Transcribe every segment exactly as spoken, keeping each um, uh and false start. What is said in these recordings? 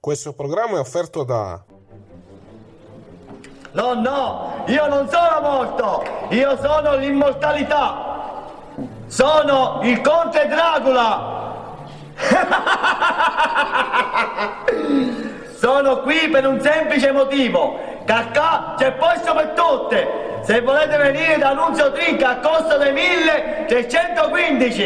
Questo programma è offerto da... No, no, io non sono morto, io sono l'immortalità. Sono il conte Dracula. Sono qui per un semplice motivo. Cacca c'è posto per tutte. Se volete venire da Nunzio Trinca a costo dei milletrecentoquindici.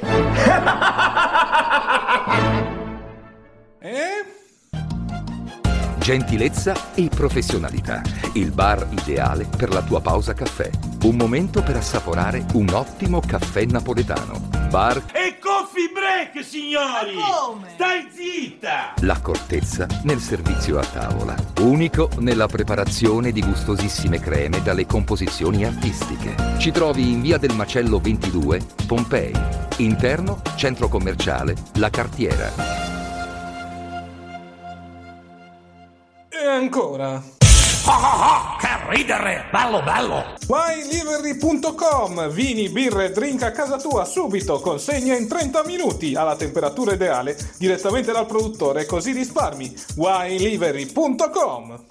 Eh? Gentilezza e professionalità. Il bar ideale per la tua pausa caffè. Un momento per assaporare un ottimo caffè napoletano. Bar E coffee break, signori! Ma come? Stai zitta! L'accortezza nel servizio a tavola. Unico nella preparazione di gustosissime creme dalle composizioni artistiche. Ci trovi in via del Macello ventidue, Pompei. Interno, centro commerciale, La Cartiera. E ancora... Oh, oh, oh, che ridere! Bello, bello! winelivery punto com. Vini, birre e drink a casa tua subito, consegna in trenta minuti alla temperatura ideale direttamente dal produttore, così risparmi. winelivery punto com.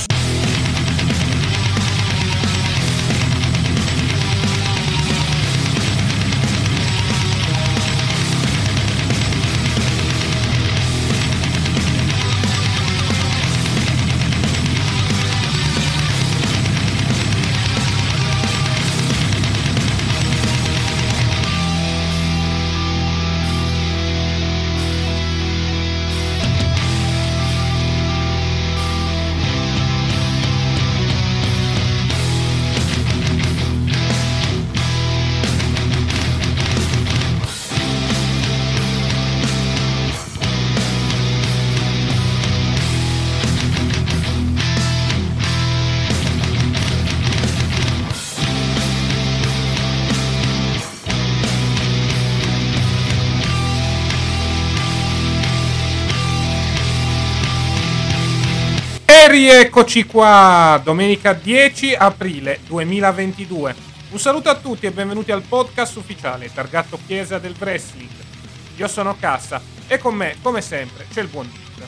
E rieccoci qua, domenica dieci aprile duemilaventidue. Un saluto a tutti e benvenuti al podcast ufficiale targato Chiesa del Wrestling. Io sono Cassa e con me, come sempre, c'è il buon Dick.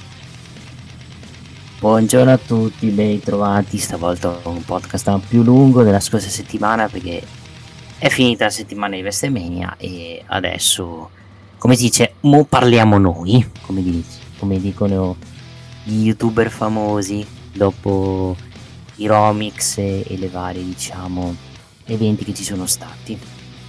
Buongiorno a tutti, ben ritrovati. Stavolta un podcast più lungo della scorsa settimana perché è finita la settimana di WrestleMania e adesso, come si dice, mo parliamo noi, come, dici, come dicono gli youtuber famosi dopo i Romix e, e le varie, diciamo, eventi che ci sono stati.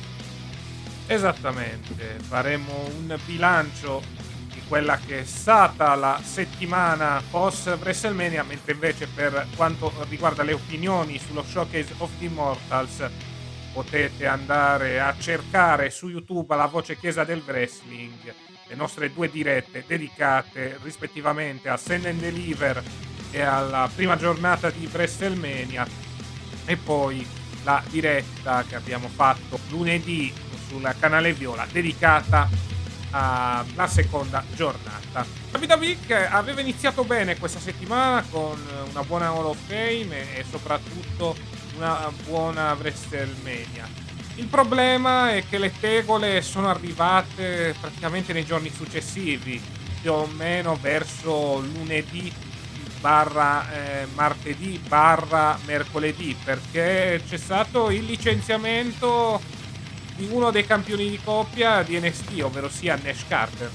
Esattamente, faremo un bilancio di quella che è stata la settimana post WrestleMania, mentre invece per quanto riguarda le opinioni sullo Showcase of the Immortals potete andare a cercare su YouTube alla voce Chiesa del Wrestling le nostre due dirette dedicate rispettivamente a Stand and Deliver e alla prima giornata di WrestleMania, e poi la diretta che abbiamo fatto lunedì sul canale Viola dedicata alla seconda giornata. W W E che aveva iniziato bene questa settimana con una buona Hall of Fame e soprattutto una buona WrestleMania. Il problema è che le tegole sono arrivate praticamente nei giorni successivi, più o meno verso lunedì barra eh, martedì barra mercoledì, perché c'è stato il licenziamento di uno dei campioni di coppia di N X T, ovvero sia Nash Carter.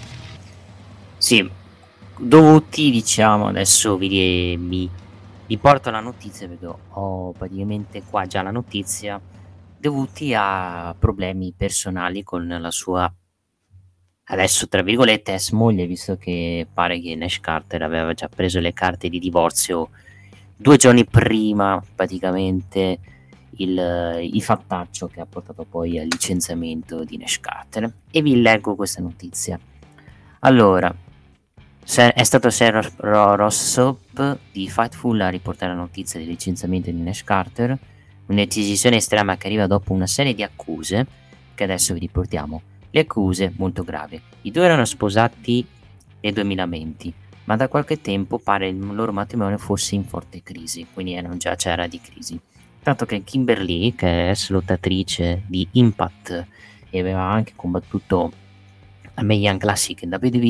Sì, dovuti, diciamo, adesso vi, vi, vi porto la notizia perché ho praticamente qua già la notizia, dovuti a problemi personali con la sua, adesso tra virgolette, ex moglie, visto che pare che Nash Carter aveva già preso le carte di divorzio due giorni prima, praticamente, il, il fattaccio che ha portato poi al licenziamento di Nash Carter. E vi leggo questa notizia. Allora, è stato Sarah Rossop di Fightful a riportare la notizia del licenziamento di Nash Carter, una decisione estrema che arriva dopo una serie di accuse che adesso vi riportiamo. Le accuse molto gravi. I due erano sposati nel duemilaventi, ma da qualche tempo pare il loro matrimonio fosse in forte crisi, quindi erano già c'era di crisi. Tanto che Kimberly, che è ex lottatrice di Impact e aveva anche combattuto a Mae Young Classic in W W E,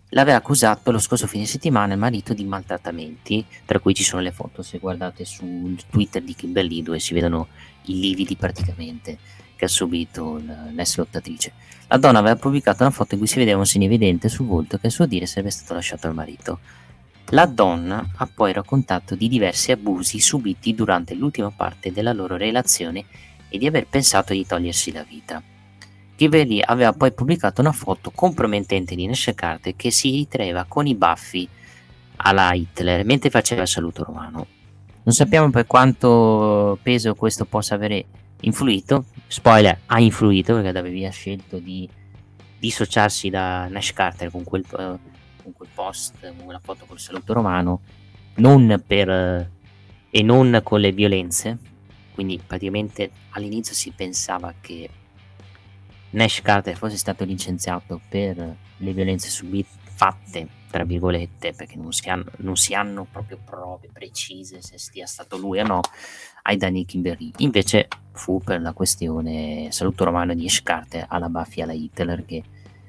l'aveva accusato lo scorso fine settimana il marito di maltrattamenti, tra cui ci sono le foto, se guardate sul Twitter di Kimberly, dove si vedono i lividi praticamente che ha subito l'ex lottatrice. La donna aveva pubblicato una foto in cui si vedeva un segno evidente sul volto che a suo dire sarebbe stato lasciato al marito. La donna ha poi raccontato di diversi abusi subiti durante l'ultima parte della loro relazione e di aver pensato di togliersi la vita. Kimberly aveva poi pubblicato una foto compromettente di Nash Carter che si ritraeva con i baffi alla Hitler mentre faceva il saluto romano. Non sappiamo per quanto peso questo possa avere influito. Spoiler, ha influito, perché W W E ha scelto di dissociarsi da Nash Carter con quel, uh, con quel post, con quella foto col saluto romano, non per uh, e non con le violenze. Quindi praticamente all'inizio si pensava che Nash Carter fosse stato licenziato per le violenze subite fatte, tra virgolette, perché non si hanno, non si hanno proprio prove precise se sia stato lui o no, ai danni di Kimberly. Invece fu per la questione saluto romano di Nash Carter alla Buffy alla Hitler, che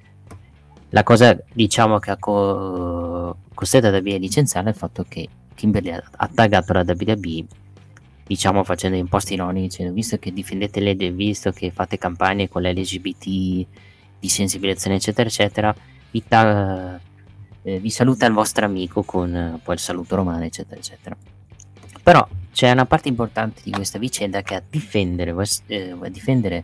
la cosa, diciamo, che ha co- costretto a W W E a licenziare è il fatto che Kimberly ha, ha taggato la W W E, diciamo facendo in post ironici, dicendo: visto che difendete le, visto che fate campagne con l'L G B T, di sensibilizzazione eccetera eccetera, vi, ta- eh, vi saluta il vostro amico con eh, poi il saluto romano eccetera eccetera. Però c'è una parte importante di questa vicenda che a difendere, West, eh, a difendere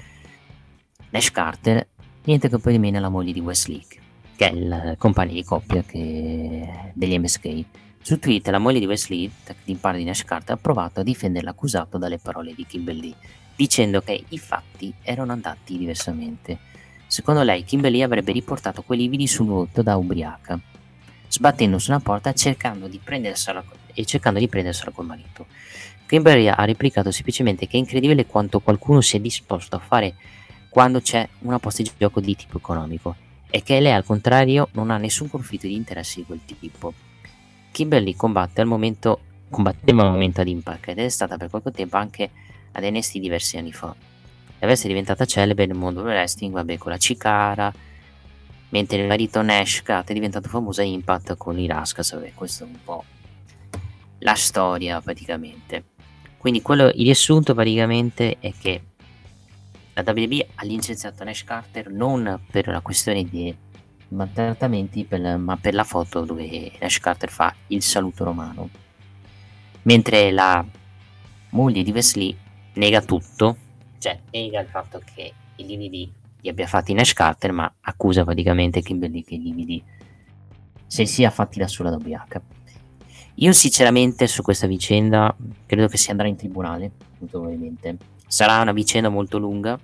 Nash Carter niente che poi di meno la moglie di Wesley, che è il compagno di coppia che, degli M S K. Su Twitter la moglie di Wesley, in parte di Nash Carter, ha provato a difendere l'accusato dalle parole di Kimberly, dicendo che i fatti erano andati diversamente. Secondo lei Kimberly avrebbe riportato quei lividi sul volto da ubriaca, sbattendo su una porta cercando di prendersela e cercando di prendersela col marito. Kimberly ha replicato semplicemente che è incredibile quanto qualcuno sia disposto a fare quando c'è una posta di gioco di tipo economico, e che lei al contrario non ha nessun conflitto di interessi di quel tipo. Kimberly combatte al momento, combatteva al momento ad Impact ed è stata per qualche tempo anche ad N X T diversi anni fa. Deve essere diventata celebre nel mondo del wrestling, vabbè, con la Chikara, mentre il marito Nash Carter è diventato famoso a Impact con i Rascals, vabbè, questo è un po' la storia praticamente. Quindi quello, il riassunto praticamente è che la W W E ha licenziato Nash Carter non per la questione di maltrattamenti, per, ma per la foto dove Nash Carter fa il saluto romano, mentre la moglie di Wesley nega tutto, cioè nega il fatto che i lividi li abbia fatti Nash Carter, ma accusa praticamente Kimberly che i lividi se sia fatti da sola da ubriaca. Io sinceramente su questa vicenda credo che si andrà in tribunale, molto probabilmente. Sarà una vicenda molto lunga,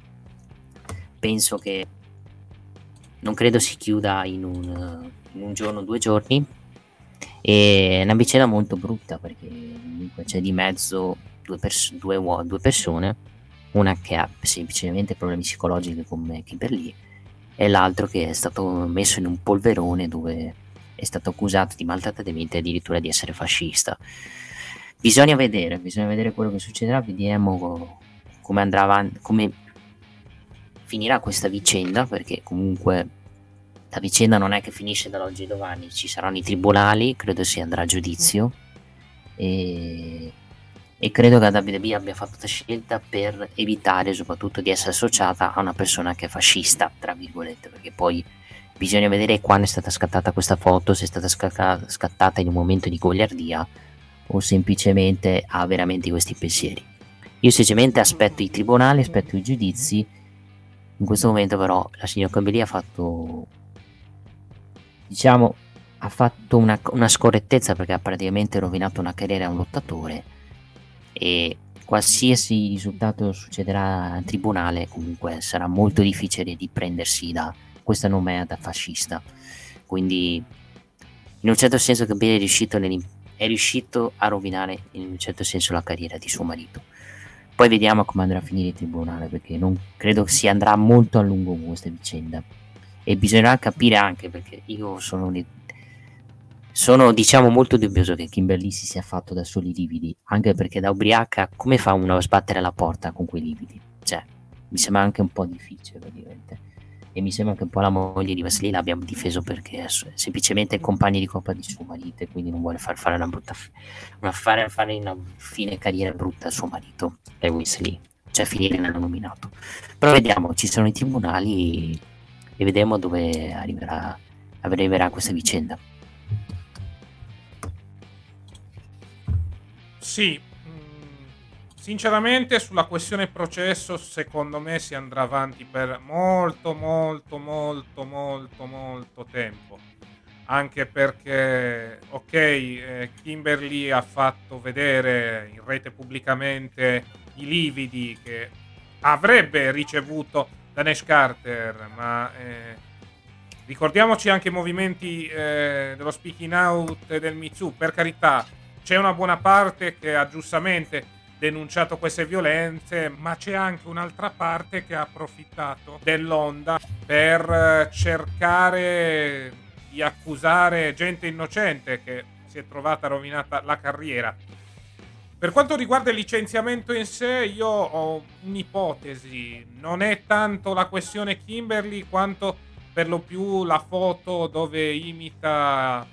penso che non credo si chiuda in un, in un giorno o due giorni, e è una vicenda molto brutta perché comunque c'è di mezzo due, pers- due, uo- due persone, una che ha semplicemente problemi psicologici come Kimberly e l'altro che è stato messo in un polverone dove è stato accusato di maltrattamenti e addirittura di essere fascista. Bisogna vedere, bisogna vedere quello che succederà, vediamo come andrà avanti, come finirà questa vicenda, perché comunque la vicenda non è che finisce dall'oggi al domani, ci saranno i tribunali, credo si andrà a giudizio e, e credo che la W W E abbia fatto questa scelta per evitare soprattutto di essere associata a una persona che è fascista, tra virgolette, perché poi bisogna vedere quando è stata scattata questa foto, se è stata scattata, scattata in un momento di goliardia o semplicemente ha veramente questi pensieri. Io semplicemente aspetto i tribunali, aspetto i giudizi. In questo momento però la signora Kimberly ha fatto, diciamo, ha fatto una, una scorrettezza, perché ha praticamente rovinato una carriera a un lottatore, e qualsiasi risultato succederà al tribunale comunque sarà molto difficile di prendersi da questa nomea da fascista. Quindi in un certo senso Kimberly è riuscito, è riuscito a rovinare in un certo senso la carriera di suo marito. Poi vediamo come andrà a finire il tribunale, perché non credo si andrà molto a lungo con questa vicenda, e bisognerà capire anche, perché io sono sono diciamo molto dubbioso che Kimberly si sia fatto da soli lividi, anche perché da ubriaca come fa uno a sbattere la porta con quei lividi? Cioè mi sembra anche un po' difficile praticamente. e mi sembra che un po' la moglie di Wesley l'abbiamo difeso perché è semplicemente compagni di coppa di suo marito e quindi non vuole far fare una brutta f- una fare, fare una fine carriera brutta al suo marito e Wesley, cioè finire nell'annominato. Però vediamo, ci sono i tribunali e vedremo dove arriverà, arriverà questa vicenda. Sì, sinceramente sulla questione processo secondo me si andrà avanti per molto molto molto molto molto tempo, anche perché ok, eh, Kimberly ha fatto vedere in rete pubblicamente i lividi che avrebbe ricevuto da Nash Carter, ma eh, ricordiamoci anche i movimenti eh, dello speaking out e del Me Too. Per carità, c'è una buona parte che ha giustamente denunciato queste violenze, ma c'è anche un'altra parte che ha approfittato dell'onda per cercare di accusare gente innocente che si è trovata rovinata la carriera. Per quanto riguarda il licenziamento in sé, io ho un'ipotesi. Non è tanto la questione Kimberly quanto per lo più la foto dove imita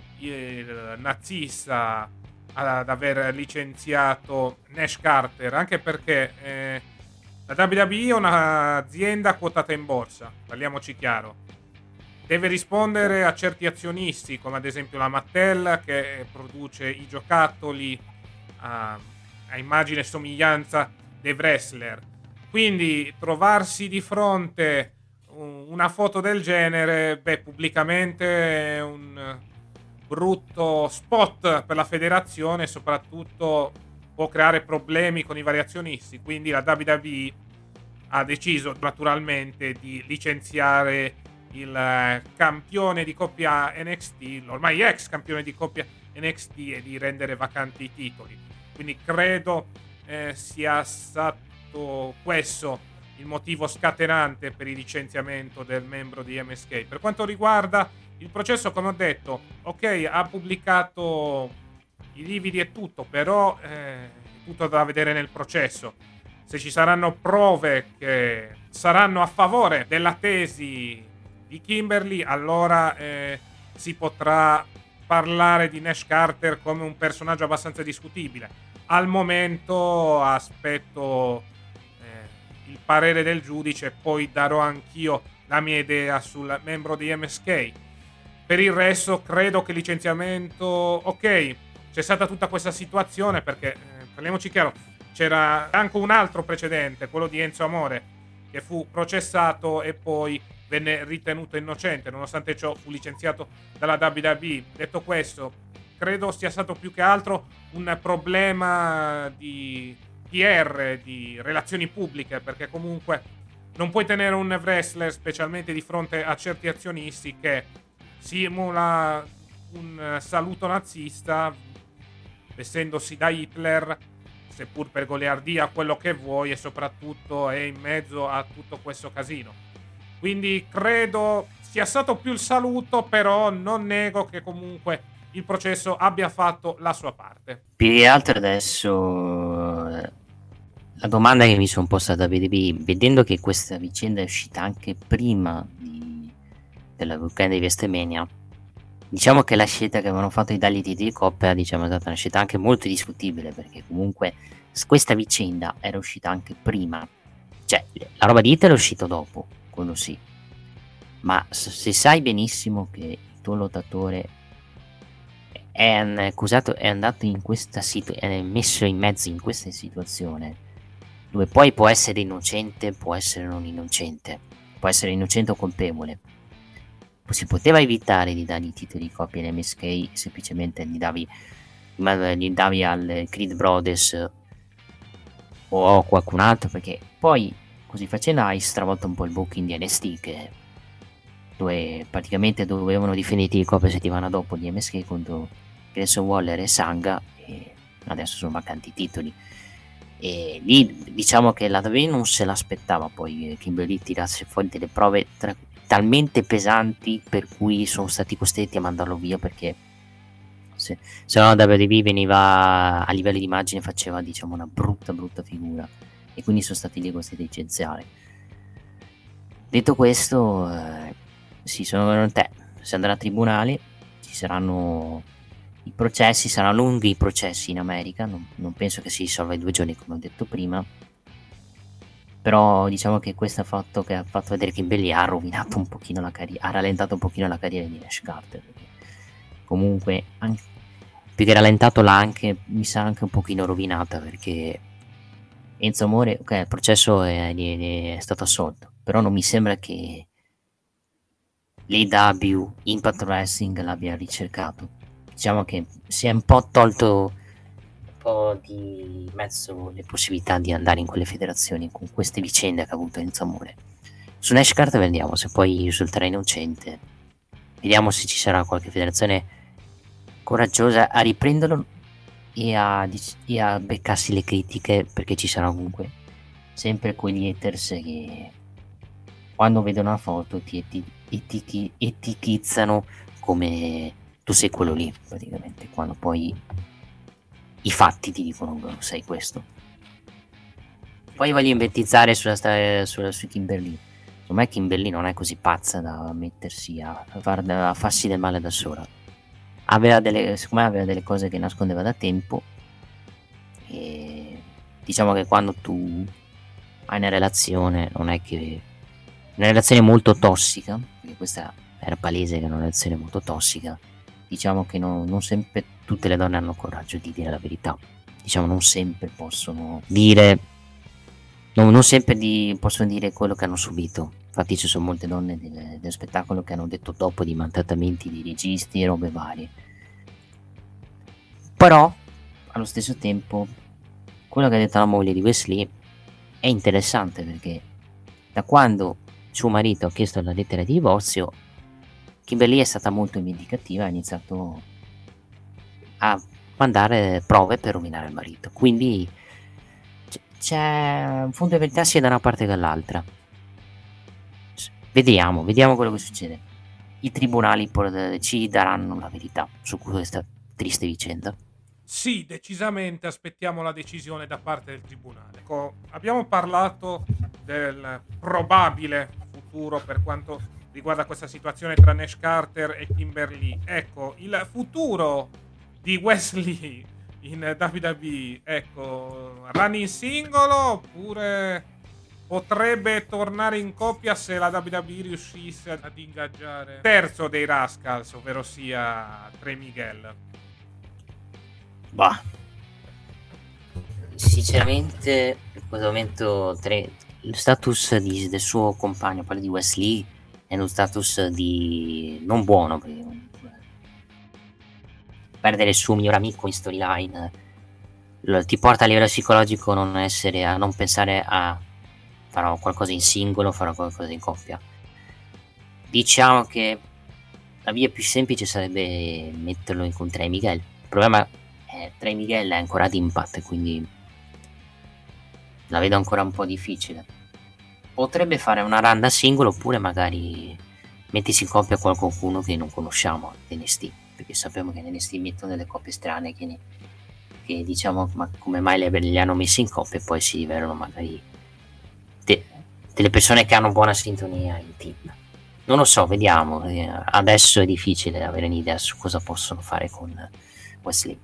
il nazista ad aver licenziato Nash Carter, anche perché eh, la W W E è un'azienda quotata in borsa, parliamoci chiaro, deve rispondere a certi azionisti come ad esempio la Mattel che produce i giocattoli a, a immagine e somiglianza dei wrestler, quindi trovarsi di fronte una foto del genere, beh, pubblicamente è un brutto spot per la federazione e soprattutto può creare problemi con i vari azionisti, quindi la W W E ha deciso naturalmente di licenziare il campione di coppia N X T, l'ormai ex campione di coppia N X T, e di rendere vacanti i titoli. Quindi credo eh, sia stato questo il motivo scatenante per il licenziamento del membro di M S K. Per quanto riguarda il processo, come ho detto, ok, ha pubblicato i lividi e tutto, però eh, tutto da vedere nel processo. Se ci saranno prove che saranno a favore della tesi di Kimberly, allora eh, si potrà parlare di Nash Carter come un personaggio abbastanza discutibile. Al momento aspetto eh, il parere del giudice, poi darò anch'io la mia idea sul membro di M S K. Per il resto credo che il licenziamento, ok, c'è stata tutta questa situazione perché, eh, parliamoci chiaro, c'era anche un altro precedente, quello di Enzo Amore, che fu processato e poi venne ritenuto innocente, nonostante ciò fu licenziato dalla W W E. Detto questo, credo sia stato più che altro un problema di P R, di relazioni pubbliche, perché comunque non puoi tenere un wrestler, specialmente di fronte a certi azionisti, che simula un saluto nazista vestendosi da Hitler, seppur per goliardia, quello che vuoi, e soprattutto è in mezzo a tutto questo casino. Quindi credo sia stato più il saluto, però non nego che comunque il processo abbia fatto la sua parte. Più che altro adesso la domanda che mi sono posta da W W E, vedendo che questa vicenda è uscita anche prima di della weekend di WrestleMania, diciamo che la scelta che avevano fatto i dagli titoli di coppia, diciamo, è stata una scelta anche molto discutibile, perché comunque questa vicenda era uscita anche prima, cioè la roba di Hitler è uscita dopo, quello sì, ma se sai benissimo che il tuo lottatore è accusato, è andato in questa situazione, è messo in mezzo in questa situazione dove poi può essere innocente, può essere non innocente, può essere innocente o colpevole, si poteva evitare di dargli i titoli di coppia in M S K, semplicemente gli davi, gli davi al Creed Brothers o a qualcun altro, perché poi così facendo hai stravolto un po' il booking di N X T, che dove praticamente dovevano difendere i titoli di coppia settimana dopo di M S K contro Grayson Waller e Sanga, e adesso sono vacanti i titoli, e lì diciamo che la W W E non se l'aspettava poi Kimberly tirasse fuori delle prove tra talmente pesanti per cui sono stati costretti a mandarlo via, perché se, se no la W W E veniva a livello di immagine, faceva diciamo una brutta brutta figura, e quindi sono stati lì costretti a licenziare. Detto questo, eh, sì, sono te, si andrà a tribunale, ci saranno i processi, saranno lunghi i processi in America, non, non penso che si risolva in due giorni come ho detto prima, però diciamo che questo fatto che ha fatto vedere Kimberly ha rovinato un pochino la carriera, ha rallentato un pochino la carriera di Nash Carter, perché comunque anche, più che rallentato l'ha anche, mi sa anche un pochino rovinata, perché Enzo Amore, ok, il processo è, è, è stato assolto, però non mi sembra che l'A E W Impact Wrestling l'abbia ricercato. Diciamo che si è un po' tolto un po' di mezzo le possibilità di andare in quelle federazioni con queste vicende che ha avuto Enzo Amore. Su Nash Carter vediamo se poi risulterà innocente, vediamo se ci sarà qualche federazione coraggiosa a riprenderlo e a, e a beccarsi le critiche, perché ci saranno comunque sempre quegli haters che quando vedono una foto ti eti- etichi- etichizzano come tu sei quello lì, praticamente, quando poi i fatti ti dicono che non sei questo. Poi voglio inventizzare sulla, sta- sulla su Kimberly. Secondo me Kimberly non è così pazza da mettersi a, far, a farsi del male da sola. Aveva delle, secondo me aveva delle cose che nascondeva da tempo, e diciamo che quando tu hai una relazione, non è che una relazione molto tossica, perché questa era palese che era una relazione molto tossica, diciamo che no, non sempre tutte le donne hanno coraggio di dire la verità, diciamo non sempre possono dire no, non sempre di, possono dire quello che hanno subito. Infatti ci sono molte donne del, del spettacolo che hanno detto dopo di maltrattamenti di registi e robe varie. Però allo stesso tempo quello che ha detto la moglie di Wesley è interessante, perché da quando suo marito ha chiesto la lettera di divorzio, Kimberly è stata molto vendicativa, ha iniziato a mandare prove per rovinare il marito. Quindi c- c'è un fondo di verità sia da una parte che dall'altra. S- Vediamo, vediamo quello che succede. I tribunali por- ci daranno la verità su questa triste vicenda. Sì, decisamente aspettiamo la decisione da parte del tribunale. Ecco, abbiamo parlato del probabile futuro per quanto riguarda questa situazione tra Nash Carter e Kimberly. Ecco, il futuro di Wesley in W W E, ecco, running singolo oppure potrebbe tornare in coppia se la W W E riuscisse ad ingaggiare il terzo dei Rascals, ovvero sia Trey Miguel. Bah, sinceramente in questo momento tre, lo status di, del suo compagno, quello di Wesley, è uno status di non buono, perché comunque perdere il suo migliore amico in storyline lo- ti porta a livello psicologico non essere, a non pensare a farò qualcosa in singolo, farò qualcosa in coppia. Diciamo che la via più semplice sarebbe metterlo in con Trey Miguel. Il problema è Trey Miguel è ancora ad Impact, quindi la vedo ancora un po' difficile. Potrebbe fare una run da singolo, oppure magari mettersi in coppia con qualcuno che non conosciamo in N X T, perché sappiamo che in N X T mettono delle coppie strane che, ne, che diciamo ma come mai le, li hanno messi in coppia e poi si rivelano magari de, delle persone che hanno buona sintonia in team. Non lo so, vediamo. Adesso è difficile avere un'idea su cosa possono fare con Wesley.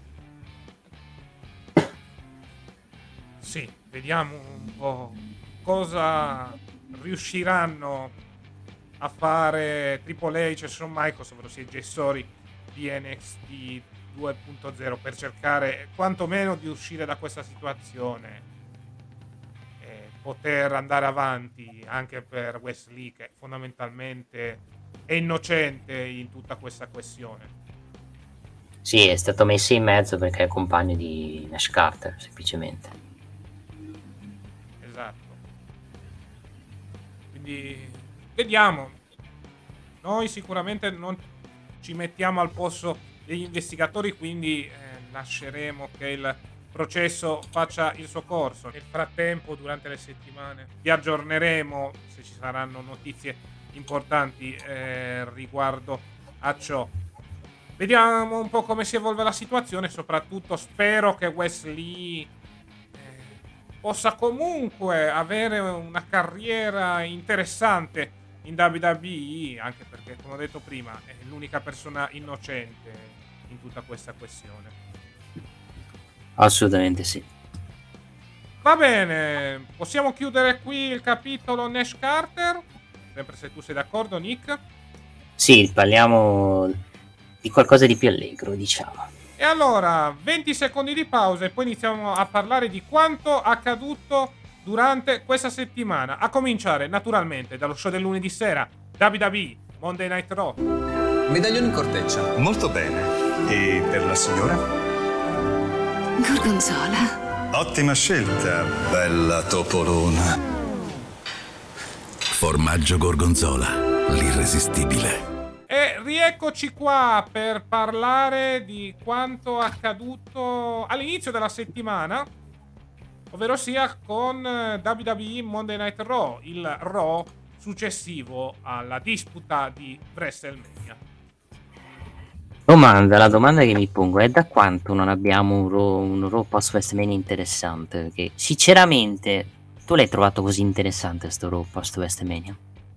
Sì, vediamo un po' cosa riusciranno a fare Triple H e Shawn Michaels, ovvero sia i gessori di N X T due punto zero, per cercare quantomeno di uscire da questa situazione e poter andare avanti anche per Wesley, che fondamentalmente è innocente in tutta questa questione. Sì, è stato messo in mezzo perché è compagno di Nash Carter, semplicemente. Esatto. Quindi vediamo. Noi sicuramente non ci mettiamo al posto degli investigatori, quindi eh, lasceremo che il processo faccia il suo corso. Nel frattempo, durante le settimane, vi aggiorneremo se ci saranno notizie importanti eh, riguardo a ciò. Vediamo un po' come si evolve la situazione, soprattutto spero che Wesley eh, possa comunque avere una carriera interessante in W W E, anche perché, come ho detto prima, è l'unica persona innocente in tutta questa questione. Assolutamente sì. Va bene, possiamo chiudere qui il capitolo Nash Carter, sempre se tu sei d'accordo, Nick. Sì, parliamo di qualcosa di più allegro, diciamo. E allora, venti secondi di pausa e poi iniziamo a parlare di quanto accaduto durante questa settimana. A cominciare, naturalmente, dallo show del lunedì sera, W W E Monday Night Raw. Medaglione in corteccia. Molto bene. E per la signora? Gorgonzola. Ottima scelta, bella topolona. Formaggio Gorgonzola, l'irresistibile. E rieccoci qua per parlare di quanto accaduto all'inizio della settimana, ovvero sia con W W E Monday Night Raw, il Raw successivo alla disputa di WrestleMania. Domanda, la domanda che mi pongo è: da quanto non abbiamo un Raw, un Raw post WrestleMania interessante? Perché sinceramente tu l'hai trovato così interessante sto Raw post WrestleMania?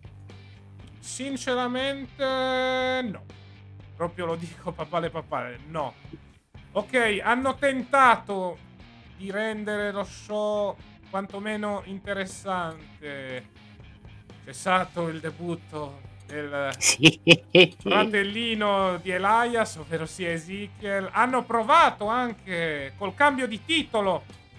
Sinceramente no, proprio lo dico papale papale, no. Ok, hanno tentato di rendere lo show quantomeno interessante. C'è stato il debutto del Sì. fratellino di Elias, ovvero sia Ezekiel. Hanno provato anche col cambio di titolo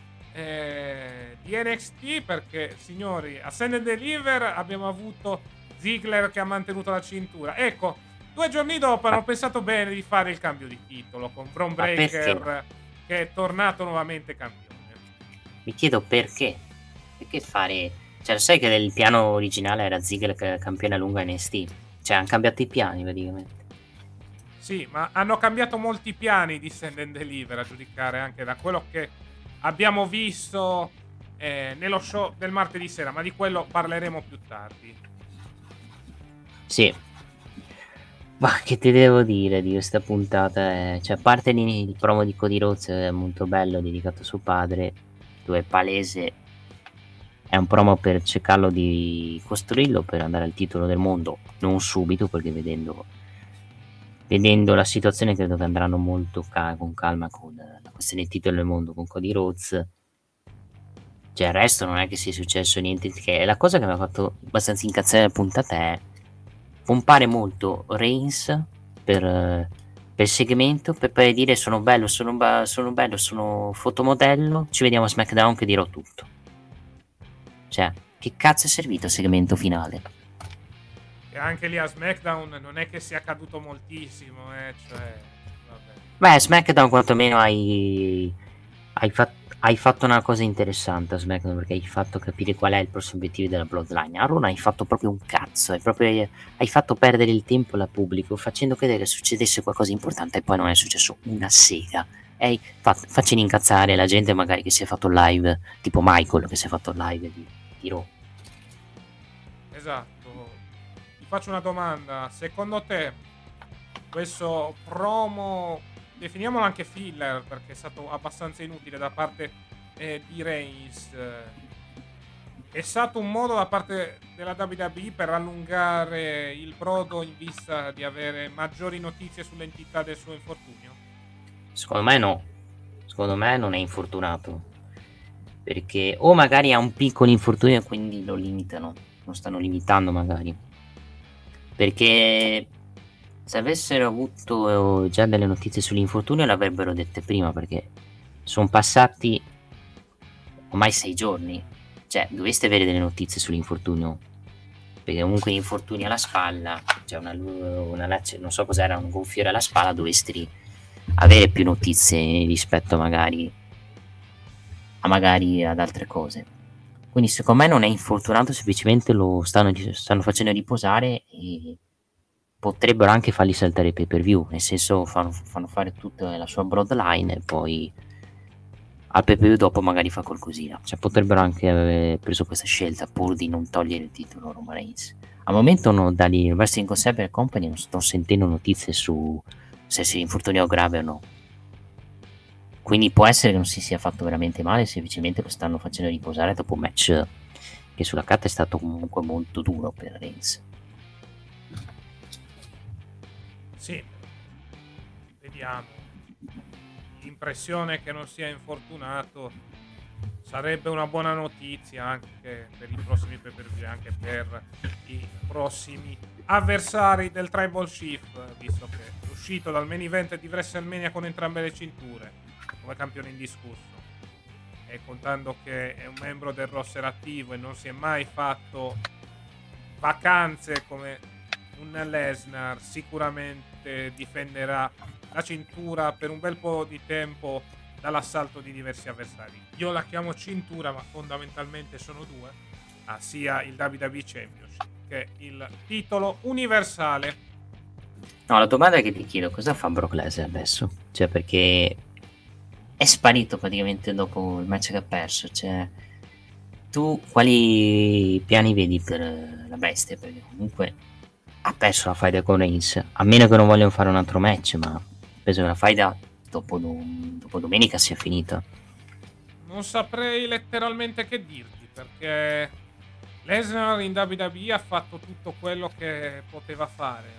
eh, di N X T, perché signori, a Send and Deliver abbiamo avuto Ziggler che ha mantenuto la cintura. Ecco, due giorni dopo hanno pensato bene di fare il cambio di titolo con Bron Breakker che è tornato nuovamente campione. Mi chiedo perché. Perché fare... Cioè, lo sai che il piano originale era Ziggler campione a lungo N X T? Cioè, hanno cambiato i piani praticamente. Sì, ma hanno cambiato molti piani di Send and Deliver, a giudicare anche da quello che abbiamo visto eh, nello show del martedì sera, ma di quello parleremo più tardi. Sì. Ma che ti devo dire di questa puntata? È... Cioè, a parte il, il promo di Cody Rhodes è molto bello, dedicato a suo padre, dove è palese, è un promo per cercarlo di costruirlo per andare al titolo del mondo, non subito, perché vedendo vedendo la situazione credo che andranno molto ca- con calma con la questione del titolo del mondo con Cody Rhodes. Cioè, il resto non è che sia successo niente, che la cosa che mi ha fatto abbastanza incazzare la puntata è pompare molto Reigns per, per il segmento, per poi dire sono bello, sono, ba- sono bello, sono fotomodello, ci vediamo a SmackDown che dirò tutto. Cioè, che cazzo è servito il segmento finale? E anche lì a SmackDown non è che sia accaduto moltissimo, eh, cioè... Vabbè. Beh, SmackDown quantomeno hai, hai, fat, hai fatto una cosa interessante a SmackDown, perché hai fatto capire qual è il prossimo obiettivo della Bloodline. A Raw non hai fatto proprio un cazzo, hai, proprio, hai fatto perdere il tempo al pubblico, facendo credere che succedesse qualcosa di importante e poi non è successo una sega. Ehi, fa, facendo incazzare la gente magari che si è fatto live, tipo Michael che si è fatto live di, di Raw. Esatto. Ti faccio una domanda: secondo te questo promo, definiamolo anche filler perché è stato abbastanza inutile da parte eh, di Reigns, eh, è stato un modo da parte della W W E per allungare il brodo in vista di avere maggiori notizie sull'entità del suo infortunio? Secondo me no, secondo me non è infortunato, perché o magari ha un piccolo infortunio e quindi lo limitano, lo stanno limitando magari, perché se avessero avuto già delle notizie sull'infortunio l'avrebbero dette prima, perché sono passati ormai sei giorni, cioè dovreste avere delle notizie sull'infortunio, perché comunque infortuni alla spalla, cioè una, una non so cos'era, un gonfiore alla spalla, dovresti avere più notizie rispetto magari a magari ad altre cose. Quindi secondo me non è infortunato, semplicemente lo stanno, stanno facendo riposare e potrebbero anche fargli saltare il pay per view, nel senso fanno, fanno fare tutta la sua Bloodline e poi al pay per view dopo magari fa qualcosina. Cioè potrebbero anche aver preso questa scelta pur di non togliere il titolo Roman Reigns. Al momento no, dagli Wrestling Conservative Company non sto sentendo notizie su se si infortunio grave o no. quindi può essere che non si sia fatto veramente male, semplicemente lo stanno facendo riposare dopo un match che sulla carta è stato comunque molto duro per Reigns. Sì, vediamo. L'impressione che non sia infortunato sarebbe una buona notizia anche per i prossimi pay-per-view, anche per i prossimi avversari del Tribal Chief, visto che è uscito dal main event di WrestleMania con entrambe le cinture come campione indiscusso, e contando che è un membro del roster attivo e non si è mai fatto vacanze come un Lesnar, sicuramente difenderà la cintura per un bel po' di tempo dall'assalto di diversi avversari. Io la chiamo cintura, ma fondamentalmente sono due, ah, sia il W W E Championship che il titolo universale. No, la domanda che ti chiedo, cosa fa Brock Lesnar adesso? Cioè, perché è sparito praticamente dopo il match che ha perso. Cioè, tu quali piani vedi per la bestia? Perché comunque ha perso la faida con Reigns, a meno che non vogliono fare un altro match, ma penso che la faida dopo, dopo domenica sia finita. Non saprei letteralmente che dirti, perché Lesnar in W W E ha fatto tutto quello che poteva fare.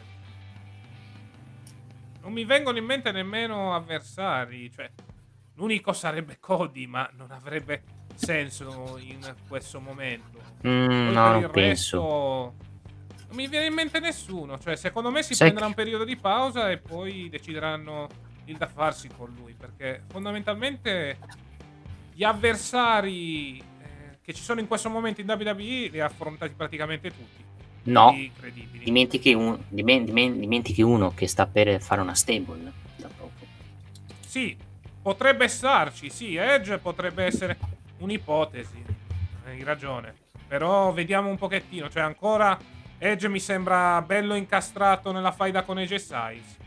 Non mi vengono in mente nemmeno avversari, cioè l'unico sarebbe Cody, ma non avrebbe senso in questo momento. Mm, no, non penso. Non mi viene in mente nessuno, cioè secondo me si Sai prenderà che... un periodo di pausa e poi decideranno il da farsi con lui, perché fondamentalmente gli avversari eh, che ci sono in questo momento in W W E li ha affrontati praticamente tutti. No, dimentichi, un, dimen, dimen, dimentichi uno che sta per fare una stable da poco. Sì, potrebbe starci, sì, Edge potrebbe essere un'ipotesi, hai ragione, però vediamo un pochettino, cioè ancora Edge mi sembra bello incastrato nella faida con A J Styles.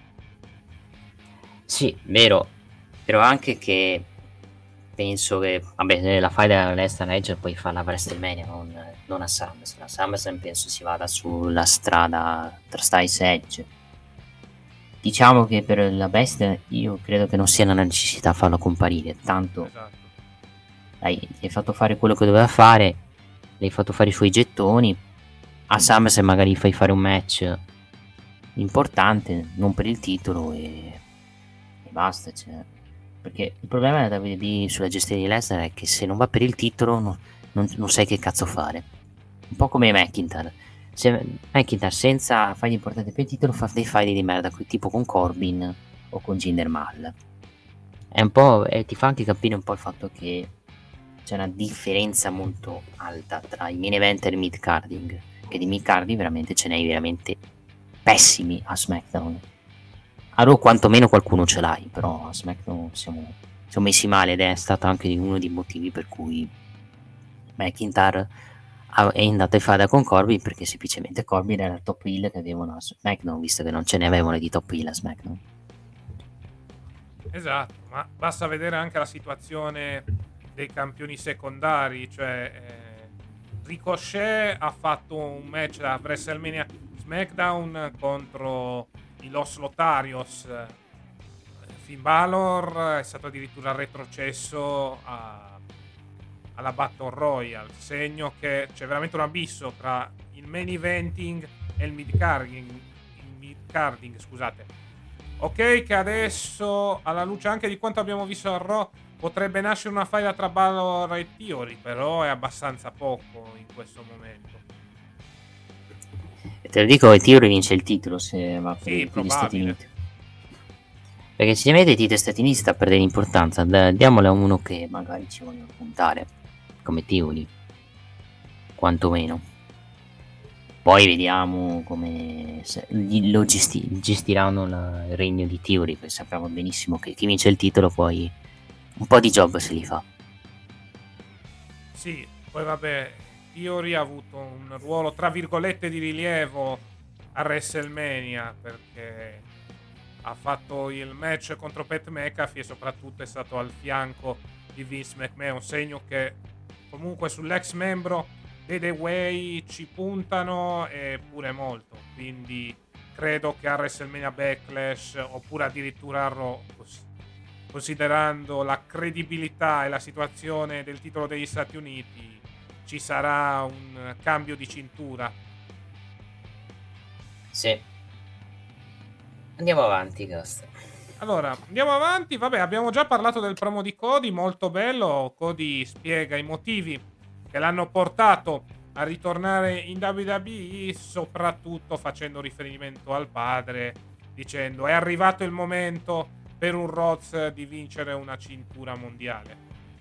Sì, vero, però anche che penso che, vabbè, la faida all'estero Edge puoi farla a WrestleMania, non, non a SummerSlam. A SummerSlam penso si vada sulla strada tra Styles e Edge. Diciamo che per la bestia io credo che non sia una necessità farlo comparire, tanto esatto. Dai, gli hai fatto fare quello che doveva fare, gli hai fatto fare i suoi gettoni, a SummerSlam magari gli fai fare un match importante, non per il titolo e, e basta, cioè. Perché il problema della W W E sulla gestione di Lesnar è che se non va per il titolo non, non, non sai che cazzo fare, un po' come McIntyre. Se McIntyre senza fagli importanti per il titolo fa dei fight di merda tipo con Corbin o con Jinder Mahal. È un po', eh, ti fa anche capire un po' il fatto che c'è una differenza molto alta tra i main event e il mid carding, che di mid carding veramente ce n'hai veramente pessimi a SmackDown. A Raw quantomeno qualcuno ce l'hai, però a SmackDown siamo, siamo messi male ed è stato anche uno dei motivi per cui McIntyre è andato a fare con Corbin, perché semplicemente Corbin era il top heel che avevano a SmackDown, visto che non ce ne avevano di top heel a SmackDown. Esatto, ma basta vedere anche la situazione dei campioni secondari, cioè eh, Ricochet ha fatto un match a WrestleMania SmackDown contro i Los Lotarios. Finn Balor è stato addirittura retrocesso a, alla Battle Royale, segno che c'è veramente un abisso tra il main eventing e il mid carding, il mid carding, scusate. Ok, che adesso, alla luce anche di quanto abbiamo visto a Raw, potrebbe nascere una faida tra Balor e Theory, però è abbastanza poco in questo momento. E te lo dico, Theory vince il titolo se va per, sì, per gli Stati Uniti. Perché se vede i titoli Stati Uniti sta perdendo importanza, diamole a uno che magari ci vogliono puntare, come Theory, quantomeno. Poi vediamo come lo gesti- gestiranno la, il regno di Theory, perché sappiamo benissimo che chi vince il titolo poi un po' di job se li fa. Sì, poi vabbè, Theory ha avuto un ruolo tra virgolette di rilievo a WrestleMania, perché ha fatto il match contro Pat McAfee e soprattutto è stato al fianco di Vince McMahon, segno che comunque sull'ex membro dei The Way ci puntano e pure molto, quindi credo che a WrestleMania Backlash oppure addirittura a Raw considerando la credibilità e la situazione del titolo degli Stati Uniti, ci sarà un cambio di cintura. Sì. Andiamo avanti, Ghost. Allora, andiamo avanti. Vabbè, abbiamo già parlato del promo di Cody, molto bello. Cody spiega i motivi che l'hanno portato a ritornare in W W E, soprattutto facendo riferimento al padre, dicendo è arrivato il momento per un Rhodes di vincere una cintura mondiale.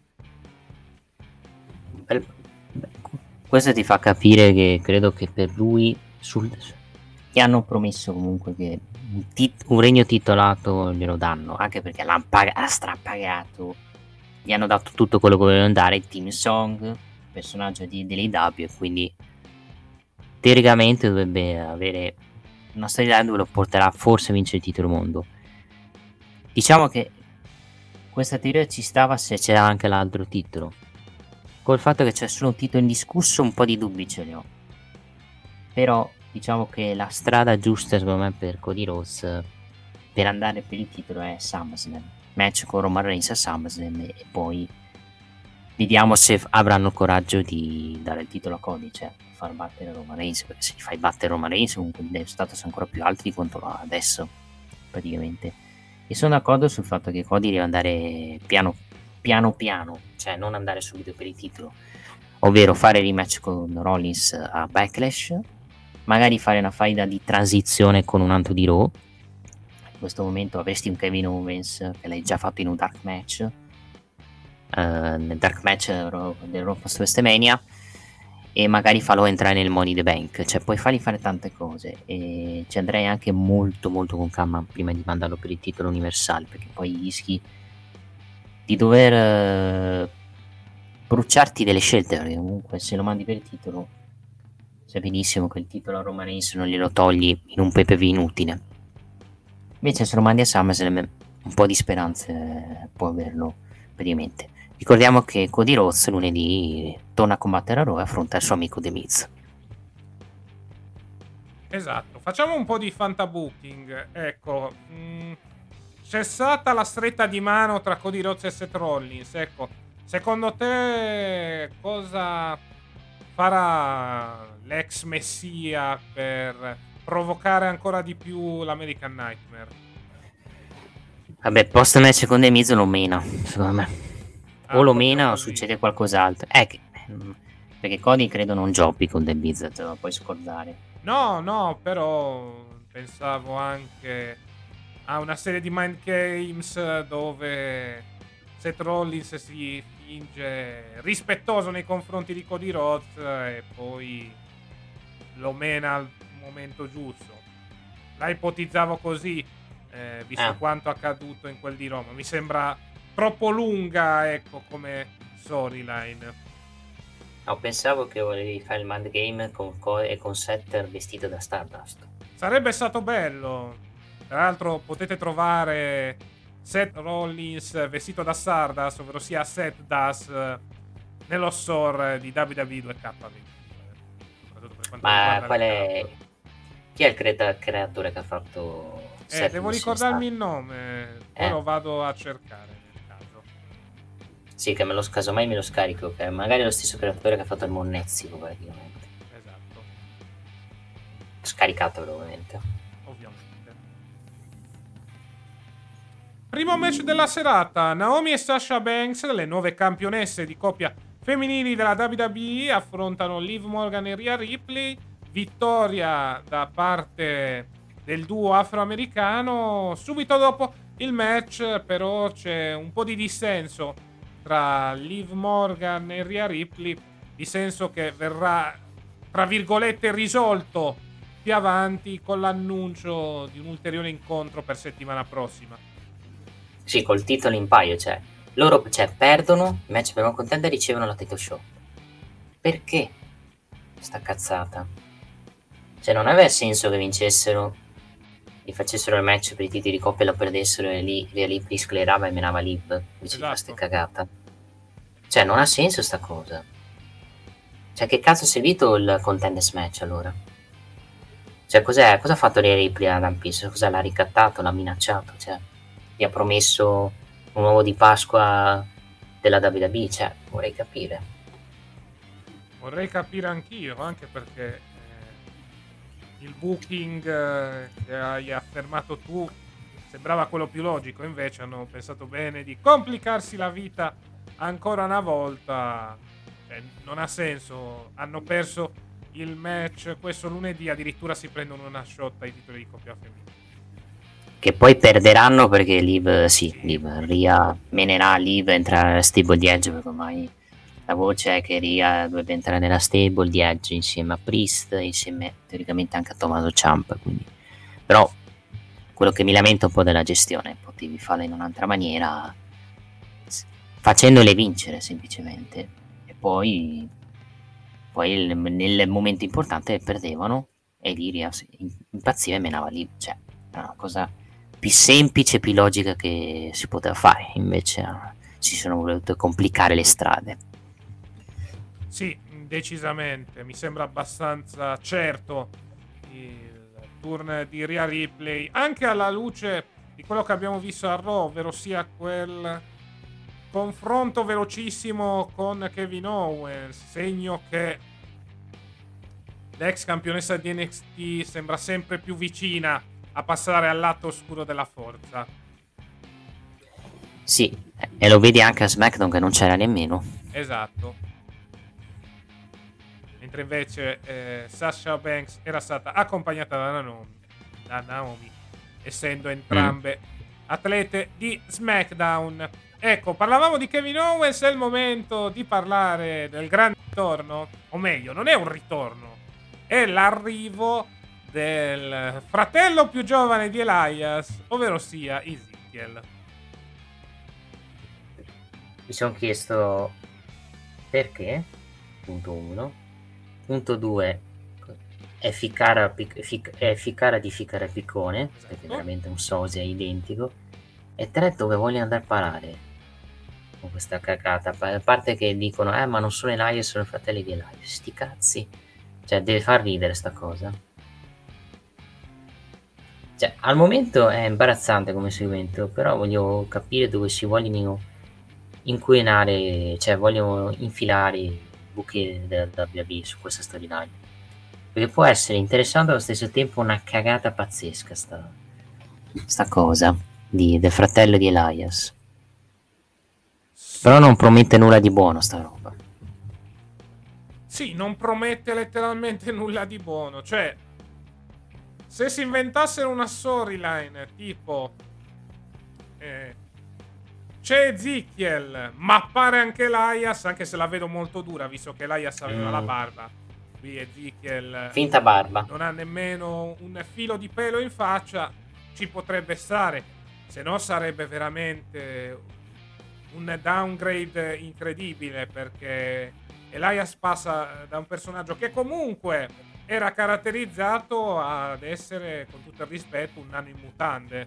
Beh, questo ti fa capire che credo che per lui sul, gli hanno promesso comunque che un, tit- un regno titolato glielo danno, anche perché l'hanno pag- ha strapagato, gli hanno dato tutto quello che volevano dare, il team song, personaggio di dell'A E W, e quindi teoricamente dovrebbe avere una storia dove lo porterà forse a vincere il titolo mondo. Diciamo che questa teoria ci stava se c'era anche l'altro titolo. Col fatto che c'è solo un titolo indiscusso, un po' di dubbi ce li ho. Però diciamo che la strada giusta secondo me per Cody Rhodes per andare per il titolo è SummerSlam, match con Roman Reigns a SummerSlam, e poi vediamo se avranno il coraggio di dare il titolo a Cody, cioè far battere Roman Reigns, perché se gli fai battere Roman Reigns comunque il status è ancora più alto di quanto va adesso praticamente. E sono d'accordo sul fatto che Cody deve andare piano piano piano, cioè non andare subito per il titolo, ovvero fare rematch con Rollins a Backlash, magari fare una faida di transizione con un altro di Raw. In questo momento avresti un Kevin Owens che l'hai già fatto in un dark match, uh, nel dark match del Raw post WrestleMania, e magari farlo entrare nel Money in the Bank, cioè puoi fargli fare tante cose, e ci andrei anche molto molto con calma prima di mandarlo per il titolo universale, perché poi rischi di dover uh, bruciarti delle scelte, perché comunque se lo mandi per il titolo sai benissimo che il titolo a Roman Reigns non glielo togli in un pay per view inutile. Invece se lo mandi a SummerSlam un po' di speranze può averlo praticamente. Ricordiamo che Cody Rhodes lunedì torna a combattere a Raw e affronta il suo amico The Miz. Esatto, facciamo un po' di fantabooking. Ecco, mh, c'è stata la stretta di mano tra Cody Rhodes e Seth Rollins. Ecco, secondo te cosa farà l'ex messia per provocare ancora di più l'American Nightmare? Vabbè, post match con The Miz lo mena, secondo me. Ah, o lo mena o succede qualcos'altro. Eh, che, perché Cody credo non giochi con The Miz, te lo puoi scordare. No, no, però pensavo anche a una serie di mind games dove Seth Rollins si finge rispettoso nei confronti di Cody Rhodes e poi lo mena al momento giusto. La ipotizzavo così, eh, visto ah. quanto accaduto in quel di Roma. Mi sembra troppo lunga, ecco, come storyline. No, pensavo che volevi fare il mind game con Co- e con Seth vestito da Stardust. Sarebbe stato bello. Tra l'altro potete trovare Seth Rollins vestito da Stardust, ovvero sia Seth Das, nello store di W W E due K ventidue. Ma qual è... chi è il cre- creatore che ha fatto eh, Seth devo ricordarmi il nome, poi eh. lo vado a cercare. Sì, che me lo casomai me lo scarico, che magari è lo stesso creatore che ha fatto il Monnezzico praticamente. Esatto. Scaricatelo ovviamente. Ovviamente. Primo match della serata, Naomi e Sasha Banks, le nuove campionesse di coppia femminili della W W E, affrontano Liv Morgan e Rhea Ripley. Vittoria da parte del duo afroamericano. Subito dopo il match però c'è un po' di dissenso tra Liv Morgan e Rhea Ripley, dissenso che verrà tra virgolette risolto più avanti con l'annuncio di un ulteriore incontro per settimana prossima. Sì, col titolo in paio, cioè loro cioè, perdono il match per non contender e ricevono la title shot. Perché sta cazzata? Cioè non aveva senso che vincessero e facessero il match per i titoli di coppia e lo perdessero e lì Rhea Ripley sclerava e menava Liv invece di fare ste cagata. Cioè non ha senso sta cosa. Cioè che cazzo è servito il contenders match allora? Cioè cos'è? Cosa ha fatto Rhea Ripley ad Adam Pearce? Cos'è? L'ha ricattato, l'ha minacciato, cioè gli ha promesso un uovo di Pasqua della W W E, cioè vorrei capire. Vorrei capire anch'io, anche perché eh, il booking eh, che hai affermato tu sembrava quello più logico, invece hanno pensato bene di complicarsi la vita ancora una volta. Cioè, non ha senso, hanno perso il match questo lunedì, addirittura si prendono una shot ai titoli di coppia femminile. Che poi perderanno perché Liv, sì, Liv, Rhea menerà Liv, entrerà nella stable di Edge, perché ormai la voce è che Rhea dovrebbe entrare nella stable di Edge insieme a Priest, insieme teoricamente anche a Tommaso Ciampa, quindi. Però quello che mi lamento un po' della gestione, potevi farla in un'altra maniera, facendole vincere semplicemente, e poi poi nel momento importante perdevano e lì Rhea impazziva e menava Liv, cioè era una cosa più semplice, più logica che si poteva fare, invece uh, si sono volute complicare le strade. Sì, decisamente, mi sembra abbastanza certo il turn di Rhea Ripley, anche alla luce di quello che abbiamo visto a Raw, ovvero sia quel confronto velocissimo con Kevin Owens, segno che l'ex campionessa di N X T sembra sempre più vicina a passare al lato oscuro della forza. Sì, e lo vedi anche a SmackDown che non c'era nemmeno. Esatto. Mentre invece eh, Sasha Banks era stata accompagnata da Naomi, da Naomi essendo entrambe mm. atlete di SmackDown. Ecco, parlavamo di Kevin Owens, è il momento di parlare del grande ritorno, o meglio, non è un ritorno, è l'arrivo del fratello più giovane di Elias, ovvero sia Ezekiel. Mi sono chiesto perché, punto uno. Punto due, è Ficara, è Ficara di Ficara Piccone, esatto. Perché è veramente un sosia identico. E tre, dove vogliono andare a parare con questa cacata? A parte che dicono, eh ma non sono Elias, sono i fratelli di Elias. Sti cazzi. Cioè, deve far ridere sta cosa. Cioè, al momento è imbarazzante come segmento, però voglio capire dove si vogliono inquinare, cioè vogliono infilare i buchi della W W E su questa storyline. Perché può essere interessante allo stesso tempo una cagata pazzesca sta, sta cosa di, del fratello di Elias. Però non promette nulla di buono sta roba. Sì, non promette letteralmente nulla di buono, cioè se si inventassero una storyline tipo eh, c'è Ezekiel ma appare anche Elias, anche se la vedo molto dura visto che Elias aveva mm. la barba, qui Ezekiel finta barba, non ha nemmeno un filo di pelo in faccia, ci potrebbe stare, se no sarebbe veramente un downgrade incredibile, perché Elias passa da un personaggio che comunque era caratterizzato ad essere, con tutto il rispetto, un nano in mutande.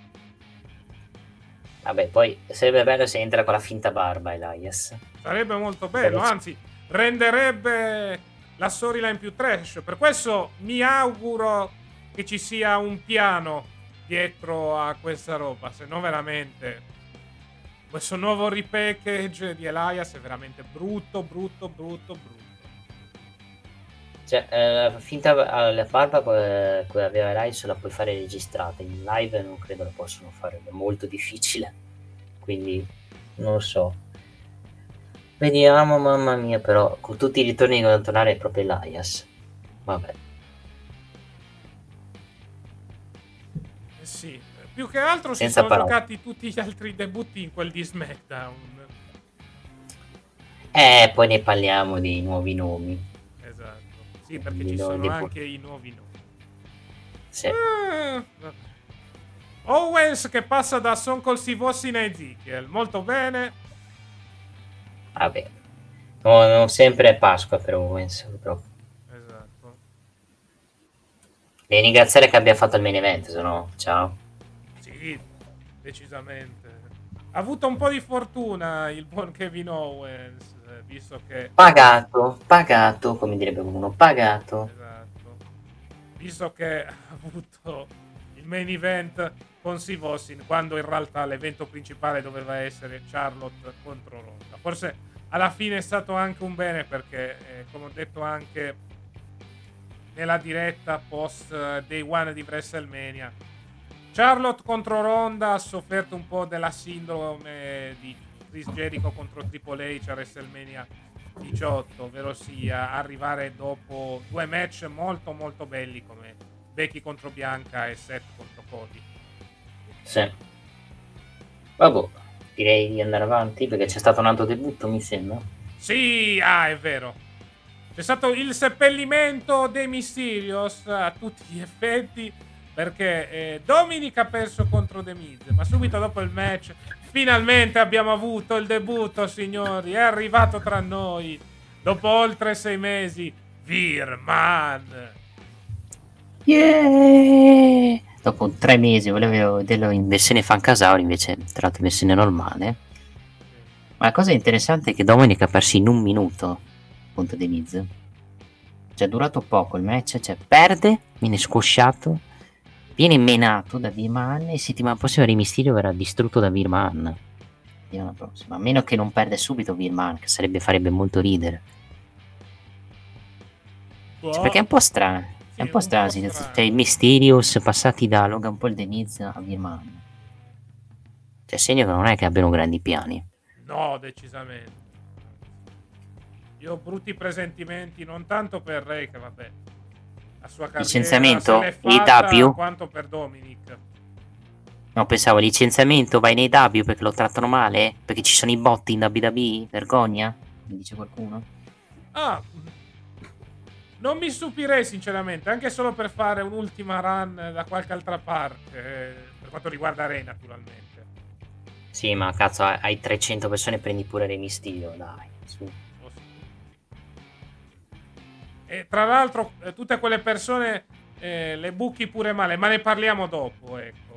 Vabbè, poi sarebbe bello se entra con la finta barba Elias. Sarebbe molto bello, anzi, renderebbe la storyline più trash. Per questo mi auguro che ci sia un piano dietro a questa roba, se no veramente questo nuovo repackage di Elias è veramente brutto, brutto, brutto, brutto. Cioè, eh, la finta la barba che aveva Elias la puoi fare registrata, in live non credo la possono fare, è molto difficile, quindi non lo so, vediamo. Mamma mia, però con tutti i ritorni che devono tornare è proprio Elias, vabbè. Eh sì, più che altro Senza si sono parole. giocati tutti gli altri debutti in quel di SmackDown. Eh, poi ne parliamo dei nuovi nomi. Esatto. Sì, perché ci sono anche i nuovi nomi. Sì. Ah, Owens che passa da Stone Cold Steve Austin a Ezekiel. Molto bene. Vabbè. No, non sempre è Pasqua per Owens, purtroppo. Esatto. Devi ringraziare che abbia fatto il main event, se no, ciao. Sì, decisamente. Ha avuto un po' di fortuna il buon Kevin Owens, visto che... Pagato, pagato, come direbbe uno, pagato. Esatto. Visto che ha avuto il il main event con Steve Austin, quando in realtà l'evento principale doveva essere Charlotte contro Ronda. Forse alla fine è stato anche un bene, perché eh, come ho detto anche nella diretta post uh, Day One di WrestleMania, Charlotte contro Ronda ha sofferto un po' della sindrome di Chris Jericho contro Triple H a WrestleMania diciotto, ovvero sia arrivare dopo due match molto molto belli come Becky contro Bianca e Seth contro Cody. Sì. Vabbè, direi di andare avanti perché c'è stato un altro debutto, mi sembra. Sì, ah, è vero. C'è stato il seppellimento dei Mysterios a tutti gli effetti, perché eh, Dominic ha perso contro The Miz, ma subito dopo il match finalmente abbiamo avuto il debutto, signori. È arrivato tra noi dopo oltre sei mesi Virman. Yeah! Dopo tre mesi volevo vederlo in versione Fancasaur, invece tra l'altro in versione normale. Ma la cosa interessante è che Dominic ha perso in un minuto contro The Miz. Cioè è durato poco il match, cioè perde, viene squasciato, viene menato da Virman e settimana prossima Re Mysterio verrà distrutto da Virman. Settimana prossima, a meno che non perde subito Virman, che sarebbe farebbe molto ridere. Cioè, perché è un po' strano. È un po' strano, sì, cioè i Mysterios passati da Logan Paul The Miz a Virman. Cioè segno che non è che abbiano grandi piani. No, decisamente. Io ho brutti presentimenti, non tanto per Ray, che vabbè, la sua carriera licenziamento se l'è fatta, A E W, quanto per Dominic. No, pensavo licenziamento, vai nei W perché lo trattano male? Perché ci sono i botti in W W E? Vergogna? Mi dice qualcuno? Ah, non mi stupirei sinceramente, anche solo per fare un'ultima run da qualche altra parte, eh, per quanto riguarda Ray naturalmente. Sì, ma cazzo, hai trecento persone, prendi pure Re Mysterio, dai, su. E tra l'altro eh, tutte quelle persone eh, le buchi pure male, ma ne parliamo dopo, ecco.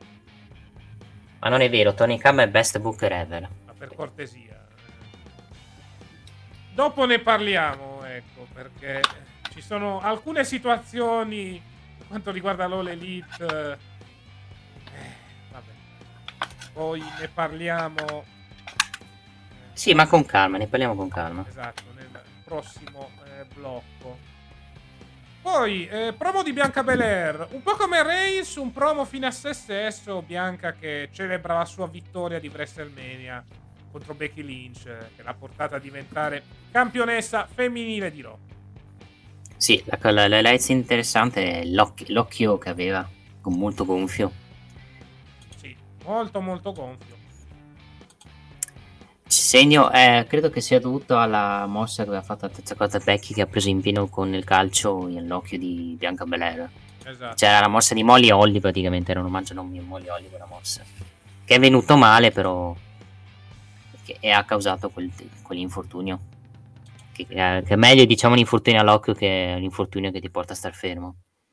Ma non è vero, Tony Khan è best booker ever. Ma per cortesia. Dopo ne parliamo, ecco, perché ci sono alcune situazioni per quanto riguarda l'All Elite. Eh, vabbè. Poi ne parliamo. Sì, ma con calma, ne parliamo con calma. Esatto, nel prossimo eh, blocco. Poi, eh, promo di Bianca Belair, un po' come Reigns, un promo fine a se stesso. Bianca che celebra la sua vittoria di WrestleMania contro Becky Lynch, che l'ha portata a diventare campionessa femminile di Raw. Sì, la, la, la, la interessante è l'occhio, l'occhio che aveva, con molto gonfio. Sì, molto molto gonfio. Segno, eh, credo che sia dovuto alla mossa che aveva fatto la terza cosa Becky, che ha preso in pieno con il calcio l'occhio di Bianca Belair. Esatto. C'era la mossa di Molly Holly, praticamente era un omaggio a non Molly Holly quella mossa, che è venuto male però, che ha causato quel, quell'infortunio, che, che è meglio diciamo un infortunio all'occhio che un infortunio che ti porta a star fermo.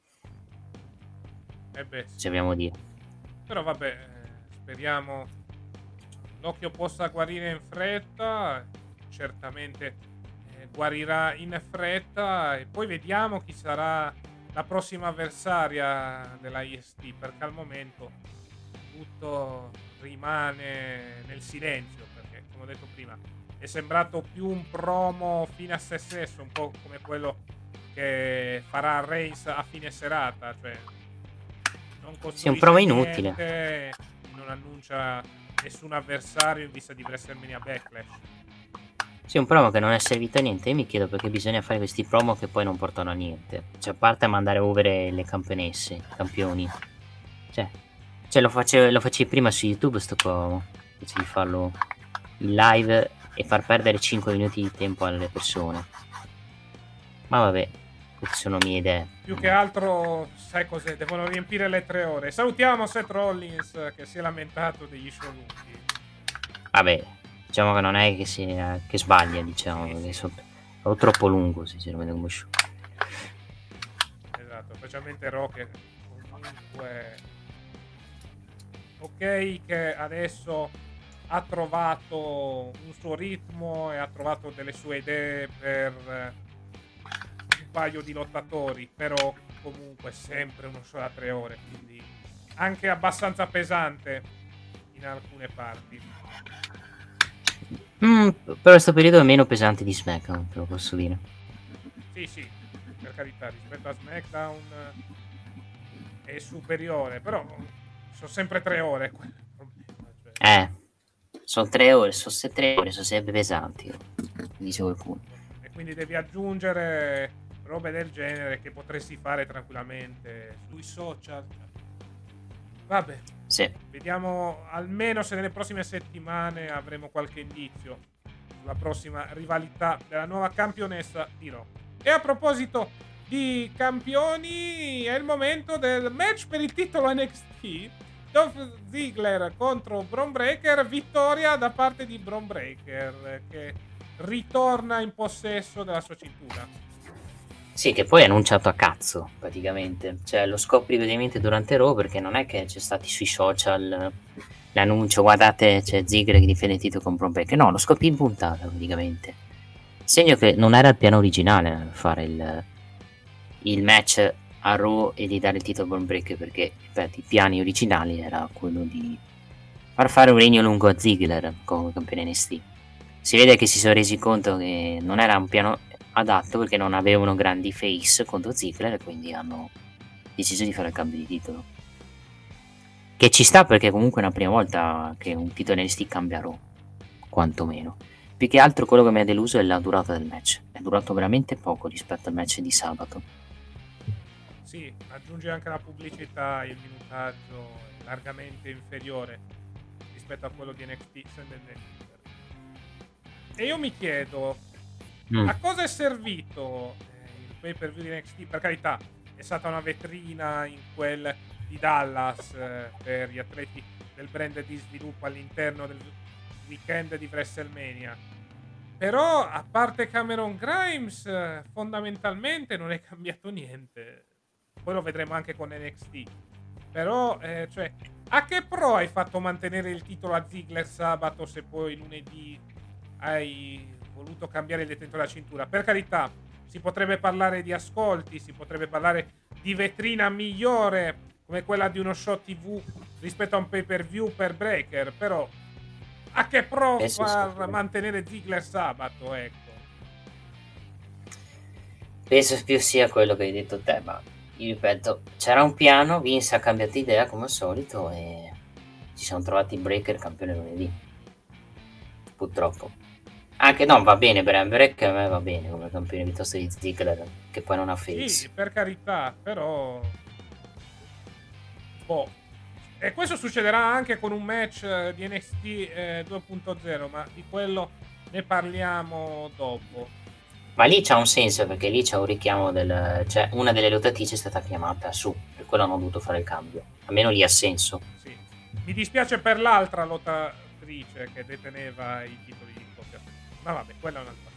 Eh beh, sì. Ci dobbiamo dire. Però vabbè, eh, speriamo l'occhio possa guarire in fretta. Certamente eh, guarirà in fretta, e poi vediamo chi sarà la prossima avversaria della I S T, perché al momento tutto rimane nel silenzio, perché come ho detto prima è sembrato più un promo fine a se stesso, un po' come quello che farà Reigns a fine serata, cioè non sì, un promo niente, inutile, non annuncia nessun avversario in vista di WrestleMania Backlash. Sì, un promo che non è servito a niente. Io mi chiedo perché bisogna fare questi promo che poi non portano a niente. Cioè, a parte a mandare over le campionesse, i campioni. Cioè, cioè lo facevi lo facevi prima su YouTube sto promo, invece di farlo in live e far perdere cinque minuti di tempo alle persone. Ma vabbè, queste sono mie idee. Più che altro, sai cos'è? Devono riempire le tre ore. Salutiamo Seth Rollins, che si è lamentato degli show lunghi. Vabbè, diciamo che non è che, si, che sbaglia, diciamo, perché sono so, troppo lungo se si lo vede come show. Esatto, specialmente Raw, che comunque ok che adesso ha trovato un suo ritmo e ha trovato delle sue idee per un paio di lottatori, però comunque sempre uno show da tre ore, quindi anche abbastanza pesante in alcune parti. Mm, per questo periodo è meno pesante di SmackDown, te lo posso dire. Sì, sì, per carità, rispetto a SmackDown è superiore, però sono sempre tre ore. Quello è il problema, cioè. Eh, sono tre ore, sono se tre ore, sono sempre pesanti, dice qualcuno. E quindi devi aggiungere robe del genere che potresti fare tranquillamente sui social. Vabbè, sì. Vediamo almeno se nelle prossime settimane avremo qualche indizio sulla prossima rivalità della nuova campionessa di Raw. E a proposito di campioni, è il momento del match per il titolo N X T. Dolph Ziggler contro Bron Breakker, vittoria da parte di Bron Breakker che ritorna in possesso della sua cintura. Sì, che poi è annunciato a cazzo praticamente, cioè lo scopri ovviamente durante Raw, perché non è che c'è stati sui social l'annuncio guardate c'è Ziggler che difende il titolo con Bron Breakker, no, lo scopri in puntata praticamente, segno che non era il piano originale fare il, il match a Raw e di dare il titolo a Bron Breakker, perché ripeto, i piani originali era quello di far fare un regno lungo a Ziggler come campione N X T. Si vede che si sono resi conto che non era un piano adatto perché non avevano grandi face contro Ziggler e quindi hanno deciso di fare il cambio di titolo, che ci sta perché comunque è la prima volta che un titolo N X T cambia Raw, quantomeno. Più che altro quello che mi ha deluso è la durata del match, è durato veramente poco rispetto al match di sabato. Sì, aggiunge anche la pubblicità, il minutaggio è largamente inferiore rispetto a quello di N X T Sunday Night Fever. E io mi chiedo Mm. a cosa è servito eh, il pay per view di N X T? Per carità, è stata una vetrina in quel di Dallas eh, per gli atleti del brand di sviluppo all'interno del weekend di WrestleMania. Però, a parte Cameron Grimes, eh, fondamentalmente non è cambiato niente. Poi lo vedremo anche con N X T. Però, eh, cioè, a che pro hai fatto mantenere il titolo a Ziggler sabato se poi lunedì hai voluto cambiare il detentore della cintura? Per carità, si potrebbe parlare di ascolti, si potrebbe parlare di vetrina migliore come quella di uno show tivù rispetto a un pay per view per Breakker, però a che pro eh, far sì, mantenere Ziggler sabato, ecco? Penso più sia quello che hai detto te, ma io ripeto, c'era un piano, Vince ha cambiato idea come al solito e ci siamo trovati Breakker campione lunedì, purtroppo. Anche no, va bene Bran Breakker, a me va bene come campione piuttosto di Ziggler, che poi non ha face. Sì, per carità, però boh. E questo succederà anche con un match di N X T eh, due punto zero, ma di quello ne parliamo dopo. Ma lì c'ha un senso, perché lì c'è un richiamo del... cioè una delle lottatrici è stata chiamata su, per quello hanno dovuto fare il cambio. Almeno lì ha senso. Sì. Mi dispiace per l'altra lottatrice che deteneva i titoli di coppia. Ma vabbè, quella è un'altra.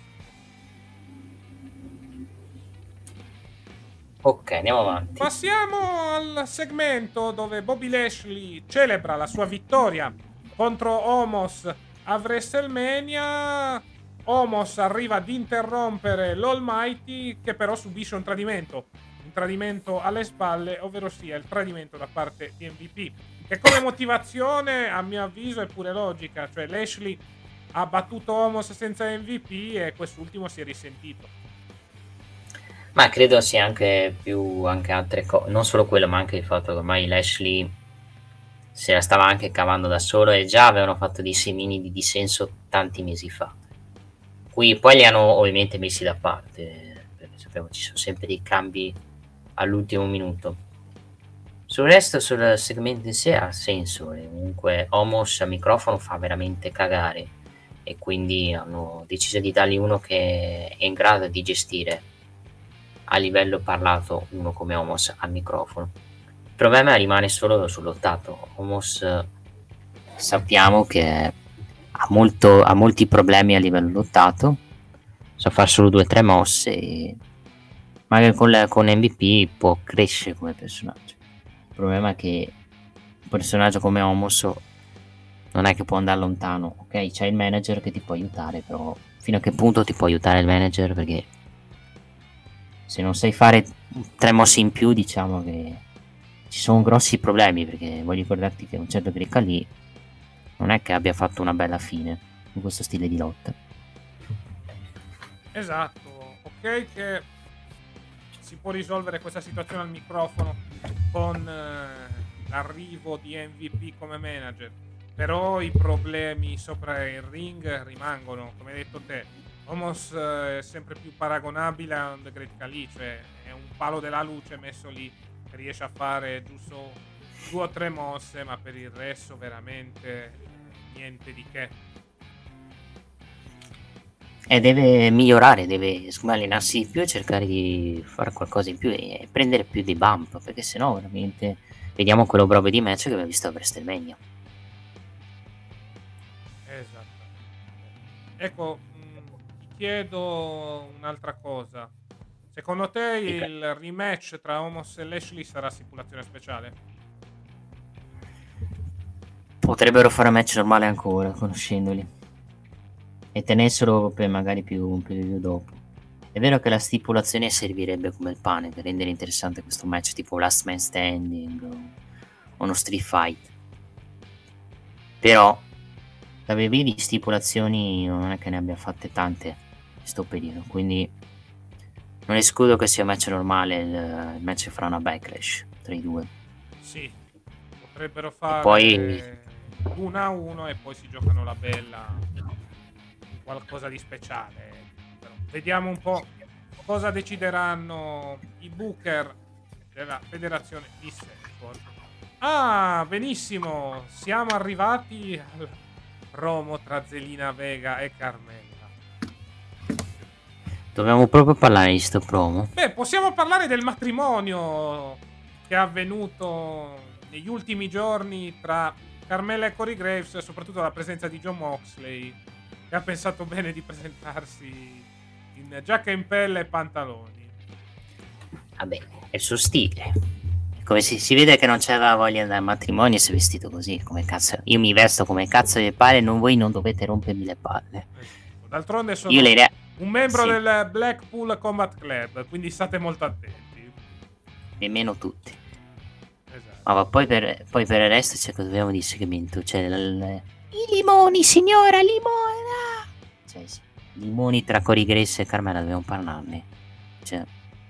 Ok, andiamo avanti. Passiamo al segmento dove Bobby Lashley celebra la sua vittoria contro Omos a WrestleMania. Omos arriva ad interrompere l'Almighty, che però subisce un tradimento. Un tradimento alle spalle, ovvero sia il tradimento da parte di M V P. Che come motivazione, a mio avviso, è pure logica. Cioè Lashley ha battuto Omos senza M V P e quest'ultimo si è risentito. Ma credo sia anche più anche altre cose, non solo quello, ma anche il fatto che ormai Lashley se la stava anche cavando da solo e già avevano fatto dei semini di dissenso tanti mesi fa. Qui poi li hanno ovviamente messi da parte, perché sappiamo ci sono sempre dei cambi all'ultimo minuto. Sul resto, sul segmento in sé ha senso, e comunque Omos al microfono fa veramente cagare e quindi hanno deciso di dargli uno che è in grado di gestire a livello parlato uno come Omos al microfono. Il problema rimane solo sul lottato. Omos sappiamo che ha, molto, ha molti problemi a livello lottato, sa fare solo due o tre mosse e magari con, la, con M V P può crescere come personaggio. Il problema è che un personaggio come Omos non è che può andare lontano. Ok, c'è il manager che ti può aiutare, però fino a che punto ti può aiutare il manager? Perché se non sai fare tre mosse in più, diciamo che ci sono grossi problemi, perché voglio ricordarti che un certo Greca lì non è che abbia fatto una bella fine in questo stile di lotta. Esatto, ok che si può risolvere questa situazione al microfono con eh, l'arrivo di M V P come manager, però i problemi sopra il ring rimangono, come hai detto te. Omos eh, è sempre più paragonabile a un The Great Khali, cioè è un palo della luce messo lì che riesce a fare giusto due o tre mosse, ma per il resto veramente niente di che. E deve migliorare, deve secondo me, allenarsi di più e cercare di fare qualcosa in più e prendere più dei bump, perché sennò veramente vediamo quello bravo di match che abbiamo visto a WrestleMania. Esatto. Ecco, mh, ti chiedo un'altra cosa. Secondo te il rematch tra Omos e Lashley sarà stipulazione speciale? Potrebbero fare match normale ancora, conoscendoli, e tenessero per magari più un periodo dopo. È vero che la stipulazione servirebbe come il pane per rendere interessante questo match, tipo Last Man Standing o uno Street Fight, però da W W E di stipulazioni non è che ne abbia fatte tante in questo periodo, quindi non escludo che sia un match normale il, il match fra una Backlash tra i due. Sì, potrebbero fare poi uno a uno e poi si giocano la bella, qualcosa di speciale. Però vediamo un po' cosa decideranno i booker della federazione di Sanford. Ah, benissimo, siamo arrivati al promo tra Zelina Vega e Carmella. Dobbiamo proprio parlare di sto promo? Beh, possiamo parlare del matrimonio che è avvenuto negli ultimi giorni tra Carmella e Corey Graves, soprattutto la presenza di Jon Moxley, che ha pensato bene di presentarsi in giacca in pelle e pantaloni. Vabbè, è il suo stile. Come si, si vede che non c'aveva voglia di andare al matrimonio e si è vestito così, come cazzo. Io mi vesto come cazzo di palle, non voi non dovete rompermi le palle. D'altronde sono Io le re- un membro sì. del Blackpool Combat Club, quindi state molto attenti. Nemmeno tutti. Esatto. Ma poi per, poi per il resto c'è cosa abbiamo di segmento. C'è l- l- i limoni, signora, limona! Cioè, sì. Limoni tra Corey Graves e Carmella, dobbiamo parlarne. Cioè...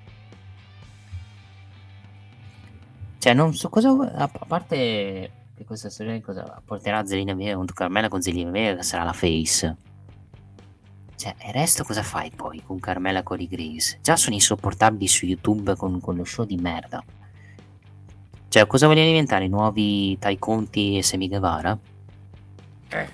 Cioè, non so cosa. A parte che questa storia cosa porterà Zelina Vega contro Carmella, con Zelina Vega che sarà la face. Cioè, e il resto cosa fai poi con Carmella e Corey Graves? Già sono insopportabili su YouTube con, con lo show di merda. Cioè, cosa vogliono diventare? I nuovi Tai Conti e Sammy Guevara? Eh.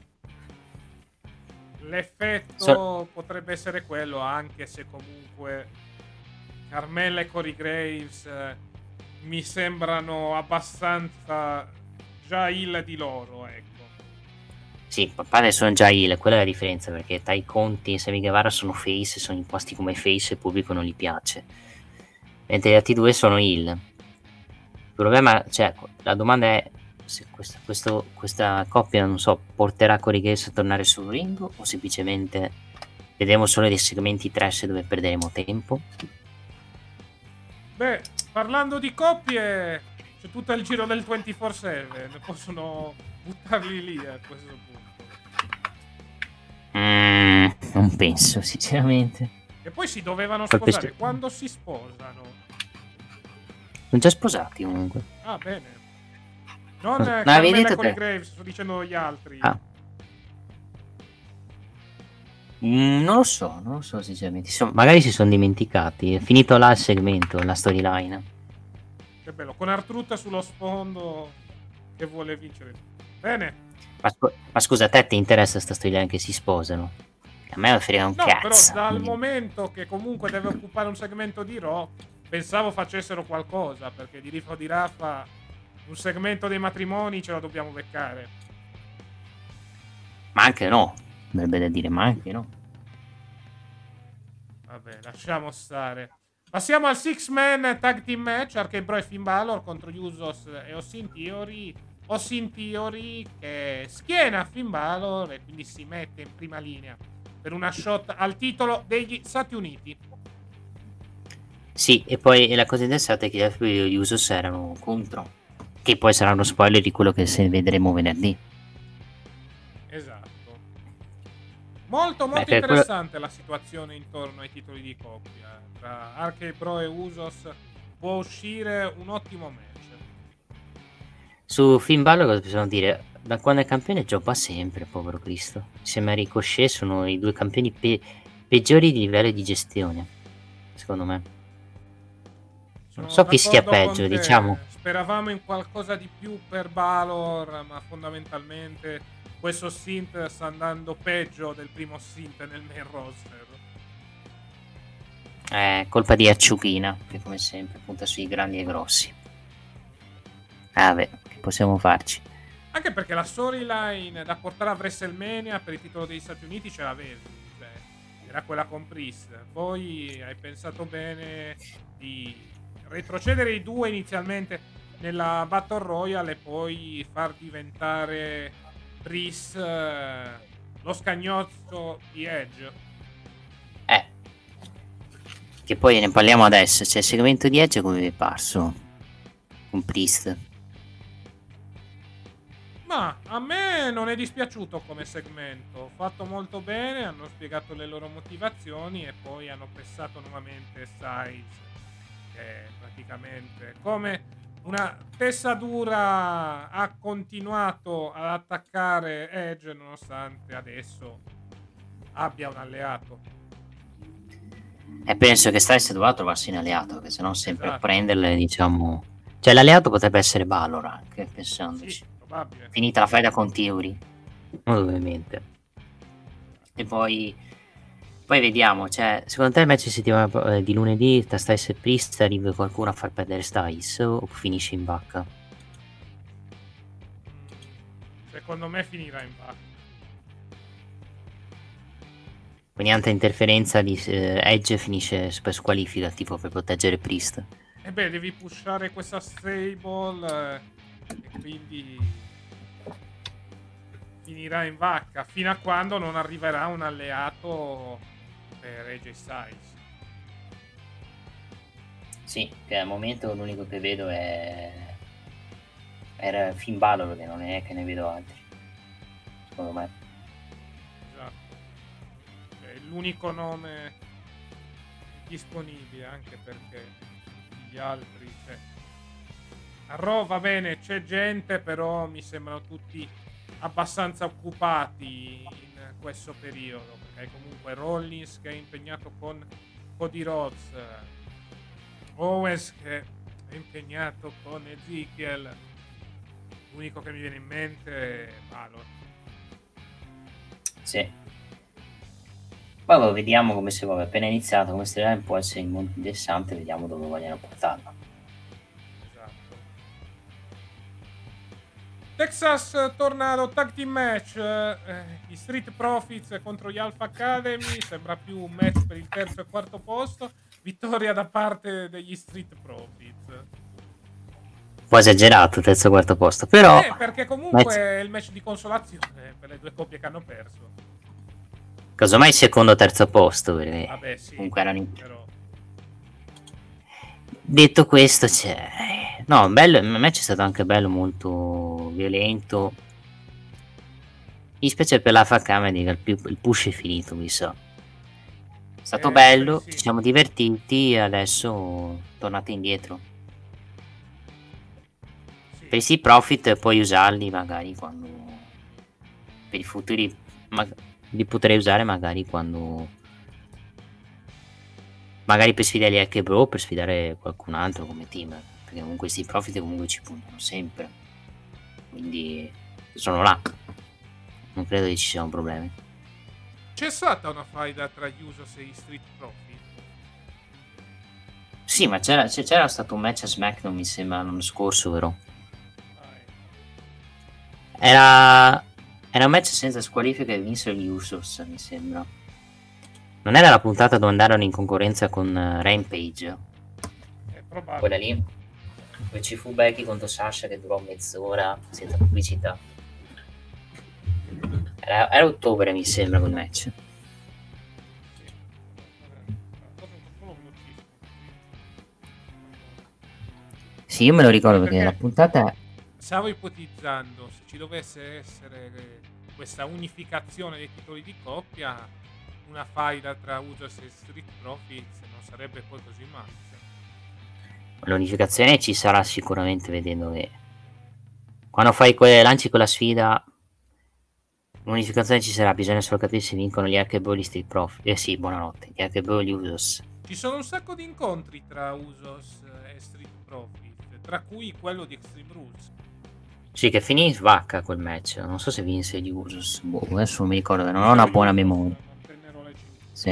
L'effetto So- potrebbe essere quello, anche se comunque Carmella e Corey Graves eh, mi sembrano abbastanza già il di loro, ecco. Sì, padre sono già heel, quella è la differenza, perché Tai Conti e Sammy Guevara sono face, sono imposti come face e il pubblico non gli piace, mentre gli altri due sono heel. Il problema, cioè, la domanda è se questa, questo, questa coppia, non so, porterà Corey Graves a tornare sul ring o semplicemente vedremo solo dei segmenti trash dove perderemo tempo. Beh, parlando di coppie, c'è tutto il giro del ventiquattro sette, possono buttarli lì a questo punto. Mm, non penso, sinceramente. E poi si dovevano Qualche sposare st- quando si sposano. Sono già sposati comunque. Ah, bene. Non No, eh, avevi Carmella detto e Corey te. Graves, sto dicendo gli altri. Ah. Mm, non lo so, non lo so sinceramente. Sono- magari si sono dimenticati. È finito là il segmento, la storyline. Che bello, con Artrutta sullo sfondo che vuole vincere. Bene. Ma, scu- ma scusa, a te ti interessa sta storyline che si sposano? A me non frega un No, cazzo. però dal quindi- momento che comunque deve occupare un segmento di Raw, pensavo facessero qualcosa, perché di Rifo di Raffa un segmento dei matrimoni ce lo dobbiamo beccare. Ma anche no. Dovrebbe da dire, ma anche no. Vabbè, lasciamo stare. Passiamo al six man tag team match, Arcade Bro e Finn Balor contro Usos e Austin Theory. Austin Theory che schiena Finn Balor e quindi si mette in prima linea per una shot al titolo degli Stati Uniti. Sì, e poi la cosa interessante è che gli altri video di Usos erano contro, che poi saranno spoiler di quello che se vedremo venerdì. Esatto. Molto molto Beh, quello... interessante la situazione intorno ai titoli di coppia. Tra Arcade Pro e Usos può uscire un ottimo match. Su Finn Balor cosa possiamo dire? Da quando è campione gioca sempre, povero Cristo. Insieme a Ricochet sono i due campioni pe- peggiori di livello di gestione, secondo me. Sono Non so chi stia d'accordo peggio, con te. diciamo. Speravamo in qualcosa di più per Balor, ma fondamentalmente questo synth sta andando peggio del primo synth nel main roster. È colpa di Acciuchina, che come sempre punta sui grandi e grossi. Ah beh, che possiamo farci? Anche perché la storyline da portare a WrestleMania per il titolo degli Stati Uniti ce l'avevi, cioè era quella con Priest. Poi hai pensato bene di retrocedere i due inizialmente nella Battle Royale e poi far diventare Priest eh, lo scagnozzo di Edge. Eh, che poi ne parliamo adesso. Cioè, il segmento di Edge come vi è parso? Con Priest. Ma a me non è dispiaciuto come segmento, fatto molto bene, hanno spiegato le loro motivazioni e poi hanno pressato nuovamente Styles, che praticamente come una testa dura ha continuato ad attaccare Edge nonostante adesso abbia un alleato. E penso che Styles dovrà trovarsi un alleato, perché sennò sempre Esatto. a prenderle, diciamo... Cioè, l'alleato potrebbe essere Balor anche, pensandoci. Sì, probabile. Finita la faida con Theory, ovviamente. E poi... Poi vediamo, cioè, secondo te il match settimana eh, di lunedì tra Styles e Priest arriva qualcuno a far perdere Styles o finisce in vacca? Secondo me finirà in vacca. Quindi tanta interferenza di eh, Edge finisce per squalifica, tipo per proteggere Priest. E beh, devi pushare questa stable eh, e quindi finirà in vacca fino a quando non arriverà un alleato per A J Styles. Sì, che al momento l'unico che vedo è era Finn Balor, che non è che ne vedo altri, secondo me. Esatto, è l'unico nome disponibile, anche perché gli altri c'è. A Raw va bene, c'è gente, però mi sembrano tutti abbastanza occupati in questo periodo, perché comunque Rollins che è impegnato con Cody Rhodes, Owens che è impegnato con Ezekiel, l'unico che mi viene in mente è Balor. Sì. Poi vediamo come si muove. Appena iniziato come storyline può essere molto interessante, vediamo dove vogliono portarla. Esatto. Texas Tornado Tag Team Match, eh, gli Street Profits contro gli Alpha Academy, sembra più un match per il terzo e quarto posto, vittoria da parte degli Street Profits. Un po' esagerato terzo e quarto posto, però eh, perché comunque match... è il match di consolazione per le due coppie che hanno perso. Casomai secondo o terzo posto, perché Vabbè, sì, comunque erano in... però... Detto questo, c'è... No, bello, il match è stato anche bello, molto violento. Mi spiace per la Facamedy che il, il push è finito, mi sa. È stato eh, bello, sì. Ci siamo divertiti e adesso tornate indietro. Sì. Per i profit puoi usarli magari quando... Per i futuri... Ma... Li potrei usare magari quando... Magari per sfidare gli Hack Bro, per sfidare qualcun altro come team, perché comunque questi profit comunque ci puntano sempre, quindi sono là, non credo che ci siano problemi. C'è stata una faida tra gli Usos e gli Street Profit? Sì, ma c'era, c'era stato un match a SmackDown, mi sembra, l'anno scorso, vero? Era era un match senza squalifica e vinsero gli Usos, mi sembra. Non era la puntata dove andarono in concorrenza con uh, Rampage? È probabile. Quella lì? Dove ci fu Becky contro Sasha che durò mezz'ora senza pubblicità. Era, era ottobre, mi sembra, quel match. Sì, io me lo ricordo perché, perché la puntata... stavo ipotizzando se ci dovesse essere questa unificazione dei titoli di coppia, una faida tra Usos e Street Profits non sarebbe poi così male. L'unificazione ci sarà sicuramente, vedendo che quando fai que- lanci quella sfida, l'unificazione ci sarà, bisogna solo capire se vincono gli R K O e gli Street Profits. Eh sì, buonanotte, gli R K O e gli Usos. Ci sono un sacco di incontri tra Usos e Street Profits, tra cui quello di Extreme Rules. Sì, che finì svacca quel match. Non so se vinse gli Usos. Boh, adesso non mi ricordo, non ho una buona memoria. Sì.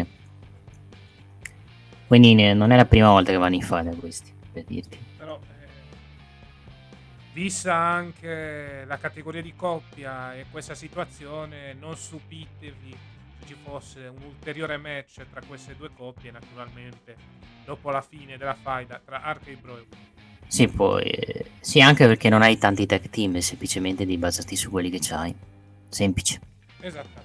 Quindi ne- non è la prima volta che vanno in fare questi, per dirti. Però eh, vista anche la categoria di coppia e questa situazione, non stupitevi se ci fosse un ulteriore match tra queste due coppie, naturalmente dopo la fine della faida tra Arcade Bro e Sì, poi eh, sì, anche perché non hai tanti tag team, semplicemente devi basarti su quelli che c'hai. Semplice. Esattamente.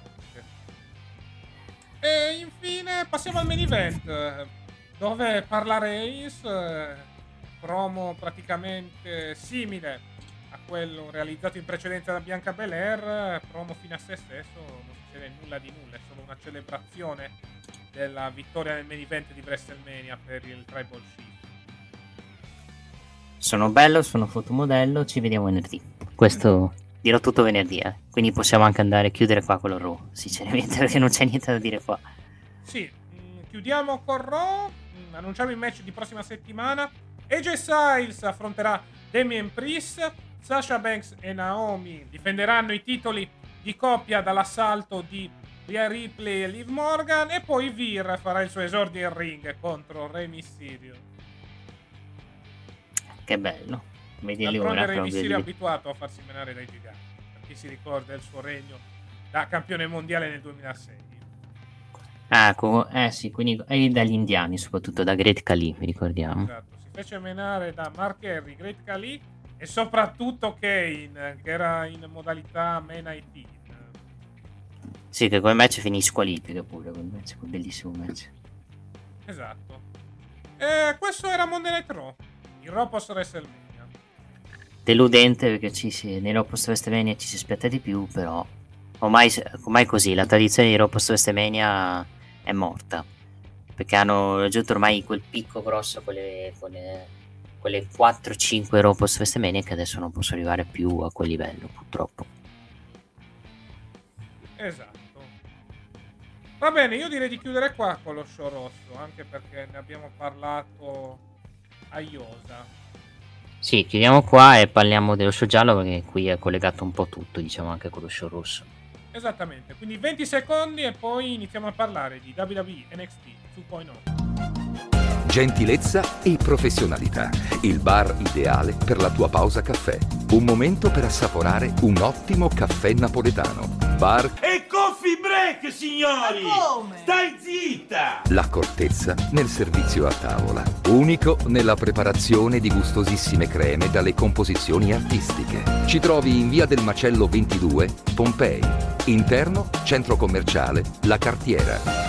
E infine passiamo al main event, eh, dove parla Reigns, eh, promo praticamente simile a quello realizzato in precedenza da Bianca Belair, promo fino a se stesso, non succede nulla di nulla, è solo una celebrazione della vittoria nel main event di WrestleMania per il Tribal Chief. Sono bello, sono fotomodello, ci vediamo venerdì. Questo dirò tutto venerdì, eh. Quindi possiamo anche andare a chiudere qua con lo Raw, sinceramente, perché non c'è niente da dire qua. Sì, mh, chiudiamo con Raw, mh, annunciamo il match di prossima settimana. A J Styles affronterà Damian Priest, Sasha Banks e Naomi difenderanno i titoli di coppia dall'assalto di Rhea Ripley e Liv Morgan, e poi Veer farà il suo esordio in ring contro Rey Mysterio. Che bello. Vedi D'altronde l'ora Rey proprio Mysterio è lì. abituato a farsi menare dai giganti, per chi si ricorda il suo regno da campione mondiale nel duemilasei. Ah, co- eh sì, quindi e dagli indiani, soprattutto da Great Khali, vi ricordiamo. Esatto, si fece menare da Mark Henry, Great Khali e soprattutto Kane, che era in modalità Men I T. Sì, che quel match finì in squalifica pure, quel match, quel bellissimo match. Esatto. E questo era Monday Night Raw, il Raw post WrestleMania. Deludente perché ci si, nei Raw post WrestleMania ci si aspetta di più, però ormai, ormai così, la tradizione di Raw post WrestleMania è morta, perché hanno raggiunto ormai quel picco grosso, quelle, quelle, quelle quattro cinque Raw post WrestleMania, che adesso non posso arrivare più a quel livello, purtroppo. Esatto. Va bene, io direi di chiudere qua con lo show rosso, anche perché ne abbiamo parlato a iosa. Sì, chiudiamo qua e parliamo dello show giallo, perché qui è collegato un po' tutto, diciamo, anche con lo show rosso. Esattamente, quindi venti secondi e poi iniziamo a parlare di W W E N X T due punto zero. Gentilezza e professionalità. Il bar ideale per la tua pausa caffè. Un momento per assaporare un ottimo caffè napoletano. Bar E coffee break, signori! Stai zitta! L'accortezza nel servizio a tavola. Unico nella preparazione di gustosissime creme dalle composizioni artistiche. Ci trovi in via del Macello ventidue, Pompei. Interno, centro commerciale, La Cartiera.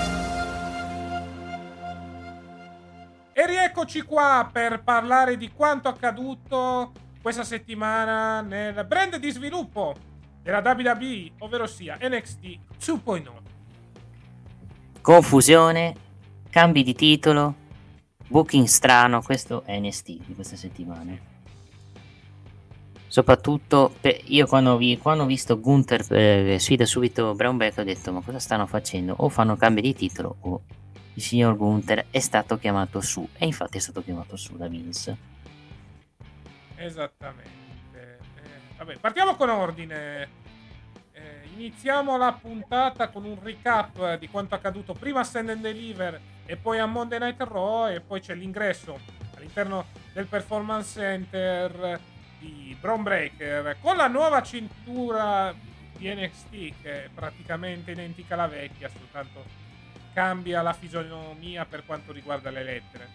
E rieccoci qua per parlare di quanto accaduto questa settimana nel brand di sviluppo della W W E, ovvero sia N X T due punto zero. Confusione, cambi di titolo, booking strano, questo è N X T di queste settimane. Soprattutto per, io quando, vi, quando ho visto Gunther eh, sfida subito Brown Breaker ho detto: ma cosa stanno facendo? O fanno cambi di titolo o il signor Gunther è stato chiamato su, e infatti è stato chiamato su da Vince. Esattamente. Eh, vabbè, partiamo con ordine. Eh, iniziamo la puntata con un recap di quanto accaduto prima a Stand and Deliver e poi a Monday Night Raw, e poi c'è l'ingresso all'interno del Performance Center di Bron Breakker con la nuova cintura di N X T, che è praticamente identica alla vecchia, soltanto cambia la fisionomia per quanto riguarda le lettere.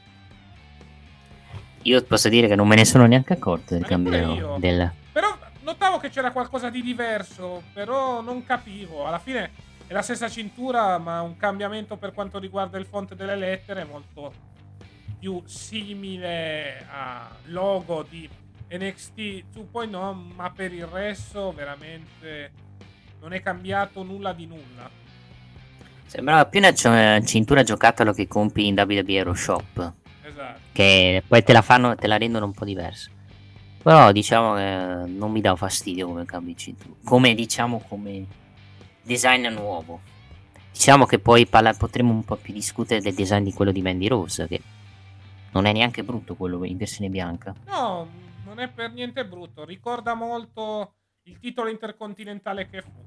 Io posso dire che non me ne sono neanche accorto del Ma cambio neppure io. del... Però notavo che c'era qualcosa di diverso, però non capivo. Alla fine è la stessa cintura, ma un cambiamento per quanto riguarda il font delle lettere molto più simile a logo di N X T due punto oh, ma per il resto veramente non è cambiato nulla di nulla. Sembrava più una c- cintura giocattolo che compri in W W E Hero Shop. Esatto. Che poi te la fanno, te la rendono un po' diversa. Però diciamo che non mi dà fastidio come cambio di cintura. Come diciamo come design nuovo. Diciamo che poi parla, potremmo un po' più discutere del design di quello di Mandy Rose, che non è neanche brutto quello in versione bianca. No, non è per niente brutto. Ricorda molto il titolo intercontinentale che fu.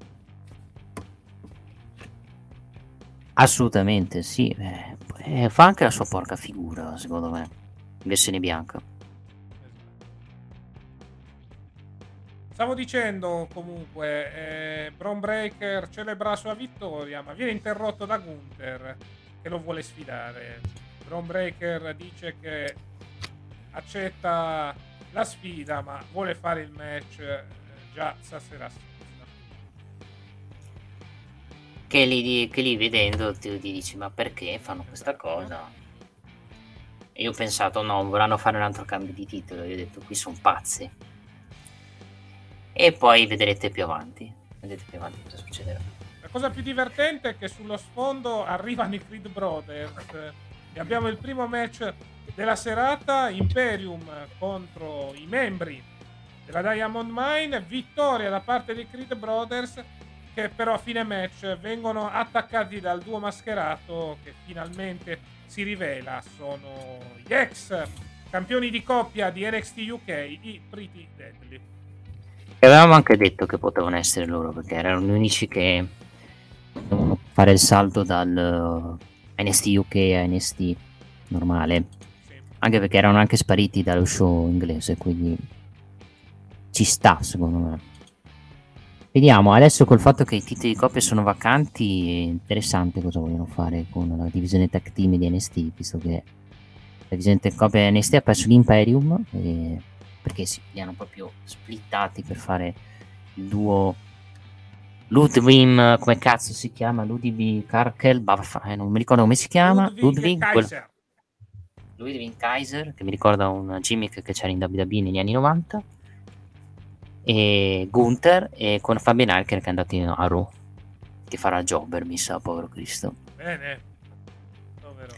Assolutamente sì. Eh, eh, fa anche la sua porca figura, secondo me, in versione bianca. Stavo dicendo comunque, eh, Bron Breakker celebra la sua vittoria, ma viene interrotto da Gunther che lo vuole sfidare. Bron Breakker dice che accetta la sfida, ma vuole fare il match eh, già stasera stessa. Che lì, che lì vedendo ti, ti dici ma perché fanno questa cosa? E io ho pensato no, vorranno fare un altro cambio di titolo. Io ho detto qui sono pazzi. E poi vedrete più avanti. Vedete più avanti cosa succederà. La cosa più divertente è che sullo sfondo arrivano i Creed Brothers e abbiamo il primo match della serata, Imperium contro i membri della Diamond Mine, vittoria da parte dei Creed Brothers, che però a fine match vengono attaccati dal duo mascherato che finalmente si rivela sono gli ex campioni di coppia di N X T U K, i Pretty Deadly. E avevamo anche detto che potevano essere loro, perché erano gli unici che potevano fare il salto dal N X T U K a N X T normale, Sì. Anche perché erano anche spariti dallo show inglese, quindi ci sta secondo me. Vediamo adesso col fatto che i titoli di coppia sono vacanti, è interessante cosa vogliono fare con la divisione tag team di N X T, visto che la divisione tag coppia di N X T ha perso l'Imperium e... perché si, li hanno proprio splittati per fare il duo Ludwig, come cazzo si chiama? Ludwig Karkel, eh, non mi ricordo come si chiama. Ludwig, Ludwig Kaiser. Quel... Ludwig Kaiser, che mi ricorda un gimmick che c'era in W W E negli anni novanta. E Gunther, e con Fabian Aichner che è andato in a Raw, che farà Jobber, mi sa, povero Cristo. Bene. Povero.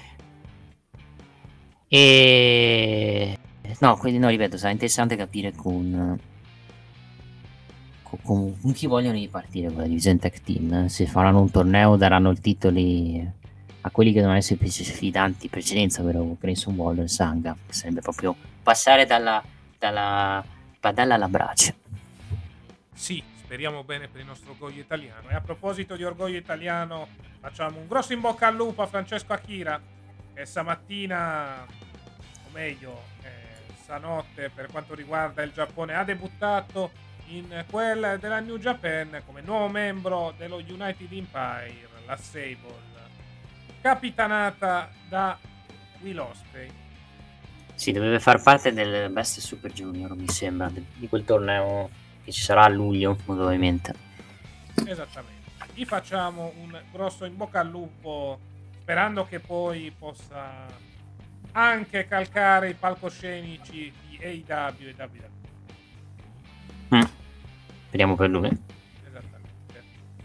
E... no, quindi no, ripeto, sarà interessante capire con, con, con chi vogliono ripartire con la divisione tag team. Se faranno un torneo, daranno i titoli a quelli che devono essere sfidanti in precedenza, ovvero Grayson Waller e Sanga. Sarebbe proprio passare dalla, dalla padella alla brace. Sì, speriamo bene per il nostro orgoglio italiano. E a proposito di orgoglio italiano, facciamo un grosso in bocca al lupo a Francesco Akira, che stamattina, o meglio, eh, stanotte, per quanto riguarda il Giappone, ha debuttato in quel della New Japan come nuovo membro dello United Empire, la Sable, capitanata da Will Ospreay. Sì, dovrebbe far parte del Best Super Junior, mi sembra, di quel torneo che ci sarà a luglio, probabilmente. Esattamente. Gli facciamo un grosso in bocca al lupo, sperando che poi possa anche calcare i palcoscenici di A E W e W W E. Mm. Speriamo per lui. Esattamente.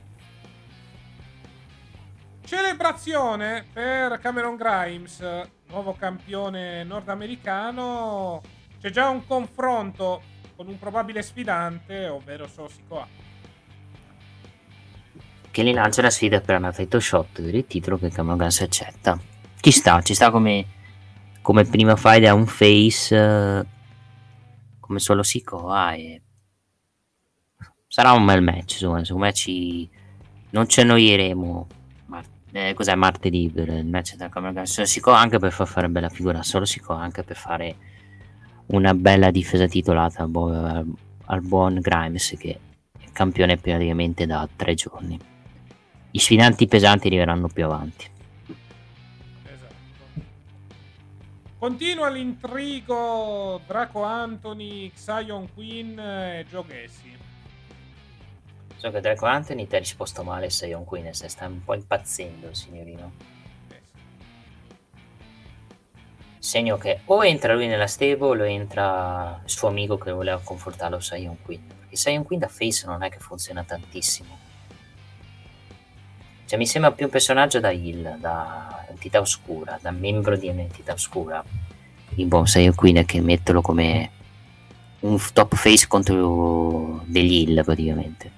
Celebrazione per Cameron Grimes, nuovo campione nordamericano. C'è già un confronto con un probabile sfidante, ovvero Solo Sikoa, che li lancia la sfida per una title shot del titolo che Cameron Grimes accetta. Ci sta, ci sta come, come prima fight a un face, uh, come Solo Sikoa, e sarà un bel match, insomma, secondo me ci... non ci annoieremo. Mar- eh, cos'è martedì per il match tra Cameron Grimes e Solo Sikoa, anche per far fare bella figura a Solo Sikoa, anche per fare una bella difesa titolata al, bu- al buon Grimes, che è campione praticamente da tre giorni. Gli sfidanti pesanti arriveranno più avanti. esatto. Continua l'intrigo Draco Anthony, Xion Queen e Joe Gacy. So che Draco Anthony ti ha risposto male, Xion Queen, se sta un po' impazzendo il signorino. Eh sì. segno che o entra lui nella stable o entra il suo amico che voleva confortarlo, Sion Queen, perché Sion Queen da face non è che funziona tantissimo, cioè mi sembra più un personaggio da heal, da entità oscura, da membro di un'entità oscura. Il buon Sion Queen che metterlo come un top face contro degli heal praticamente.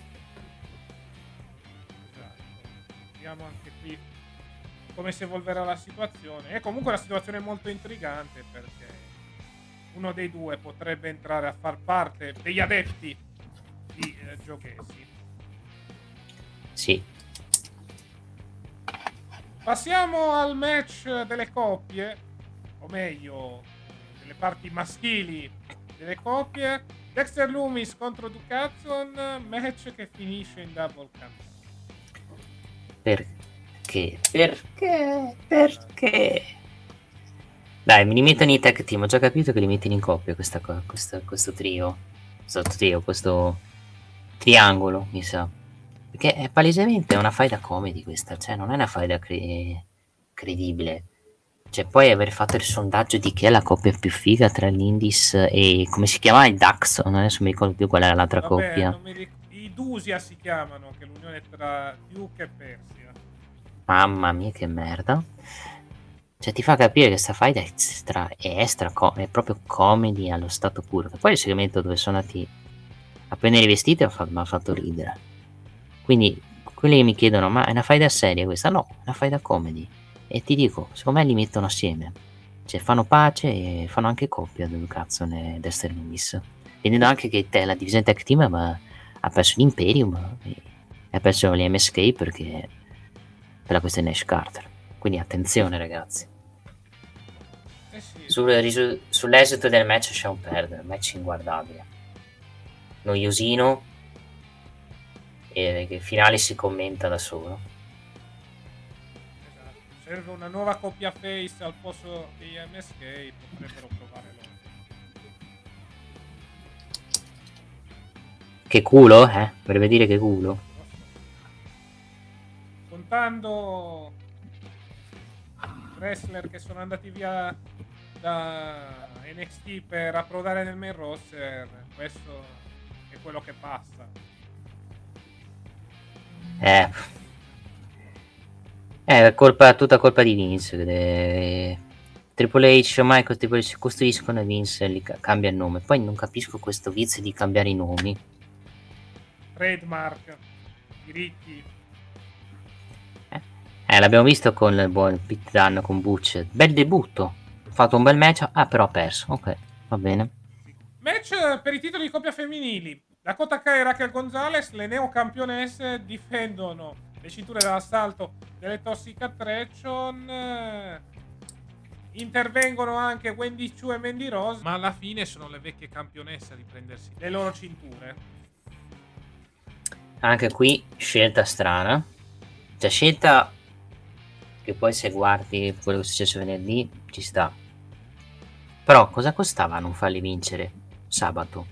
Vediamo anche qui come si evolverà la situazione. E comunque la situazione è molto intrigante, perché uno dei due potrebbe entrare a far parte degli adepti di eh, Giochesi. Sì. Passiamo al match delle coppie, o meglio delle parti maschili delle coppie. Dexter Lumis contro Duke Hudson, match che finisce in double count. Perché? Perché? Perché? Dai, mi li mettono in tag team, ho già capito che li mettono in coppia questa, questo, questo trio. Questo trio, questo triangolo, mi sa. Perché è palesemente una faida comedy questa, cioè non è una faida cre- credibile. Cioè poi aver fatto il sondaggio di chi è la coppia più figa tra l'Indies e come si chiama il Dax, non adesso mi ricordo più qual era l'altra Vabbè, coppia. non mi ric- I Dusia si chiamano, che è l'unione tra Duke e Persia. Mamma mia che merda. Cioè ti fa capire che sta fight è extra, è extra, è proprio comedy allo stato puro. Poi il segmento dove sono andati a prendere i vestiti mi ha fatto ridere. Quindi quelli che mi chiedono, ma è una faida seria questa? No, è una faida comedy. E ti dico, secondo me li mettono assieme. Cioè fanno pace e fanno anche coppia del cazzo ne Dexter Lumis. Vedendo anche che te, la divisione tag team ma, ha perso l'Imperium e ha perso gli M S K perché per la questione Ash Carter. Quindi attenzione ragazzi. Eh sì. Sul risu- sull'esito del match c'è un perdere, match inguardabile. Noiosino. E che il finale si commenta da solo. Esatto. Serve una nuova coppia face al posto degli M S K, potrebbero provare loro. Che culo, eh? Vorrebbe dire che culo. Contando wrestler che sono andati via da N X T per approdare nel main roster, questo è quello che passa. Eh, è colpa, tutta colpa di Vince. Eh, Triple H ormai costruiscono Vince e ca- cambia il nome. Poi non capisco questo vizio di cambiare i nomi. Trademark, diritti. Eh, eh l'abbiamo visto con il buon Pete Dunne con Butch. Bel debutto. Ha fatto un bel match. Ah, però ha perso. Ok, va bene. Match per i titoli di coppia femminili. Dakota Kai e Raquel Gonzalez, le neocampionesse, difendono le cinture dall'assalto delle Toxic Attraction. Intervengono anche Wendy Chu e Mandy Rose, ma alla fine sono le vecchie campionesse a riprendersi le loro cinture. Anche qui scelta strana. Cioè scelta che poi se guardi quello che è successo venerdì ci sta. Però cosa costava non farli vincere sabato?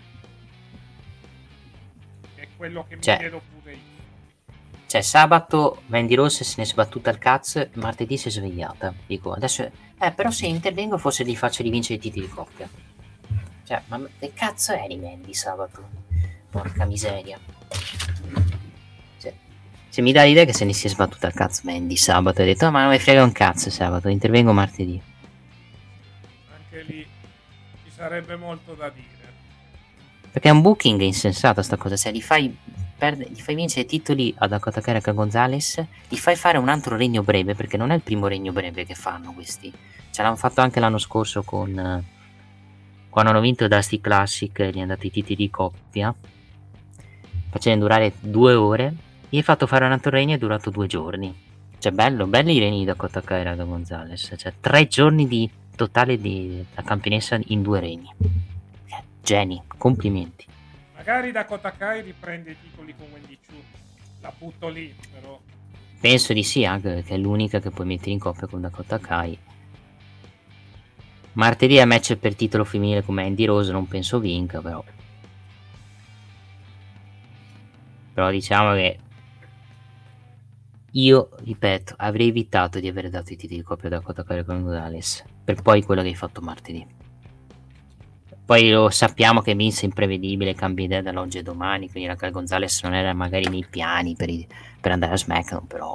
È quello che mi cioè, chiedo pure io. Cioè sabato Mandy Rose se ne è sbattuta al cazzo e martedì si è svegliata. Dico adesso eh però se intervengo forse gli faccio rivincere i titoli di coppia. Cioè ma che cazzo è di Mandy sabato? Porca miseria. Cioè, se mi dà l'idea che se ne sia sbattuta al cazzo Mandy sabato, ho detto oh, ma non mi frega un cazzo sabato, intervengo martedì. Anche lì ci sarebbe molto da dire. Perché è un booking insensato sta cosa, cioè gli fai, perde, gli fai vincere i titoli a Dakota Kai e a Gonzalez, gli fai fare un altro regno breve, perché non è il primo regno breve che fanno questi. Ce l'hanno fatto anche l'anno scorso con eh, quando hanno vinto Dusty Classic e gli hanno dato i titoli di coppia, facendo durare due ore, gli hai fatto fare un altro regno e è durato due giorni. Cioè bello, belli i regni di Dakota Kai e a Gonzalez, cioè tre giorni di totale di la campionessa in due regni. Geni, complimenti. Magari Dakota Kai riprende i titoli con Wendy Chu. La butto lì, però. Penso di sì, anche perché è l'unica che puoi mettere in coppia con Dakota Kai. Martedì è match per titolo femminile come Mandy Rose, non penso vinca, però. Però diciamo che io, ripeto, avrei evitato di aver dato i titoli di coppia a Dakota Kai con Gonzalez. per poi quello che hai fatto martedì. Poi lo sappiamo che Vince è imprevedibile, cambia idea dall'oggi a domani, quindi Raquel Gonzalez non era magari nei piani per, i, per andare a SmackDown, però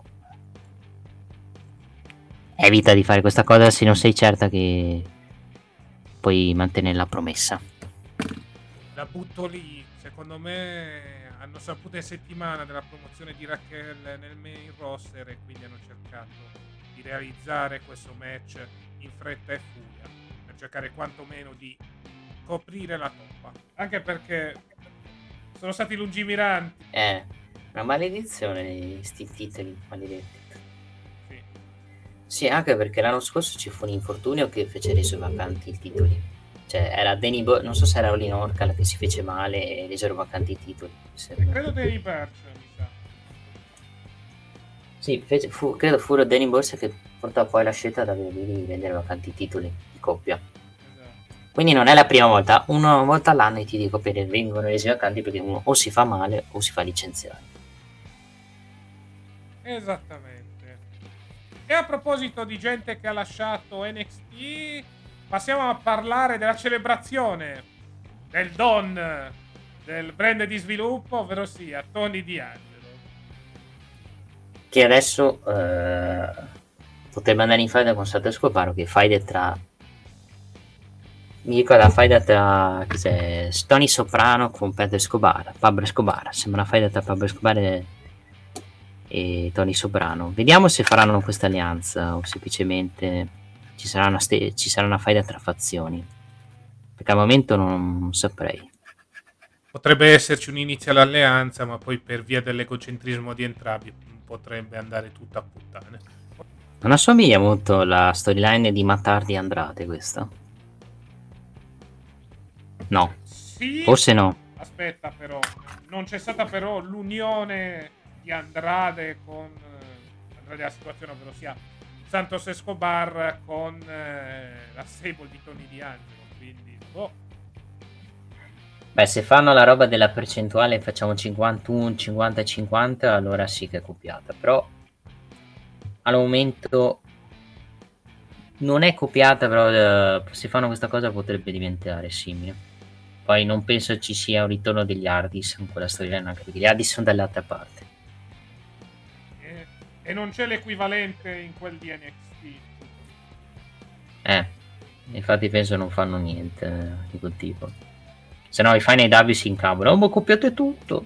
evita di fare questa cosa se non sei certa che puoi mantenere la promessa. La butto lì, secondo me hanno saputo in settimana della promozione di Raquel nel main roster e quindi hanno cercato di realizzare questo match in fretta e furia per cercare quantomeno di coprire la toppa, anche perché sono stati lungimiranti. Eh, una maledizione sti titoli maledetti. Sì. Sì, anche perché l'anno scorso ci fu un infortunio che fece reso vacanti i titoli. Cioè, era Danny Bo- non so se era Olin Orcal che si fece male e resero vacanti i titoli. E credo Danny Burch, mi sa. Sì, fece, fu, credo fu Danny Burch che portò poi la scelta da di vendere vacanti i titoli di coppia. Esatto. Quindi non è la prima volta, una volta all'anno ti dico per vengono resi vacanti perché uno o si fa male o si fa licenziare. Esattamente. E a proposito di gente che ha lasciato N X T, passiamo a parlare della celebrazione del Don del brand di sviluppo, ovvero sia Tony D'Angelo. Che adesso eh, potrebbe andare in faida con Santo Escobar, che faida tra... Mi ricordo la faida tra cos'è, Tony Soprano con Pedro Escobar, Pablo Escobar. Sembra una faida tra Pablo Escobar e, e Tony Soprano. Vediamo se faranno questa alleanza o semplicemente ci sarà una, ste- ci sarà una faida tra fazioni. Perché al momento non, non saprei. Potrebbe esserci un'iniziale alleanza, ma poi per via dell'egocentrismo di entrambi potrebbe andare tutta a puttane. Non assomiglia molto alla storyline di Mattardi e Andrade questa? No, Sì, forse no. aspetta però, non c'è stata però l'unione di Andrade con eh, Andrade la situazione, ovvero sia Santos Escobar con eh, la stable di Tony D'Angelo, quindi boh. Beh, se fanno la roba della percentuale facciamo cinquantuno cinquanta cinquanta, allora sì che è copiata, però al momento non è copiata, però eh, se fanno questa cosa potrebbe diventare simile. Poi non penso ci sia un ritorno degli Hardys in quella storyline, anche perché gli Hardys sono dall'altra parte. E, e non c'è l'equivalente in quel di N X T. Eh, infatti penso non fanno niente eh, di quel tipo. Se no i fan A E W si incavolano, oh ma copiate tutto.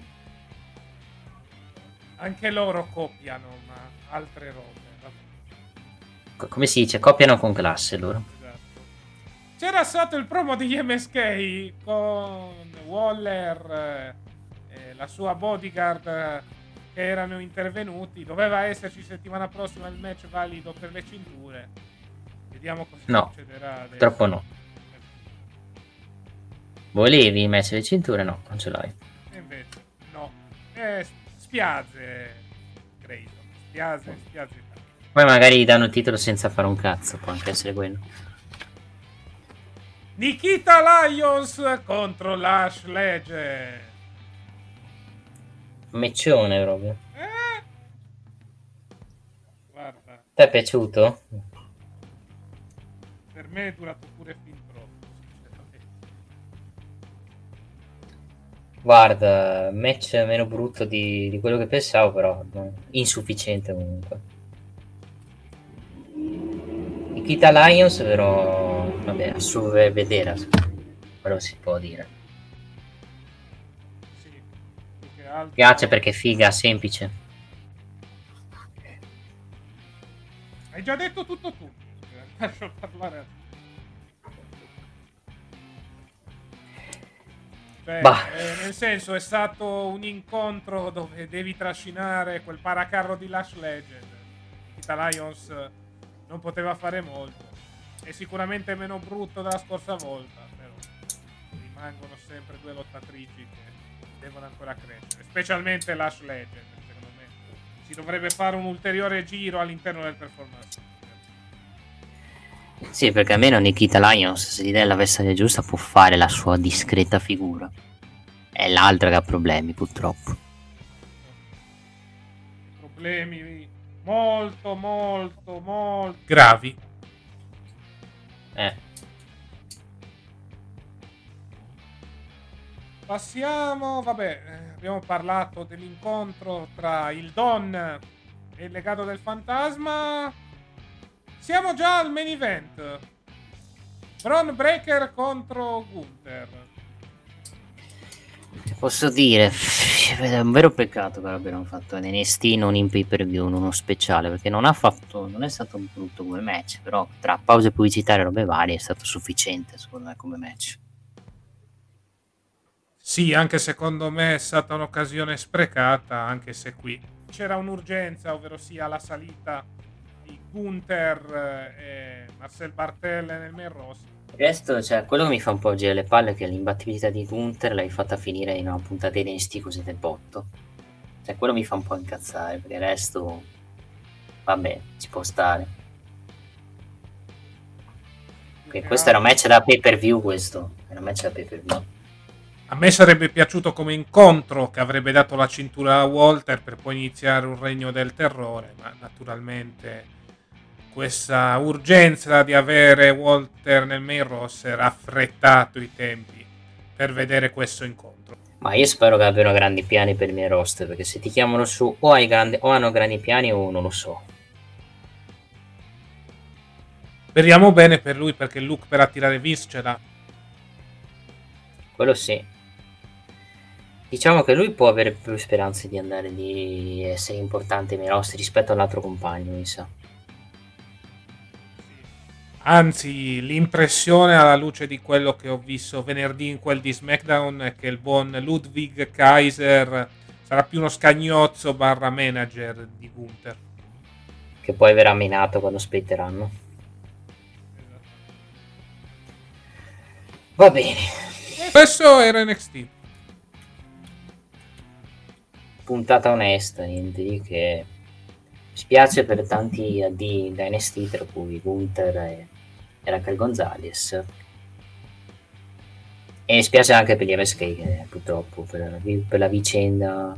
Anche loro copiano, ma altre robe. Co- come si dice, copiano con classe loro. Esatto. C'era stato il promo degli M S K con Waller e eh, la sua bodyguard eh, che erano intervenuti. Doveva esserci settimana prossima il match valido per le cinture. Vediamo cosa No, succederà adesso. Troppo no. Volevi mettere le cinture? No, non ce l'hai. E invece no. Eh, spiace Grayson. Spiace, spiace tanto. Poi magari gli danno il titolo senza fare un cazzo, può anche essere quello. Nikita Lyons contro Lash Legend. Meccione proprio. Eh? Guarda, Ti è piaciuto? per me è durato pure fin troppo, sinceramente. Guarda, match meno brutto di, di quello che pensavo, però no, insufficiente comunque. Nikita Lyons però, vabbè, a suo vedere, quello si può dire. Sì, più che altro... Piace perché è figa, semplice. Hai già detto tutto tu. Lascio parlare a te. Cioè, Bah. eh, nel senso, è stato un incontro dove devi trascinare quel paracarro di Lash Legend. Nikita Lyons non poteva fare molto. È sicuramente meno brutto della scorsa volta, però rimangono sempre due lottatrici che devono ancora crescere. Specialmente Lash Legend, secondo me. Si dovrebbe fare un ulteriore giro all'interno del performance. Sì, perché almeno Nikita Lyons, se gli dai l'avversaria giusta, può fare la sua discreta figura. È l'altra che ha problemi, purtroppo. Problemi molto, molto, molto gravi. Eh. Passiamo, vabbè, eh, abbiamo parlato dell'incontro tra il Don e il legato del fantasma. Siamo già al main event. Bron Breakker contro Gunther. Posso dire, è un vero peccato che l'abbiano fatto in N X T, non in pay per view, non uno speciale, perché non ha fatto, non è stato un brutto come match, però tra pause pubblicitarie e robe varie è stato sufficiente secondo me come match. Sì, anche secondo me è stata un'occasione sprecata, anche se qui c'era un'urgenza, ovvero sia la salita di Gunther e Marcel Bartel nel main roster. Il resto, cioè, quello che mi fa un po' girare le palle è che l'imbattibilità di Gunther l'hai fatta finire in una puntata di N X T così del botto. Cioè, quello mi fa un po' incazzare, perché il resto, vabbè, ci può stare. Perché questo era un match da pay per view, questo. Era un match da pay per view. A me sarebbe piaciuto come incontro che avrebbe dato la cintura a Walter per poi iniziare un regno del terrore, ma naturalmente questa urgenza di avere Walter nel main roster ha affrettato i tempi per vedere questo incontro. Ma io spero che abbiano grandi piani per il main roster, perché se ti chiamano su o, hai grandi, o hanno grandi piani o non lo so. Speriamo bene per lui, perché il look per attirare Vince ce l'ha. Quello sì. Diciamo che lui può avere più speranze di andare di essere importante nei roster rispetto all'altro compagno, mi sa. Anzi, l'impressione alla luce di quello che ho visto venerdì in quel di SmackDown è che il buon Ludwig Kaiser sarà più uno scagnozzo barra manager di Gunther. Che poi verrà minato quando splitteranno. Va bene. Questo era N X T. Puntata onesta, niente di che. Mi spiace per tanti addii da N X T, tra cui Gunther e, e Raquel Gonzalez. E mi spiace anche per gli M S K, che purtroppo per la, per la vicenda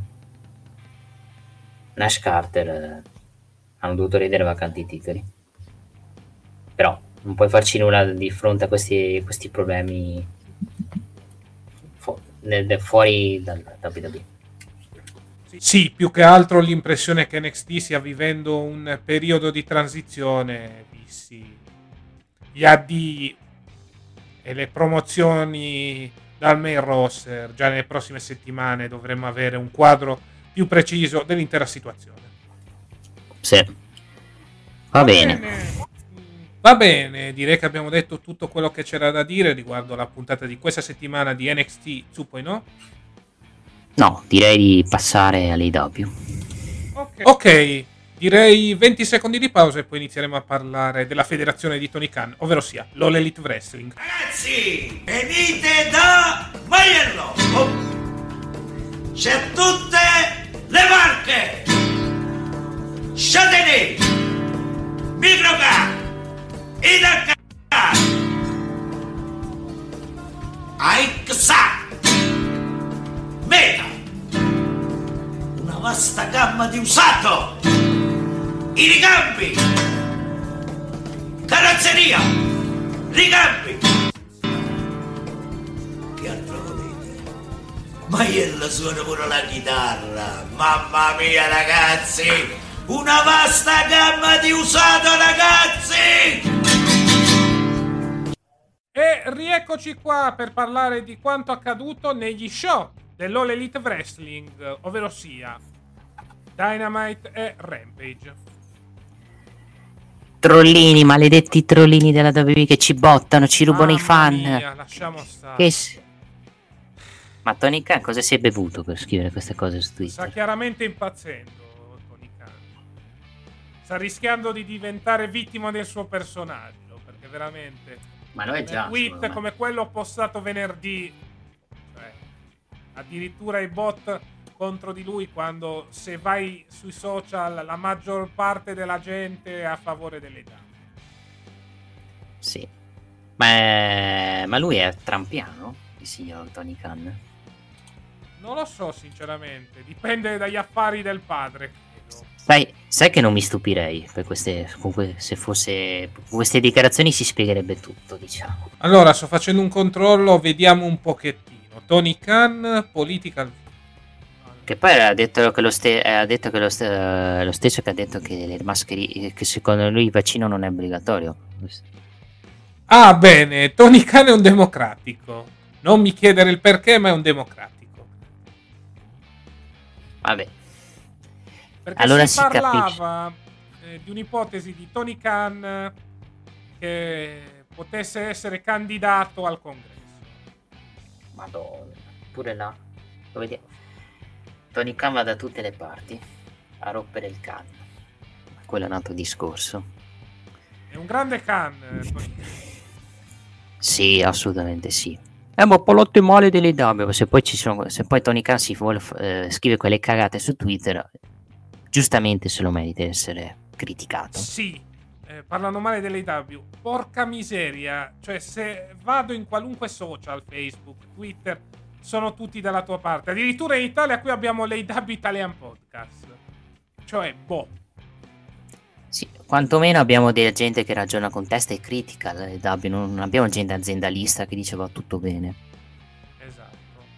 Nash Carter eh, hanno dovuto rendere vacanti i titoli. Però non puoi farci nulla di fronte a questi, questi problemi fu- nel, fuori dal W W E. Sì, più che altro l'impressione che N X T stia vivendo un periodo di transizione, visti gli addii e le promozioni dal main roster. Già nelle prossime settimane dovremo avere un quadro più preciso dell'intera situazione. Sì. Va, Va bene. bene. Va bene, direi che abbiamo detto tutto quello che c'era da dire riguardo la puntata di questa settimana di N X T due punto zero. No, direi di passare all'A E W. Ok, ok, direi venti secondi di pausa e poi inizieremo a parlare della federazione di Tony Khan, ovvero sia l'All Elite Wrestling. Ragazzi, venite da Maiello! Oh. C'è tutte le marche! Châtenay, Microcar, Idacar, Aixac, Meta, una vasta gamma di usato, i ricambi, carrozzeria, ricambi. Che altro volete? Maiello suona pure la chitarra, mamma mia ragazzi, una vasta gamma di usato ragazzi! E rieccoci qua per parlare di quanto accaduto negli show dell'All Elite Wrestling, ovvero sia Dynamite e Rampage. Trollini, maledetti trollini della W W E che ci bottano, ci rubano Mamma i fan. Mia, lasciamo stare. Che s- Ma Tony Khan cosa si è bevuto per scrivere queste cose su Sta Twitter? chiaramente impazzendo Tony Khan. Sta rischiando di diventare vittima del suo personaggio, perché veramente Ma lo è già. un tweet secondo me. come quello postato venerdì, cioè, addirittura i bot contro di lui, quando se vai sui social la maggior parte della gente è a favore delle dame. Sì. Ma, è- Ma lui è trampiano, il signor Tony Khan? Non lo so sinceramente, dipende dagli affari del padre, credo. Sai, sai che non mi stupirei per queste, comunque se fosse con queste dichiarazioni si spiegherebbe tutto, diciamo. Allora, sto facendo un controllo, vediamo un pochettino. Tony Khan, political. Che poi ha detto che lo, ste- ha detto che lo, ste- lo stesso che ha detto che le mascherine, che secondo lui il vaccino non è obbligatorio. Ah, bene, Tony Khan è un democratico. Non mi chiedere il perché, ma è un democratico. Vabbè. Perché Allora si, si parlava eh, di un'ipotesi di Tony Khan che potesse essere candidato al congresso. Madonna, pure là. Lo vediamo. Tony Khan va da tutte le parti a rompere il Khan. Quello è un altro discorso. È un grande Khan, eh, Tony Khan. Sì, assolutamente sì. Eh, ma polotto male delle W. Se poi ci sono, se poi Tony Khan si vuole eh, scrive quelle cagate su Twitter, giustamente se lo merita di essere criticato. Sì, eh, parlano male delle A E W. Porca miseria, cioè se vado in qualunque social, Facebook, Twitter, sono tutti dalla tua parte. Addirittura in Italia qui abbiamo l'A E W Italian Podcast. Cioè, boh. Sì, quantomeno abbiamo della gente che ragiona con testa e critica l'A E W, non abbiamo gente aziendalista che dice va tutto bene. Esatto.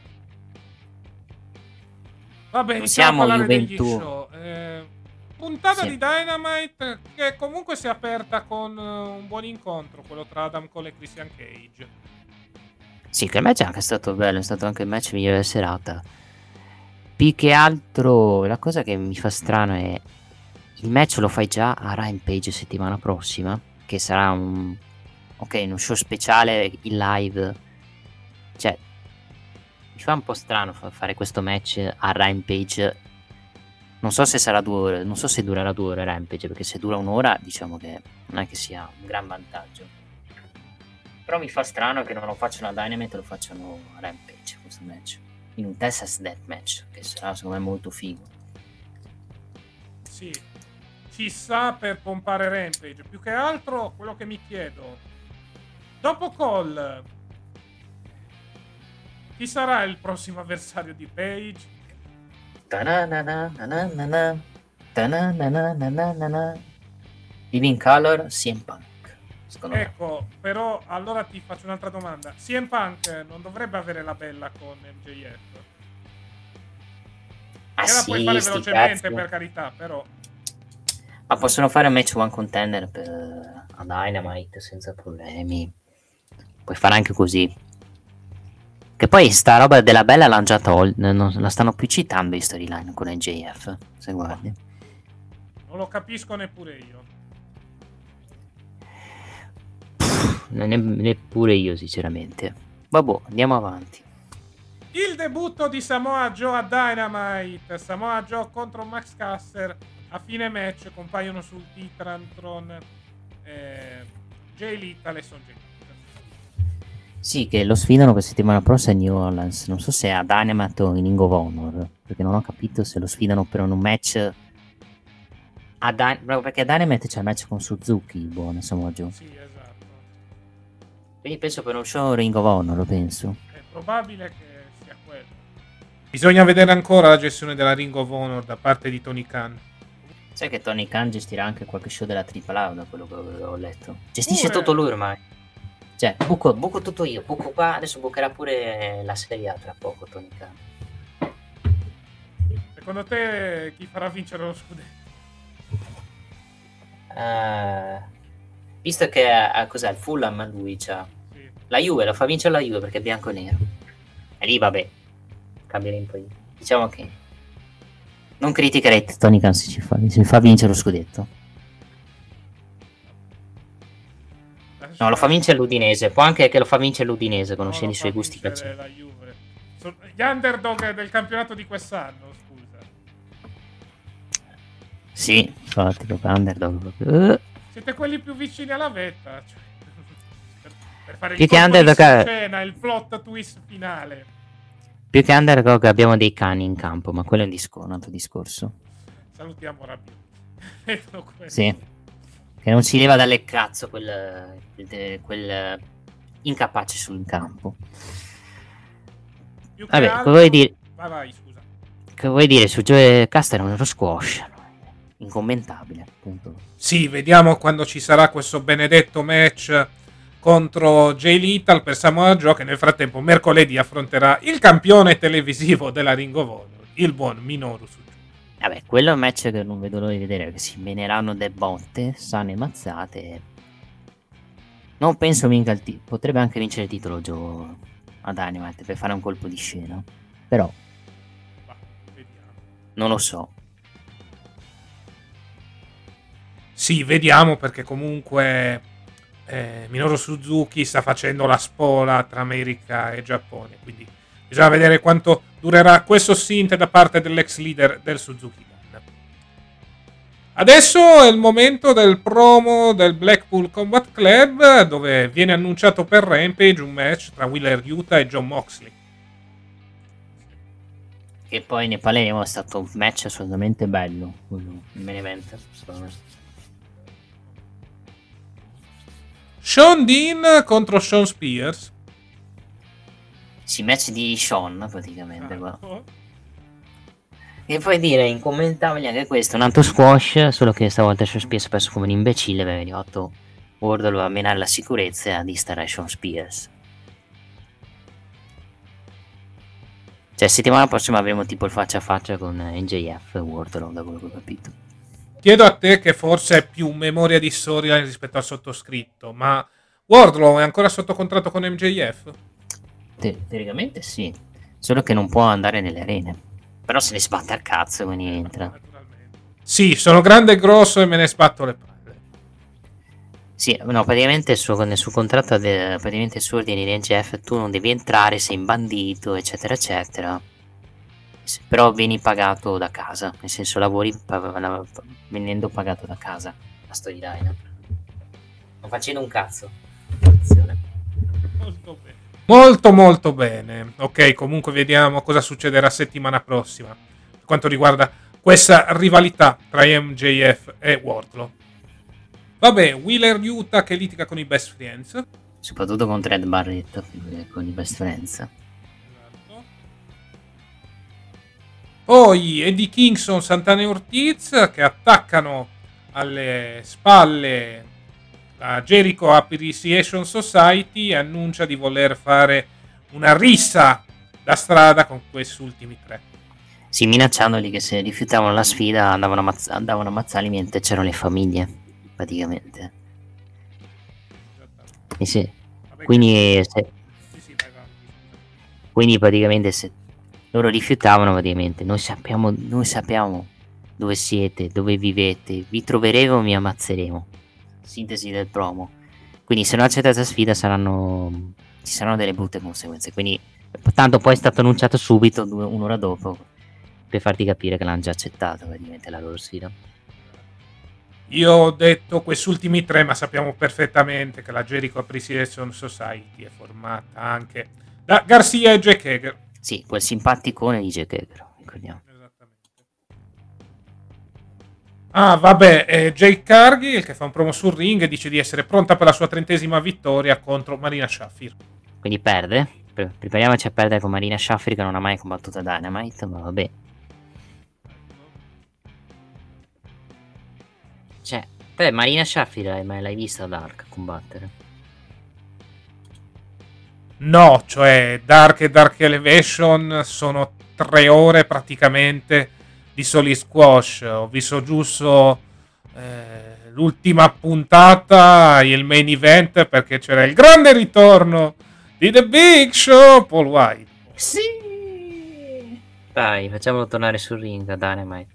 Vabbè, iniziamo Siamo a parlare Juventus. degli show. Eh, puntata Sì. di Dynamite che comunque si è aperta con uh, un buon incontro, quello tra Adam Cole e Christian Cage. Sì, che il match è anche stato bello, è stato anche il match migliore della serata. Più che altro, la cosa che mi fa strano è il match lo fai già a Rampage settimana prossima, che sarà un ok, uno show speciale in live. Cioè, mi fa un po' strano fa- fare questo match a Rampage. Non so se sarà due ore, non so se durerà due ore Rampage, perché se dura un'ora diciamo che non è che sia un gran vantaggio. Però mi fa strano che non lo facciano a Dynamite e lo facciano a Rampage questo match, in un Texas Deathmatch, che sarà secondo me molto figo. Sì, ci sa per pompare Rampage. Più che altro, quello che mi chiedo, dopo Cole, chi sarà il prossimo avversario di Page? Ta-na-na-na-na-na-na. Ta-na-na-na-na-na-na. Living Color, C M Punk. Secondo me. Ecco, però allora ti faccio un'altra domanda. C M Punk non dovrebbe avere la bella con M J F? Ah E la sì, puoi fare sti velocemente, cazzi. per carità, però Ma possono fare un match one contender per, a Dynamite senza problemi. Puoi fare anche così. Che poi sta roba della bella l'hanno già tolta, non la stanno più citando in storyline con M J F, se guardi. non lo capisco neppure io. Ne- neppure io sinceramente. Vabbè, andiamo avanti. Il debutto di Samoa Joe a Dynamite. Samoa Joe contro Max Caster. A fine match compaiono sul Titantron eh, Jay Lethal e Son Jay. Sì, che lo sfidano per settimana prossima a New Orleans. Non so se è a Dynamite o in Ring of Honor, perché non ho capito se lo sfidano per un match a Dy- proprio perché a Dynamite c'è il match con Suzuki, il buono Samoa Joe. Sì, esatto. Quindi penso per un show Ring of Honor, lo penso. È probabile che sia quello. Bisogna vedere ancora la gestione della Ring of Honor da parte di Tony Khan. Sai che Tony Khan gestirà anche qualche show della Triple A, da quello che ho letto. Gestisce Pure. tutto lui ormai. Cioè, buco, buco tutto io, buco qua, adesso bucherà pure la Serie A tra poco Tony Khan. Secondo te chi farà vincere lo scudetto? Eh, visto che ha cos'è il Fulham lui c'ha Sì. la Juve, lo fa vincere la Juve perché è bianco e nero. E lì vabbè, cambierei un po' io. Diciamo che non criticherei Tony Khan se ci fa, se fa vincere lo scudetto. No, lo fa vincere l'Udinese. Può anche che lo fa vincere l'Udinese, conoscendo i suoi gusti calcistici. calcistici. La Juve. Sono gli underdog del campionato di quest'anno, scusa. Sì, infatti, proprio underdog. proprio. Uh, Siete quelli più vicini alla vetta. Cioè, per, per fare Più il che colpo underdog, di eh. scena, il plot twist finale. più che underdog abbiamo dei cani in campo, ma quello è un, disco, un altro discorso. Salutiamo Rabiu. Vedo questo. Sì. Che non si leva dalle cazzo quel, quel, quel incapace sul campo. Più che Vabbè, altro- cosa vuoi dire? Vai, vai, scusa. Che vuoi dire su Joe Caster è uno squash incommentabile, appunto. Sì, vediamo quando ci sarà questo benedetto match contro Jay Lethal per Samoa Joe, che nel frattempo mercoledì affronterà il campione televisivo della Ring of Honor, il buon Minoru Suzuki. Vabbè, quello è un match che non vedo l'ora di vedere, perché si meneranno de botte, sane mazzate. Non penso vinca il titolo, potrebbe anche vincere il titolo Joe a Dynamite per fare un colpo di scena, però non lo so. Sì, vediamo, perché comunque eh, Minoru Suzuki sta facendo la spola tra America e Giappone, quindi bisogna vedere quanto durerà questo stint da parte dell'ex leader del Suzuki Gun. Adesso è il momento del promo del Blackpool Combat Club, dove viene annunciato per Rampage un match tra Wheeler Yuta e Jon Moxley. Che poi ne parleremo, è stato un match assolutamente bello, quello, il main event, secondo me. Sean Dean contro Sean Spears. Sì, match di Sean praticamente. Ah, qua. oh. E poi dire incommentabile anche questo, un altro squash, solo che stavolta Sean Spears ha perso come un imbecille, aveva arrivato Wardlow a menare la sicurezza e a distrarre Sean Spears. Cioè settimana prossima avremo tipo il faccia a faccia con N J F e Wardlow, da quello che ho capito. Chiedo a te, che forse è più memoria di storia rispetto al sottoscritto, ma Wardlow è ancora sotto contratto con M J F? Te- teoricamente sì, solo che non può andare nelle arene. Però se ne sbatte al cazzo quindi entra. Sì, sono grande e grosso e me ne sbatto le palle. Sì, no, praticamente il suo, nel suo contratto, de, praticamente il suo ordine di N J F, tu non devi entrare, sei imbandito, eccetera, eccetera. Se- Però vieni pagato da casa, nel senso lavori pa- la- venendo pagato da casa, la storyline. Non facendo un cazzo. Attenzione. Molto bene. Molto molto bene. Ok, comunque vediamo cosa succederà settimana prossima per quanto riguarda questa rivalità tra M J F e Wardlow. Vabbè, Wheeler Yuta che litiga con i Best Friends. Soprattutto con Red Barrett, eh, con i Best Friends. Poi Eddie Kingston, Santana e Ortiz che attaccano alle spalle la Jericho Appreciation Society e annuncia di voler fare una rissa da strada con questi ultimi tre. Sì, minacciandoli che se rifiutavano la sfida andavano a, mazz- andavano a ammazzarli mentre c'erano le famiglie, praticamente. E sì. Quindi, se, quindi praticamente se loro rifiutavano, praticamente noi sappiamo, noi sappiamo dove siete, dove vivete, vi troveremo, mi ammazzeremo. Sintesi del promo. Quindi se non accettate la sfida saranno ci saranno delle brutte conseguenze. Quindi tanto poi è stato annunciato subito due, un'ora dopo per farti capire che l'hanno già accettata praticamente la loro sfida. Io ho detto questi ultimi tre, ma sappiamo perfettamente che la Jericho Appreciation Society è formata anche da Garcia e Jack Hager. Sì, quel simpaticone di Jack Hager, ricordiamo. Ah, vabbè, eh, Jake Cargill che fa un promo sul ring e dice di essere pronta per la sua trentesima vittoria contro Marina Shafir. Quindi perde. Pre- prepariamoci a perdere con Marina Shafir che non ha mai combattuto a Dynamite, ma vabbè. Cioè, te Marina Shafir l'hai mai l'hai vista a Dark combattere? No, cioè Dark e Dark Elevation sono tre ore praticamente di soli squash. Ho visto giusto eh, l'ultima puntata e il main event perché c'era il grande ritorno di The Big Show, Paul White. Sì! Dai, facciamolo tornare sul ring a Dynamite.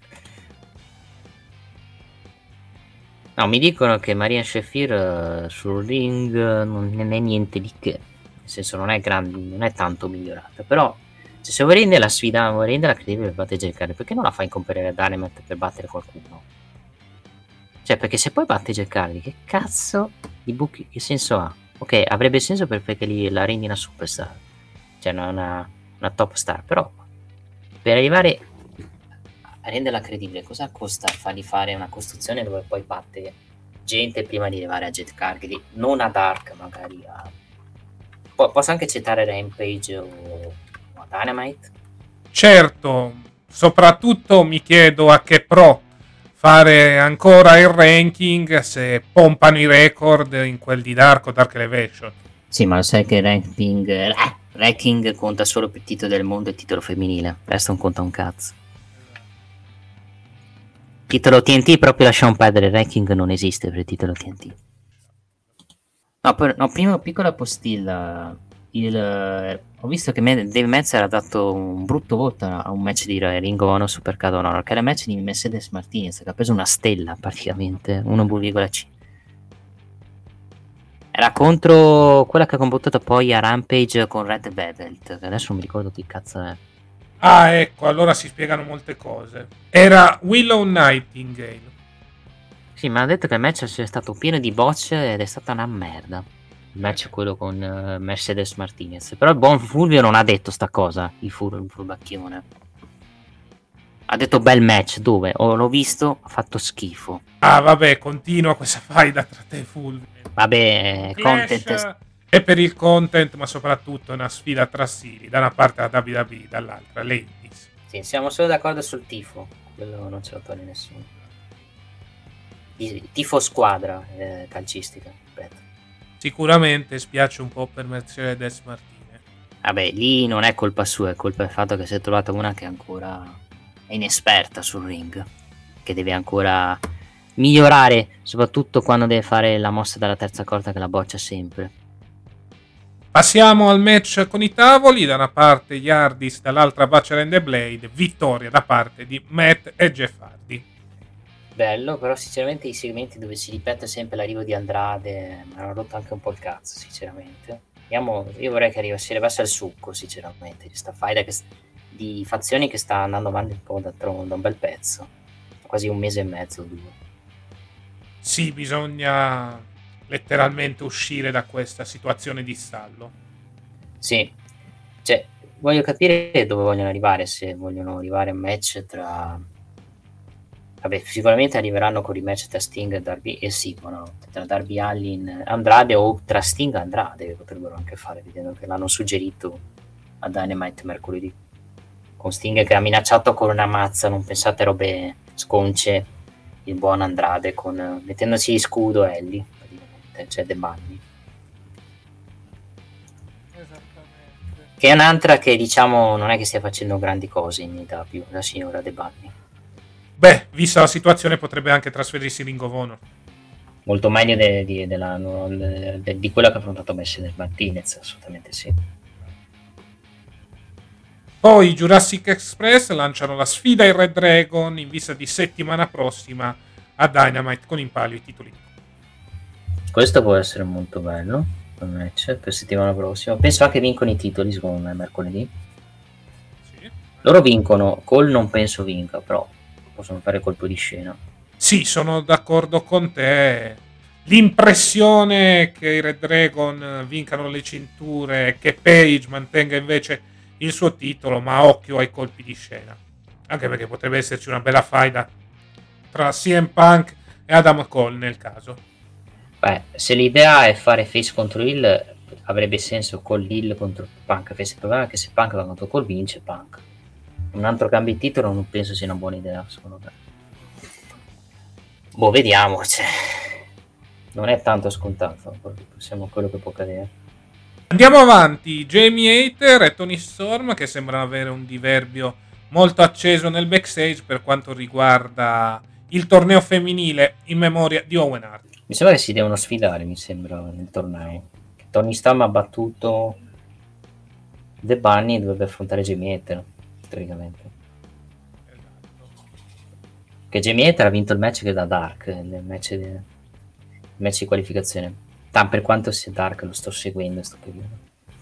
No, mi dicono che Marina Shafir uh, sul ring uh, non è niente di che. Nel senso non è grande, non è tanto migliorata, però cioè, se vuoi rendere la sfida, vuoi rendere credibile per battere Jack Cargill, perché non la fai incomperere a Dynamite per battere qualcuno? Cioè, perché se poi batte Jack Cargill, che cazzo di buchi, che senso ha? Ok, avrebbe senso per, perché lì la rendi una superstar, cioè una, una, una top star, però per arrivare a renderla credibile, cosa costa fargli fare una costruzione dove poi batte gente prima di arrivare a Jack Cargill, non a Dark, magari a... Poi posso anche citare Rampage o a Dynamite? Certo, soprattutto mi chiedo a che pro fare ancora il ranking se pompano i record in quel di Dark o Dark Elevation. Sì, ma lo sai che il ranking, eh, ranking conta solo per titolo del mondo e titolo femminile, il resto non conta un cazzo. Titolo T N T proprio lasciamo perdere, il ranking non esiste per il titolo T N T. No, per, no prima piccola postilla, il, eh, ho visto che Dave Meltzer ha dato un brutto voto a un match di Ring of Honor Supercard of Honor, che era il match di Mercedes Martinez, che ha preso una stella praticamente, uno virgola cinque. Era contro quella che ha combattuto poi a Rampage con Red Velvet, che adesso non mi ricordo chi cazzo è. Ah, ecco, allora si spiegano molte cose. Era Willow Nightingale. Sì, mi hanno detto che il match sia stato pieno di bocce ed è stata una merda. Il match è quello con uh, Mercedes Martinez. Però il buon Fulvio non ha detto sta cosa, il, fur- il furbacchione. Ha detto bel match, dove? Oh, l'ho visto, ha fatto schifo. Ah, vabbè, continua questa faida tra te e Fulvio. Vabbè, Clash content... è per il content, ma soprattutto una sfida tra stili. Da una parte la W W E, dall'altra le Indies. Sì, siamo solo d'accordo sul tifo. Quello non ce lo toglie nessuno. Tifo squadra eh, calcistica, ripeto. Sicuramente spiace un po' per Mercedes Martinez. Vabbè, lì non è colpa sua, è colpa del fatto che si è trovata una che ancora è inesperta sul ring, che deve ancora migliorare, soprattutto quando deve fare la mossa dalla terza corda che la boccia sempre. Passiamo al match con i tavoli, da una parte gli Hardys, dall'altra Butcher and the Blade, vittoria da parte di Matt e Jeff Hardy. Bello, però sinceramente i segmenti dove si ripete sempre l'arrivo di Andrade mi hanno rotto anche un po' il cazzo, sinceramente. Andiamo, io vorrei che arriva, si arrivasse al succo, sinceramente, di sta faida che, di fazioni che sta andando avanti un po' da, da un bel pezzo, quasi un mese e mezzo o due. Sì, bisogna letteralmente uscire da questa situazione di stallo. Sì, cioè, voglio capire dove vogliono arrivare, se vogliono arrivare a un match tra... Vabbè, sicuramente arriveranno con i match tra Sting e Darby, e sì, no, tra Darby Allin Andrade o tra Sting e Andrade, che potrebbero anche fare, vedendo che l'hanno suggerito a Dynamite mercoledì. Con Sting che ha minacciato con una mazza, non pensate robe sconce, il buon Andrade, con, mettendosi scudo Ellie, praticamente, cioè The Bunny. Esattamente. Che è un'altra che, diciamo, non è che stia facendo grandi cose in I W, la signora The Bunny. Beh, vista la situazione potrebbe anche trasferirsi in Ring of Honor. Molto meglio de, de, de la, de, de, di quella che ha affrontato Mercedes Martinez, assolutamente sì. Poi Jurassic Express lanciano la sfida ai Red Dragon in vista di settimana prossima a Dynamite con in palio i titoli. Questo può essere molto bello per match per settimana prossima. Penso anche vincono i titoli, secondo me, mercoledì. Sì. Loro vincono, Cole non penso vinca, però possono fare colpo di scena. Sì, sono d'accordo con te. L'impressione che i Red Dragon vincano le cinture e che Page mantenga invece il suo titolo, ma occhio ai colpi di scena, anche perché potrebbe esserci una bella faida tra C M Punk e Adam Cole nel caso. Beh, se l'idea è fare face contro Hill, avrebbe senso Cole Hill contro Punk. Face. Il problema è che se Punk va contro Cole vince Punk. Un altro cambio di titolo non penso sia una buona idea, secondo me. Boh, vediamo, cioè, non è tanto scontato, possiamo quello che può cadere. Andiamo avanti, Jamie Hayter e Toni Storm, che sembrano avere un diverbio molto acceso nel backstage per quanto riguarda il torneo femminile in memoria di Owen Hart. Mi sembra che si devono sfidare, mi sembra, nel torneo. Toni Storm ha battuto The Bunny e dovrebbe affrontare Jamie Hayter, praticamente. Esatto. Che Jamie Hayter ha vinto il match che da Dark, il match di, il match di qualificazione. Tan per quanto sia Dark, lo sto seguendo in sto periodo.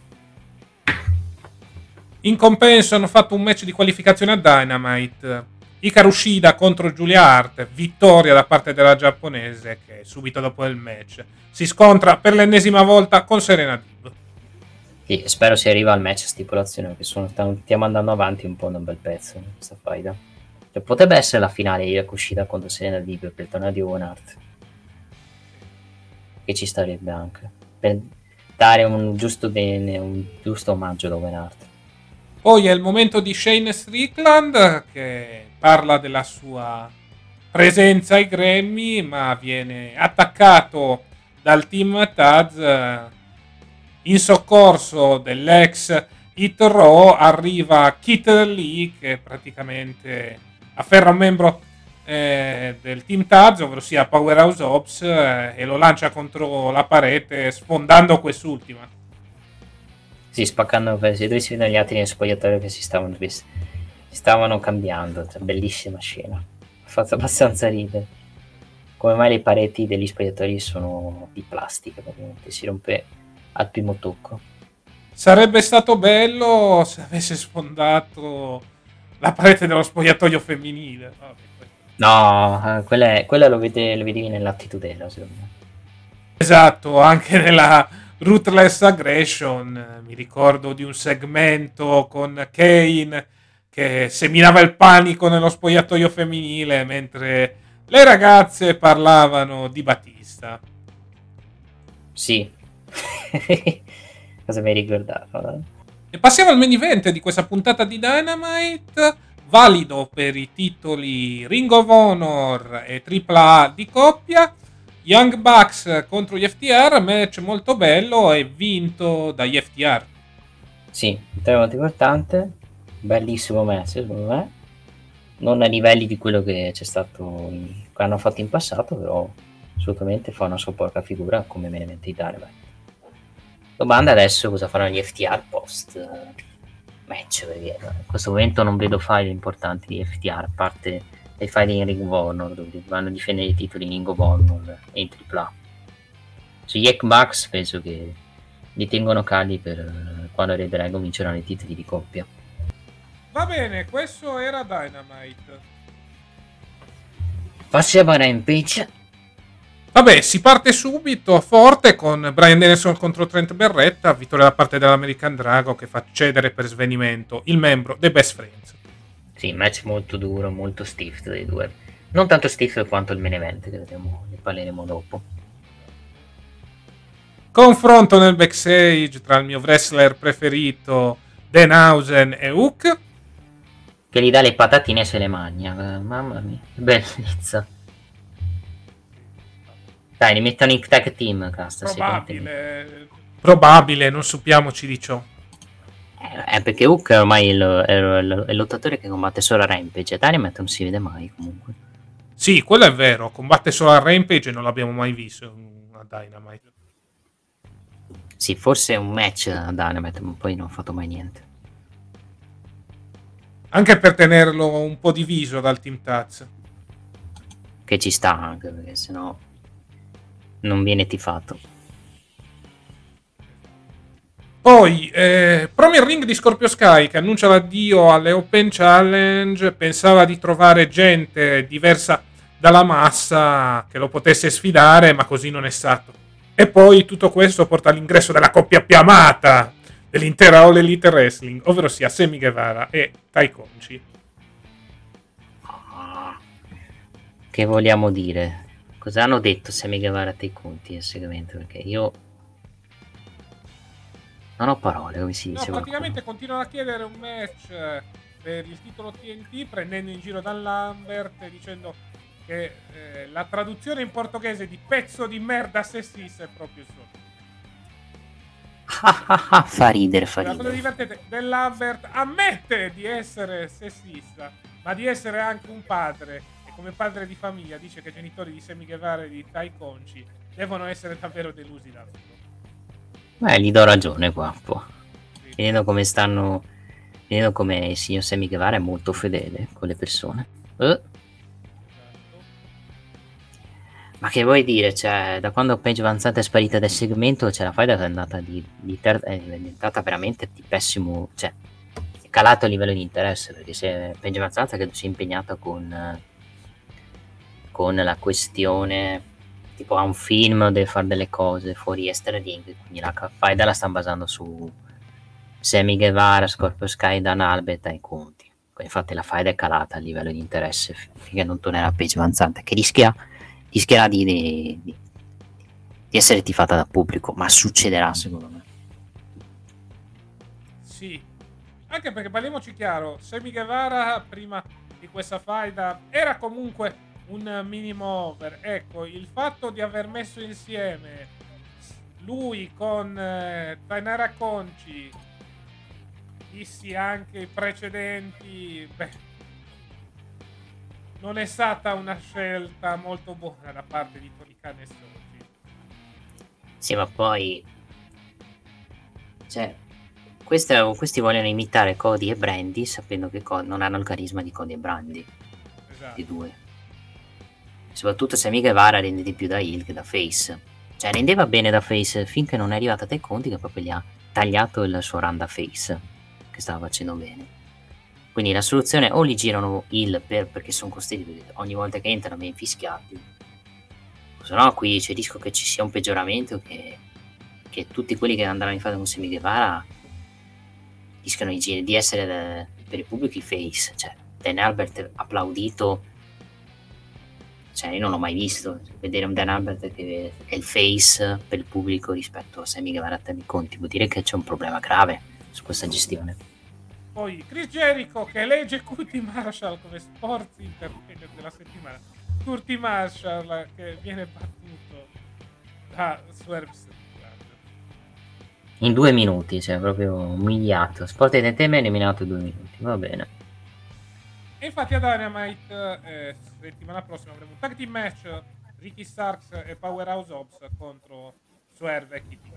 In compenso hanno fatto un match di qualificazione a Dynamite. Hikaru Shida contro Julia Hart, vittoria da parte della giapponese che subito dopo il match si scontra per l'ennesima volta con Serena Deeb. Sì, spero si arriva al match stipulazione, perché sono, stiamo andando avanti un po' da un bel pezzo questa faida. Cioè, potrebbe essere la finale Hikaru Shida contro Serena Deeb per il torneo di Owen Hart, che ci starebbe anche per dare un giusto bene, un giusto omaggio ad Owen Hart. Poi è il momento di Shane Strickland che parla della sua presenza ai Grammy, ma viene attaccato dal team Taz. In soccorso dell'ex Hit Row arriva Keith Lee, che praticamente afferra un membro eh, del team Taz, ovvero sia Powerhouse Hobbs, eh, e lo lancia contro la parete, sfondando quest'ultima. Sì, spaccando per si due si vedono gli altri nel spogliatoio che si stavano, si stavano cambiando. Cioè, bellissima scena, ha fatto abbastanza ridere. Come mai le pareti degli spogliatori sono di plastica, praticamente si rompe al primo tocco. Sarebbe stato bello se avesse sfondato la parete dello spogliatoio femminile. No, quella, quella lo, vede, lo vedevi nell'attitudera, secondo me. Esatto, anche nella Ruthless Aggression mi ricordo di un segmento con Kane che seminava il panico nello spogliatoio femminile mentre le ragazze parlavano di Batista. Sì. Cosa mi hai ricordato? Eh? E passiamo al main event di questa puntata di Dynamite, valido per i titoli Ring of Honor e tripla A di coppia. Young Bucks contro gli F T R, match molto bello e vinto dagli F T R. Sì, molto importante, bellissimo match secondo me, non a livelli di quello che c'è stato in, che hanno fatto in passato, però assolutamente fa una sua porca figura come main event di Dynamite. Domanda adesso cosa faranno gli F T R post match, perché in questo momento non vedo file importanti di F T R a parte dei file in Ring of Honor dove vanno a difendere i titoli in Ring of Honor e in tripla A. Sugli Young Bucks penso che li tengono caldi per quando Red Dragon vinceranno i titoli di coppia. Va bene, questo era Dynamite. Passiamo a Rampage. Vabbè, si parte subito forte con Bryan Danielson contro Trent Berretta, vittoria da parte dell'American Dragon che fa cedere per svenimento il membro dei Best Friends. Sì, match molto duro, molto stiff dei due. Non tanto stiff quanto il main event, che vedremo, ne parleremo dopo. Confronto nel backstage tra il mio wrestler preferito Danhausen e Hook, che gli dà le patatine e se le magna. Mamma mia, che bellezza. Dai, li mettono in tag team, casta. Probabile, probabile, non sappiamoci di ciò. Eh, è perché Hook è ormai il, è il, è il lottatore che combatte solo a Rampage e Dynamite non si vede mai comunque. Sì, quello è vero, combatte solo a Rampage e non l'abbiamo mai visto a Dynamite. Sì, forse è un match a Dynamite, ma poi non ha fatto mai niente. Anche per tenerlo un po' diviso dal Team Taz. Che ci sta anche, perché sennò non viene tifato. Poi, eh, Premier Ring di Scorpio Sky che annuncia l'addio alle Open Challenge, pensava di trovare gente diversa dalla massa che lo potesse sfidare, ma così non è stato. E poi tutto questo porta all'ingresso della coppia più amata dell'intera All Elite Wrestling, ovvero sia Sammy Guevara e Tai Conci. Che vogliamo dire? Cosa hanno detto Sammy Guevara a Tai Conci nel segmento? Perché io non ho parole, come si dice. No, praticamente qualcuno continuano a chiedere un match per il titolo T N T, prendendo in giro Dan Lambert e dicendo che eh, la traduzione in portoghese di pezzo di merda sessista è proprio il suo. Fa ridere, fa La ridere. cosa divertente, Dan Lambert ammette di essere sessista, ma di essere anche un padre, e come padre di famiglia dice che i genitori di Sammy Guevara e di Tai Conci devono essere davvero delusi da lui. Beh, gli do ragione qua un po'. Vedendo come stanno, vedendo come il signor Sammy Guevara è molto fedele con le persone. Eh. Ma che vuoi dire? Cioè, da quando Paige Van Zandt è sparita dal segmento, cioè la faida è andata di, di ter- è diventata veramente di pessimo, cioè è calato a livello di interesse, perché se Paige Van Zandt credo sia impegnata con con la questione tipo ha un film, deve fare delle cose fuori extra ring, quindi la faida la stanno basando su Sammy Guevara, Scorpio Sky, Dan Albert e Conti. Infatti la faida è calata a livello di interesse finché non tornerà Paige Van Zandt, che rischia rischierà di, di, di essere tifata dal pubblico, ma succederà secondo me. Sì, Anche perché parliamoci chiaro, Sammy Guevara prima di questa faida era comunque un minimo over. Ecco, il fatto di aver messo insieme lui con eh, Tainara Conci, dissi anche i precedenti, beh, non è stata una scelta molto buona da parte di Tony Khan e Soji. Sì, ma poi cioè queste, questi vogliono imitare Cody e Brandy sapendo che Co- non hanno il carisma di Cody e Brandy, Esatto. i due. Soprattutto Sammy Guevara rende di più da heel che da face. Cioè rendeva bene da face finché non è arrivata Tai Conti che proprio gli ha tagliato il suo run da face, che stava facendo bene. Quindi la soluzione o li girano heel per, perché sono costretti, perché ogni volta che entrano ben fischiati, se no qui c'è il rischio che ci sia un peggioramento, che, che tutti quelli che andranno in fase con Sammy Guevara rischiano di, gi- di essere eh, per il pubblico i face. Cioè Dan Albert applaudito, cioè io non l'ho mai visto vedere un Dan Albert che è il face per il pubblico rispetto a Sammy Guevara a Tai Conti. Vuol dire che c'è un problema grave su questa gestione. Poi Chris Jericho che elegge Curtis Marshall come sports entertainer della settimana. Curtis Marshall che viene battuto da Swerve Strickland In due minuti, cioè proprio umiliato. Sport Entertainment eliminato in due minuti, va bene. e infatti a Dynamite eh, settimana prossima avremo un tag team match Ricky Starks e Powerhouse Hobbs contro Swerve e Kitty.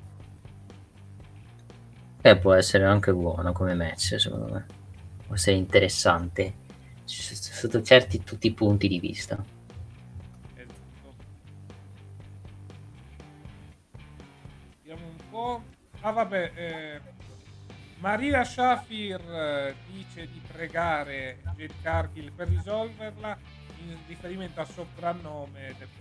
E può essere anche buono come match, secondo me. Può essere interessante s- sotto certi tutti i punti di vista. Esatto. Vediamo un po'. Ah vabbè, eh, Maria Shafir eh, dice di pregare Jade Cargill per risolverla in riferimento al soprannome del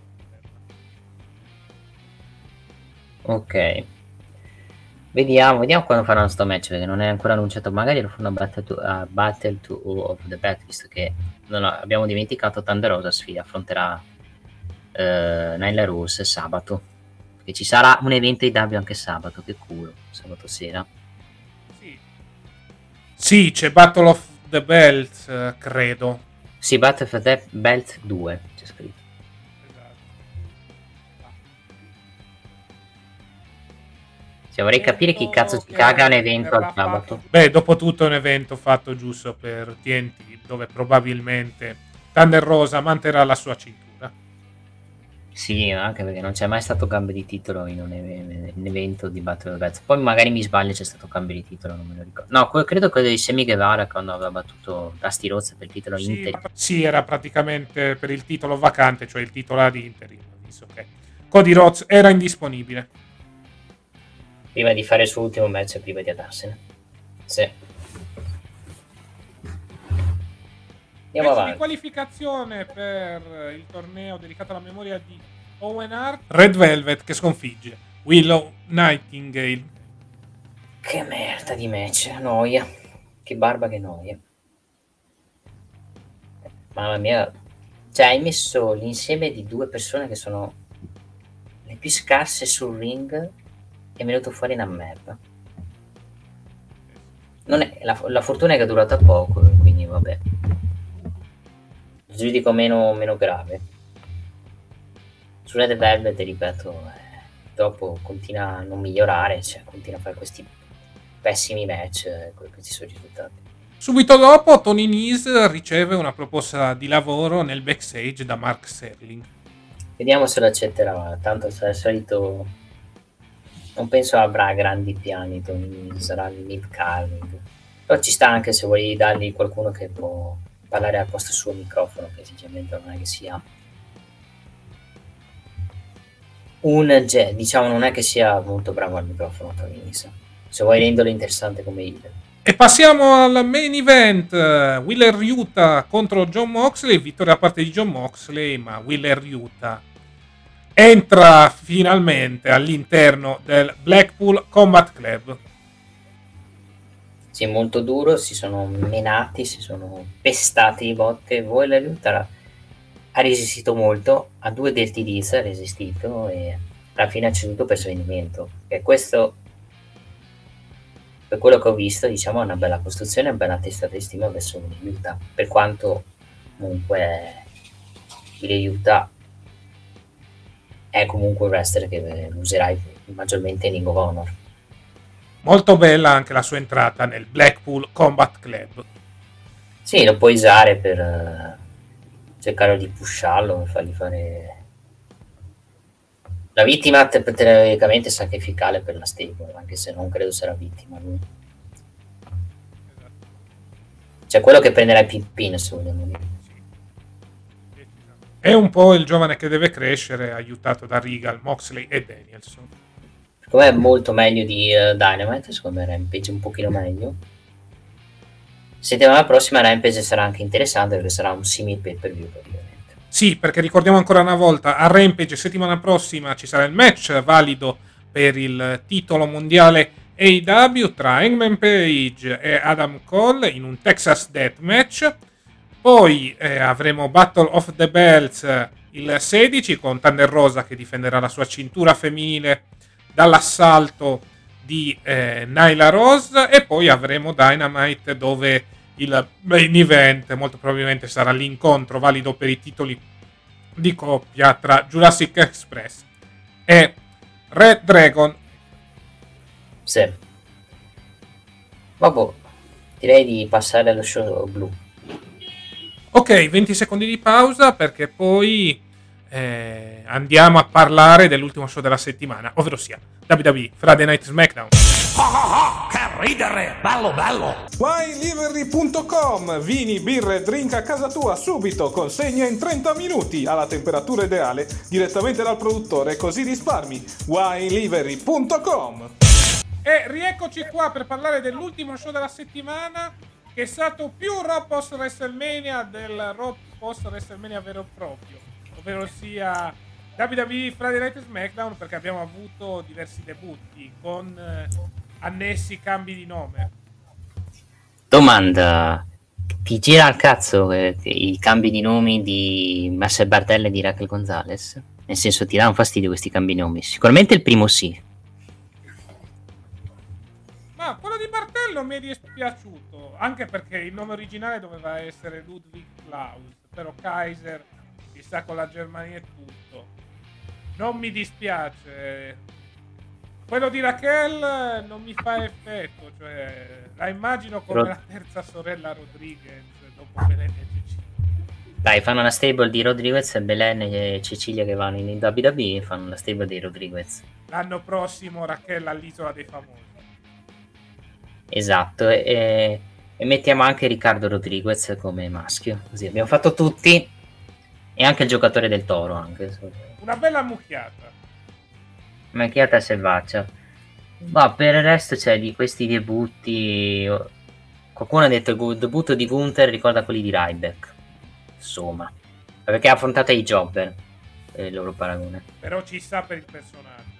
Ok. Vediamo, vediamo quando faranno sto match, perché non è ancora annunciato. Magari lo fanno a Battle to, a Battle to of the Belt, visto che non ho- abbiamo dimenticato Thunder Rosa sfida, affronterà eh, Nyla Rose sabato. Perché ci sarà un evento di W anche sabato, che culo, sabato sera. Sì. Sì, c'è Battle of the Belts, eh, credo. Sì, Battle of the Belt due, c'è scritto. Esatto. Cioè, vorrei capire chi cazzo si Evento caga un che evento al verrà sabato. fatto- Beh, dopo tutto è un evento fatto giusto per T N T, dove probabilmente Thunder Rosa manterrà la sua cintura. Sì, anche perché non c'è mai stato cambio di titolo in un, eve- in evento di Battle of the Belts. Poi magari mi sbaglio, c'è stato cambio di titolo, non me lo ricordo. No, que- credo quello di Sammy Guevara quando aveva battuto Dusty Rhodes per il titolo Sì, Inter. ma- sì, era praticamente per il titolo vacante, cioè il titolo ad interim, visto che Cody Rhodes era indisponibile. Prima di fare il suo ultimo match e prima di andarsene. Sì. Andiamo Match di avanti. qualificazione per il torneo dedicato alla memoria di Owen Hart. Red Velvet che sconfigge Willow Nightingale. Che merda di match, noia. Che barba, che noia. Mamma mia. Cioè, hai messo l'insieme di due persone che sono le più scarse sul ring e è venuto fuori una merda. Non è, la, la fortuna è che è durata poco, quindi vabbè. Giudico meno, meno grave. Su Red Velvet, ripeto, eh, dopo continua a non migliorare, cioè continua a fare questi pessimi match, eh, questi sono i risultati. Subito dopo Tony Nese riceve una proposta di lavoro nel backstage da Mark Serling. Vediamo se lo accetterà, tanto sarà solito. Non penso avrà grandi piani, Tony sarà il mid carving. Però ci sta anche se vuoi dargli qualcuno che può parlare al posto suo microfono, che sinceramente non è che sia un ge- diciamo non è che sia molto bravo al microfono Tony Nese. Se vuoi renderlo interessante come il. E passiamo al main event, Wheeler Yuta contro John Moxley, vittoria da parte di John Moxley, ma Wheeler Yuta entra finalmente all'interno del Blackpool Combat Club. Sì, molto duro, si sono menati, si sono pestati di botte. Wheeler Yuta ha resistito molto, a due Dirty Deeds ha resistito e alla fine ha ceduto per svenimento. E questo, per quello che ho visto, diciamo, è una bella costruzione, una bella testa di stima verso Wheeler Yuta, per quanto comunque chi li aiuta è comunque un wrestler che userai maggiormente in Ring of Honor. Molto bella anche la sua entrata nel Blackpool Combat Club. Sì, lo puoi usare per uh, cercare di pusharlo, per fargli fare la vittima teoricamente sacrificale per la stable, anche se non credo sia la vittima lui. Cioè quello che prenderà i pin-pin, se vogliamo dire. È un po' il giovane che deve crescere, aiutato da Regal, Moxley e Danielson. Secondo me è molto meglio di uh, Dynamite, secondo me Rampage è un pochino meglio. Settimana prossima Rampage sarà anche interessante perché sarà un simile pay-per-view praticamente. Sì, perché ricordiamo ancora una volta, a Rampage settimana prossima ci sarà il match valido per il titolo mondiale A E W tra Hangman Page e Adam Cole in un Texas Deathmatch. Poi eh, avremo Battle of the Belts eh, il sedici con Thunder Rosa che difenderà la sua cintura femminile dall'assalto di eh, Nyla Rose, e poi avremo Dynamite dove il main event molto probabilmente sarà l'incontro valido per i titoli di coppia tra Jurassic Express e Red Dragon. Sì. Vabbè, direi di passare allo show blu. Ok, venti secondi di pausa perché poi eh, andiamo a parlare dell'ultimo show della settimana, ovvero sia W W E Friday Night SmackDown. Oh, oh, oh, che ridere, bello bello. wine livery punto com, vini, birre e drink a casa tua subito, consegna in trenta minuti alla temperatura ideale direttamente dal produttore, così risparmi. wine livery punto com. E rieccoci qua per parlare dell'ultimo show della settimana, che è stato più Raw post WrestleMania del Raw post WrestleMania vero e proprio, ovvero sia W W E Friday Night SmackDown, perché abbiamo avuto diversi debutti con eh, annessi cambi di nome. Domanda: ti gira al cazzo eh, i cambi di nomi di Marcel Bartel e di Raquel Gonzalez? Nel senso, ti danno fastidio questi cambi di nomi? Sicuramente il primo sì. Ma quello di Bartello mi è dispiaciuto, anche perché il nome originale doveva essere Ludwig Klaus, però Kaiser, chissà, con la Germania e tutto. Non mi dispiace. Quello di Raquel non mi fa effetto, cioè la immagino come però... la terza sorella Rodriguez dopo Belen e Cecilia. Dai, fanno una stable di Rodriguez e Belen e Cecilia che vanno in W W E e fanno la stable di Rodriguez. L'anno prossimo Raquel all'Isola dei Famosi. Esatto, e, e mettiamo anche Riccardo Rodriguez come maschio, così abbiamo fatto tutti, e anche il giocatore del Toro anche. Una bella mucchiata. Mucchiata selvaggia. Ma per il resto, cioè, di questi debutti, qualcuno ha detto il debutto di Gunther ricorda quelli di Ryback, insomma, perché ha affrontato i Jobber, è il loro paragone. Però ci sta per il personaggio.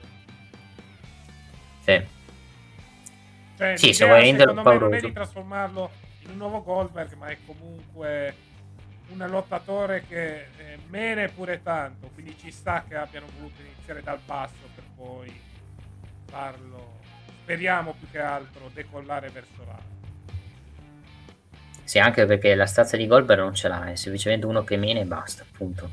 Sì. Cioè, sì, se vuoi renderlo secondo me non è pauroso, di trasformarlo in un nuovo Goldberg, ma è comunque un lottatore che eh, mene pure tanto, quindi ci sta che abbiano voluto iniziare dal basso per poi farlo, speriamo più che altro, decollare verso l'alto. sì, anche perché la stazza di Goldberg non ce l'ha, è semplicemente uno che mena e basta, appunto.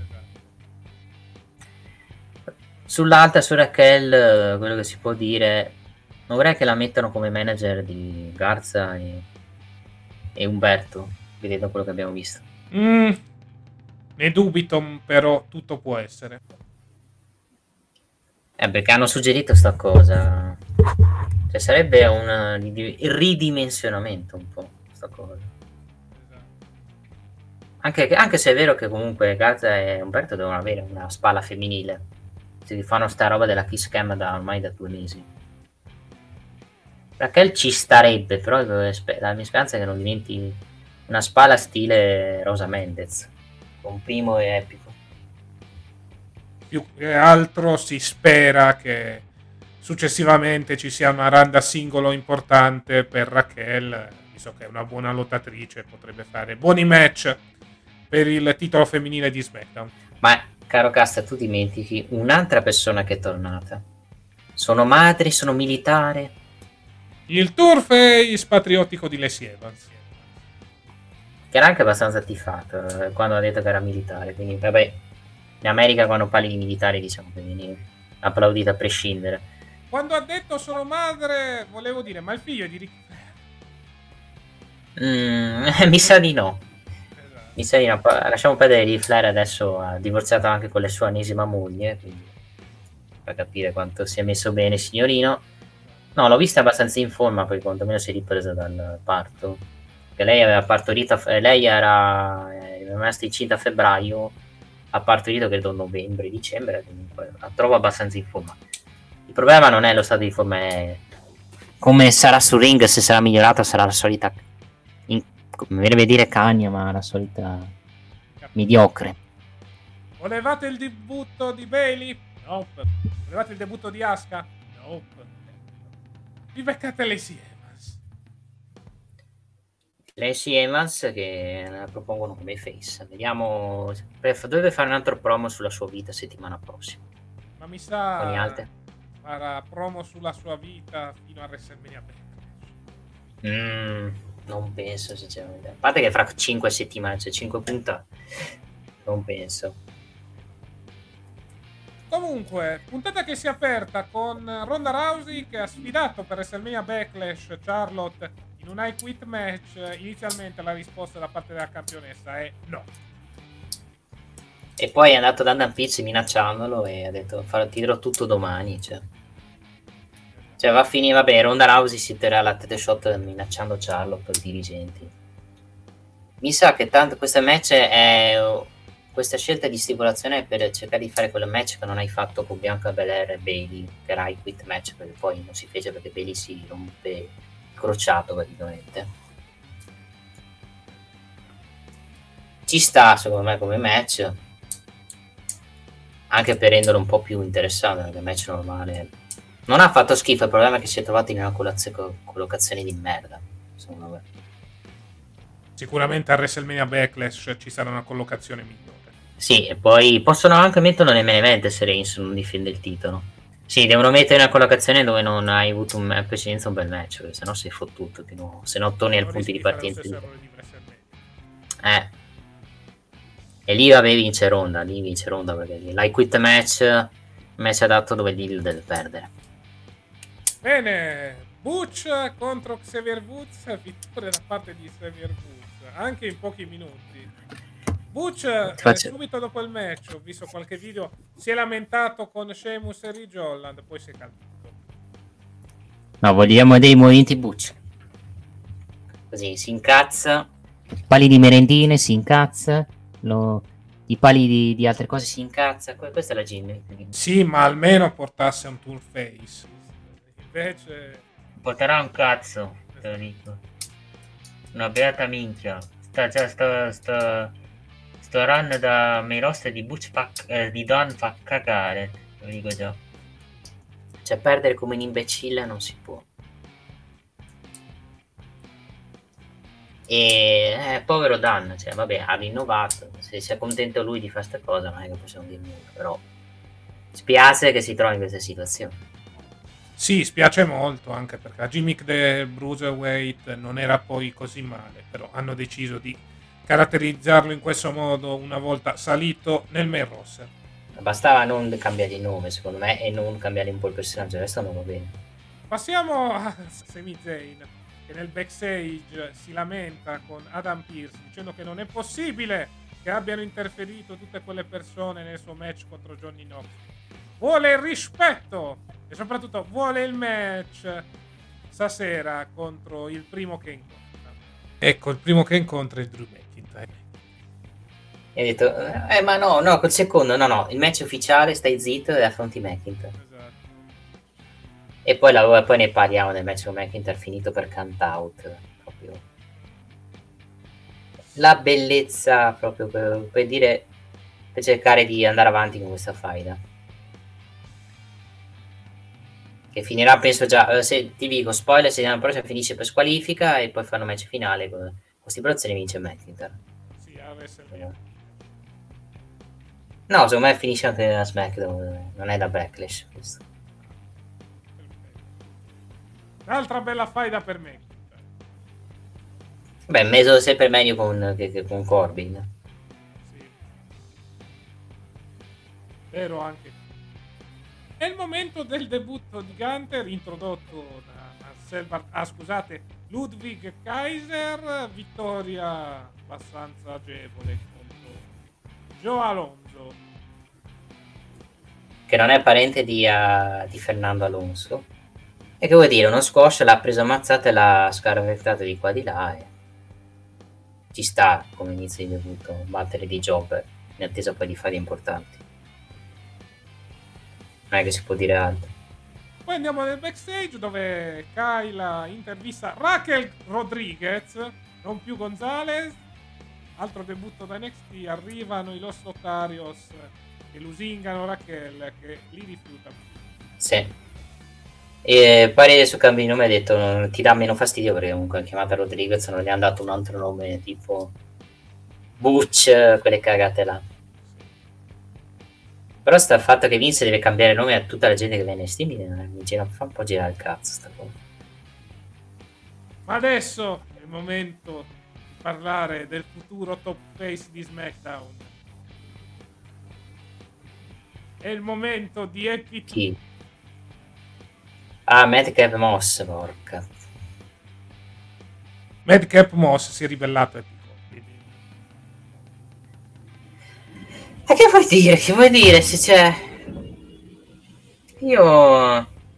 Esatto. Sull'alta, su Raquel, quello che si può dire, non vorrei che la mettano come manager di Garza e, e Umberto, vedendo quello che abbiamo visto. Mm, ne dubito, però tutto può essere. Eh, perché hanno suggerito sta cosa. Cioè sarebbe un ridimensionamento un po' sta cosa. Anche, anche se è vero che comunque Garza e Umberto devono avere una spalla femminile. Si fanno sta roba della kiss cam da ormai da due mesi. Raquel ci starebbe, però la mia speranza è che non diventi una spalla stile Rosa Mendez, con primo e epico. Più che altro si spera che successivamente ci sia una run da singolo importante per Raquel, visto che è una buona lottatrice, potrebbe fare buoni match per il titolo femminile di SmackDown. Ma caro Casta, tu dimentichi un'altra persona che è tornata. Sono madre, sono militare. Il turface patriottico di Lacey Evans, che era anche abbastanza tifato eh, quando ha detto che era militare, quindi vabbè, In America quando parli di militari diciamo che vieni applaudito a prescindere. Quando ha detto sono madre, volevo dire, ma il figlio è di Ric Flair? Mm, mi sa di no. Esatto. Mi sa di no. Lasciamo perdere Ric Flair, adesso ha divorziato anche con la sua ennesima moglie, quindi fa capire quanto si è messo bene il signorino. No, l'ho vista abbastanza in forma, poi quantomeno si è ripresa dal parto. Che lei aveva partorito, lei era rimasta incinta a febbraio, ha partorito credo novembre, dicembre, comunque la trovo abbastanza in forma. Il problema non è lo stato di forma, è come sarà sul ring, se sarà migliorata sarà la solita, in, mi verrebbe dire cagna, ma la solita mediocre. Volevate il debutto di Bailey? Nope. Volevate il debutto di Asuka? Nope. Vi beccate Lacey Evans. Lacey Evans che la propongono come face. Vediamo, dovrebbe fare un altro promo sulla sua vita settimana prossima. Ma mi sa Ogni altre. farà promo sulla sua vita fino a WrestleMania Backlash. Mm, non penso sinceramente. A parte che fra cinque settimane, cioè cinque puntate, non penso. Comunque, puntata che si è aperta con Ronda Rousey che ha sfidato per WrestleMania Backlash Charlotte in un I Quit match. Inizialmente la risposta da parte della campionessa è no. E poi è andato da Dan Pearce minacciandolo e ha detto ti dirò tutto domani, cioè. Cioè va a finire, vabbè, Ronda Rousey si terrà la tete shot minacciando Charlotte per i dirigenti. Mi sa che tanto questo match è... Questa scelta di stipulazione è per cercare di fare quel match che non hai fatto con Bianca Belair e Bailey, che era I Quit match, perché poi non si fece perché Bailey si rompe il crociato praticamente. Ci sta secondo me come match, anche per renderlo un po' più interessante, perché il match normale non ha fatto schifo, il problema è che si è trovato in una collocazione di merda, secondo me. Sicuramente a WrestleMania Backlash ci sarà una collocazione migliore. Sì, e poi possono anche metterlo nel main event se Reigns non difende il titolo. Sì, devono mettere una collocazione dove non hai avuto un, in precedenza un bel match, perché sennò sei fottuto di nuovo, se no torni al punto di partenza. Di... Eh. E lì vabbè vince Ronda, lì vince Ronda perché lì l'hai quit match, match adatto dove lì deve perdere. Bene, Butch contro Xavier Woods, vittoria da parte di Xavier Woods, anche in pochi minuti. Butch, eh, subito dopo il match, ho visto qualche video, si è lamentato con Sheamus e Ridge Holland, poi si è calmato. No, vogliamo dei movimenti Butch. Così, si incazza. I pali di merendine, si incazza. Lo... I pali di, di altre cose, si incazza. Questa è la gimmick. Sì, ma almeno portasse un tour face. Invece... Porterà un cazzo, te lo dico. Una beata minchia. Sta già, sta... sta... Sto run da main roster di Butch fa, eh, di Don fa cagare, lo dico già. Cioè perdere come un imbecille non si può. E eh, povero Dan, cioè vabbè, ha rinnovato, se sia contento lui di fare sta cosa non è che possiamo dire nulla, però spiace che si trovi in questa situazione. Sì, spiace molto, anche perché la gimmick del Bruiserweight non era poi così male, però hanno deciso di caratterizzarlo in questo modo una volta salito nel main roster. Bastava non cambiare il nome secondo me e non cambiare un po' il personaggio, il resto non va bene. Passiamo a Sami Zayn che nel backstage si lamenta con Adam Pearce dicendo che non è possibile che abbiano interferito tutte quelle persone nel suo match contro Johnny Knox. Vuole il rispetto e soprattutto vuole il match stasera contro il primo che incontra. Ecco, il primo che incontra è Drew McIntyre. E ha detto, eh ma no, no, col secondo, no, no, il match ufficiale, stai zitto e affronti McIntyre. Esatto. E poi, la, poi ne parliamo del match con McIntyre finito per count out. Proprio. La bellezza, proprio per, per dire, per cercare di andare avanti con questa faida. Che finirà, penso già, se ti dico, spoiler, settimana prossima finisce per squalifica e poi fanno match finale con, con stipulazione e vince McIntyre. Sì, avesse il No, secondo me finisce anche a SmackDown, non è da Backlash questo. Un'altra bella faida per me. Beh, meso sempre meglio con, che, che con Corbin. Sì. Vero anche. È il momento del debutto di Gunther, introdotto da Marcel ah scusate Ludwig Kaiser, vittoria abbastanza agevole contro Joe Alonso, che non è parente di, uh, di Fernando Alonso, e che vuol dire uno squash, l'ha preso ammazzata e l'ha scarvettato di qua di là, e ci sta come inizio di debutto battere di Job in attesa poi di fare importanti, non è che si può dire altro. Poi andiamo nel backstage dove Kayla intervista Raquel Rodriguez, non più Gonzalez. Altro debutto da N X T, arrivano i Los Lotarios che lusingano Raquel, che li rifiuta. Sì. E pare su cambio di nome ha detto non ti dà meno fastidio, perché comunque ha chiamata Rodriguez, non gli hanno dato un altro nome tipo Butch, quelle cagate là. Però sta il fatto che Vince deve cambiare nome a tutta la gente che viene in Steam mi gira, fa un po' girare il cazzo sta cosa. Ma adesso è il momento di parlare del futuro top face di SmackDown. È il momento di Happy Chi? Ah, Madcap Moss, porca. Madcap Moss si è ribellato a Ma che vuoi dire? Che vuoi dire? Se c'è... Io...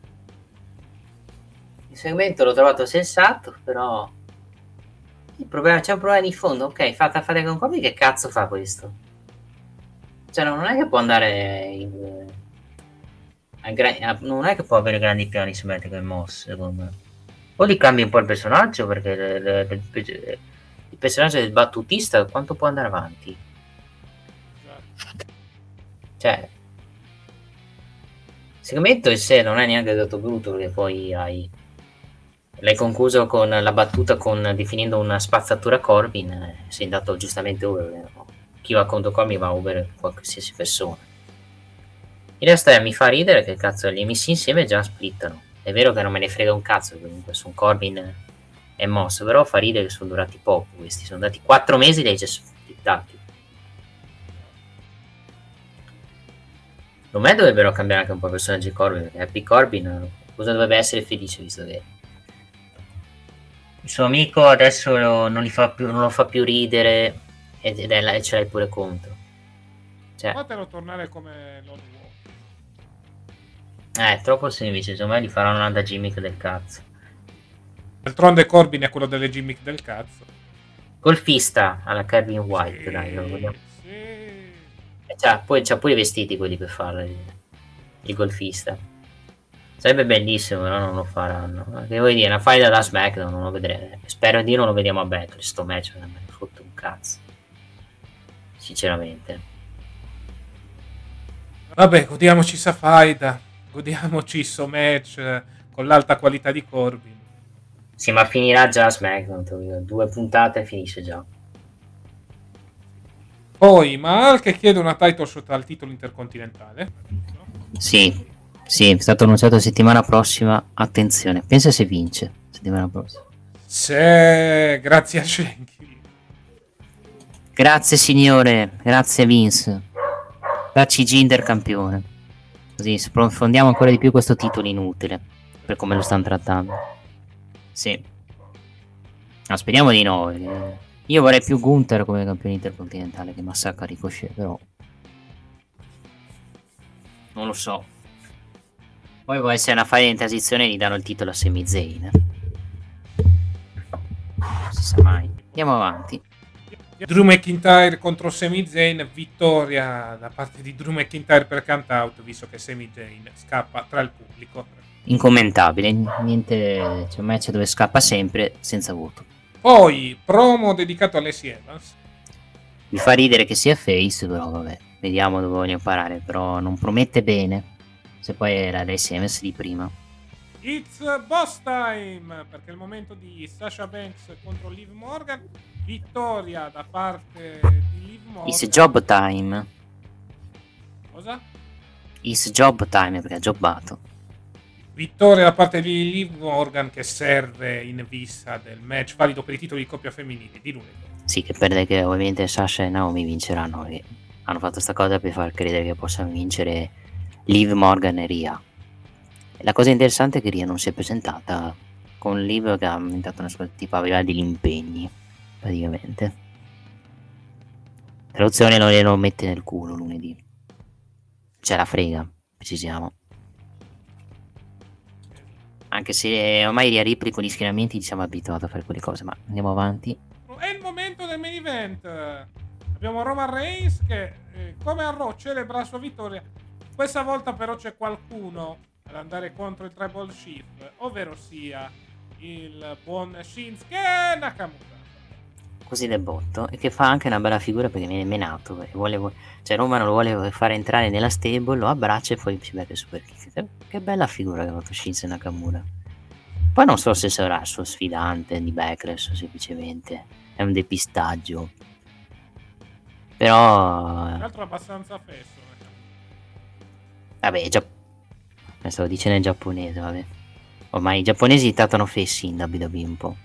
Il segmento l'ho trovato sensato, però... Il problema... C'è un problema di fondo. Ok, fatta fare con Kobe, che cazzo fa questo? Cioè, non è che può andare in... a gra... a... Non è che può avere grandi piani su Matt e Moss, secondo me. O li cambi un po' il personaggio, perché le, le, le, il personaggio del battutista quanto può andare avanti? Cioè, il segmento in sé non è neanche dato brutto, perché poi hai l'hai concluso con la battuta con definendo una spazzatura Corbin, eh, sei andato giustamente over, no? Chi va contro Corbin va over qualsiasi persona. In realtà mi fa ridere che cazzo li hai messi insieme e già splittano. È vero che non me ne frega un cazzo, comunque sono Corbin e Moss, però fa ridere che sono durati poco questi, sono dati quattro mesi e li hai già splittati. Non me dovrebbero cambiare anche un po' i personaggi di Corbin, perché Happy Corbin cosa dovrebbe essere felice, visto che il suo amico adesso lo, non, li fa più, non lo fa più ridere ed, ed è là, e ce l'hai pure contro. Cioè, fatelo tornare come Lone Wolf. Eh, è troppo semplice, secondo me gli faranno un'altra gimmick del cazzo. D'altronde Corbin è quello delle gimmick del cazzo. Golfista alla Kevin White, sì, dai, lo vogliamo. Sì. C'ha, poi c'ha pure i vestiti quelli per farlo, il, il golfista. Sarebbe bellissimo, però non lo faranno. Che vuoi dire, una fight da SmackDown non lo vedrei. Spero di non lo vediamo a Backlash, sto match non me ne fotte un cazzo, sinceramente. Vabbè, godiamoci sta fight, godiamoci sto match eh, con l'alta qualità di Corbin. Sì, ma finirà già SmackDown, due puntate e finisce già. Poi Mal che chiede una title shot al titolo intercontinentale. Sì, sì, è stato annunciato settimana prossima. Attenzione, pensa se vince settimana prossima. Sì, grazie a Shenki. Grazie signore, grazie Vince. Dacci Jinder campione. Così approfondiamo ancora di più questo titolo inutile, per come lo stanno trattando. Sì. No, speriamo di no. Perché... Io vorrei più Gunther come campione intercontinentale che massacra Ricochet, però non lo so. Poi può essere una fase di transizione e gli danno il titolo a Sami Zayn. Non si sa mai. Andiamo avanti. Drew McIntyre contro Sami Zayn, vittoria da parte di Drew McIntyre per count out, visto che Sami Zayn scappa tra il pubblico. Incommentabile, niente, c'è un match dove scappa sempre senza voto. Poi, promo dedicato a Lacey Evans. Mi fa ridere che sia face, però vabbè, vediamo dove voglio parare, però non promette bene, se poi era Lacey Evans di prima. It's boss time, perché è il momento di Sasha Banks contro Liv Morgan, vittoria da parte di Liv Morgan. It's job time. Cosa? It's job time, perché ha jobbato. Vittoria da parte di Liv Morgan che serve in vista del match valido per i titoli di coppia femminile di lunedì. Sì, che perde che ovviamente Sasha e Naomi vinceranno, perché hanno fatto sta cosa per far credere che possano vincere Liv, Morgan e Rhea. E la cosa interessante è che Rhea non si è presentata, con Liv che ha aumentato una sua tipo aveva degli impegni praticamente. Traduzione non glielo mette nel culo lunedì, ce la frega, precisiamo. Anche se ormai Rhea Ripley con gli schieramenti ci siamo abituati a fare quelle cose, ma andiamo avanti. È il momento del main event. Abbiamo Roman Reigns che eh, come a Raw celebra la sua vittoria. Questa volta però c'è qualcuno ad andare contro il Tribal Chief, ovvero sia il buon Shinsuke Nakamura. Così del botto, e che fa anche una bella figura perché viene menato e vuole, cioè Roman lo vuole fare entrare nella stable, lo abbraccia e poi si mette super kick. Che, che bella figura che ha fatto Shinsuke Nakamura. Poi non so se sarà il suo sfidante di Backlash o semplicemente è un depistaggio, però tra l'altro abbastanza fesso. Vabbè, già mi stavo dicendo in giapponese, vabbè. Ormai i giapponesi trattano fessi in W W E un po'.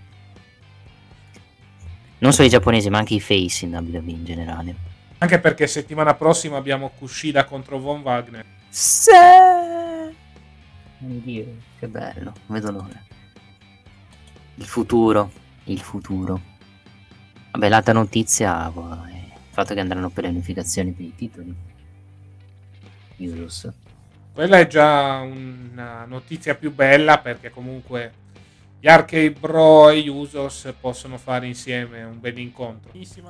Non solo i giapponesi, ma anche i face in W W E in generale. Anche perché settimana prossima abbiamo Kushida contro Von Wagner. Sì! Oddio, che bello, non vedo l'ora. Il futuro, il futuro. Vabbè, l'altra notizia è il fatto che andranno per le unificazioni per i titoli. Usos. Quella è già una notizia più bella perché comunque gli Arcade Bro e Usos possono fare insieme un bel incontro.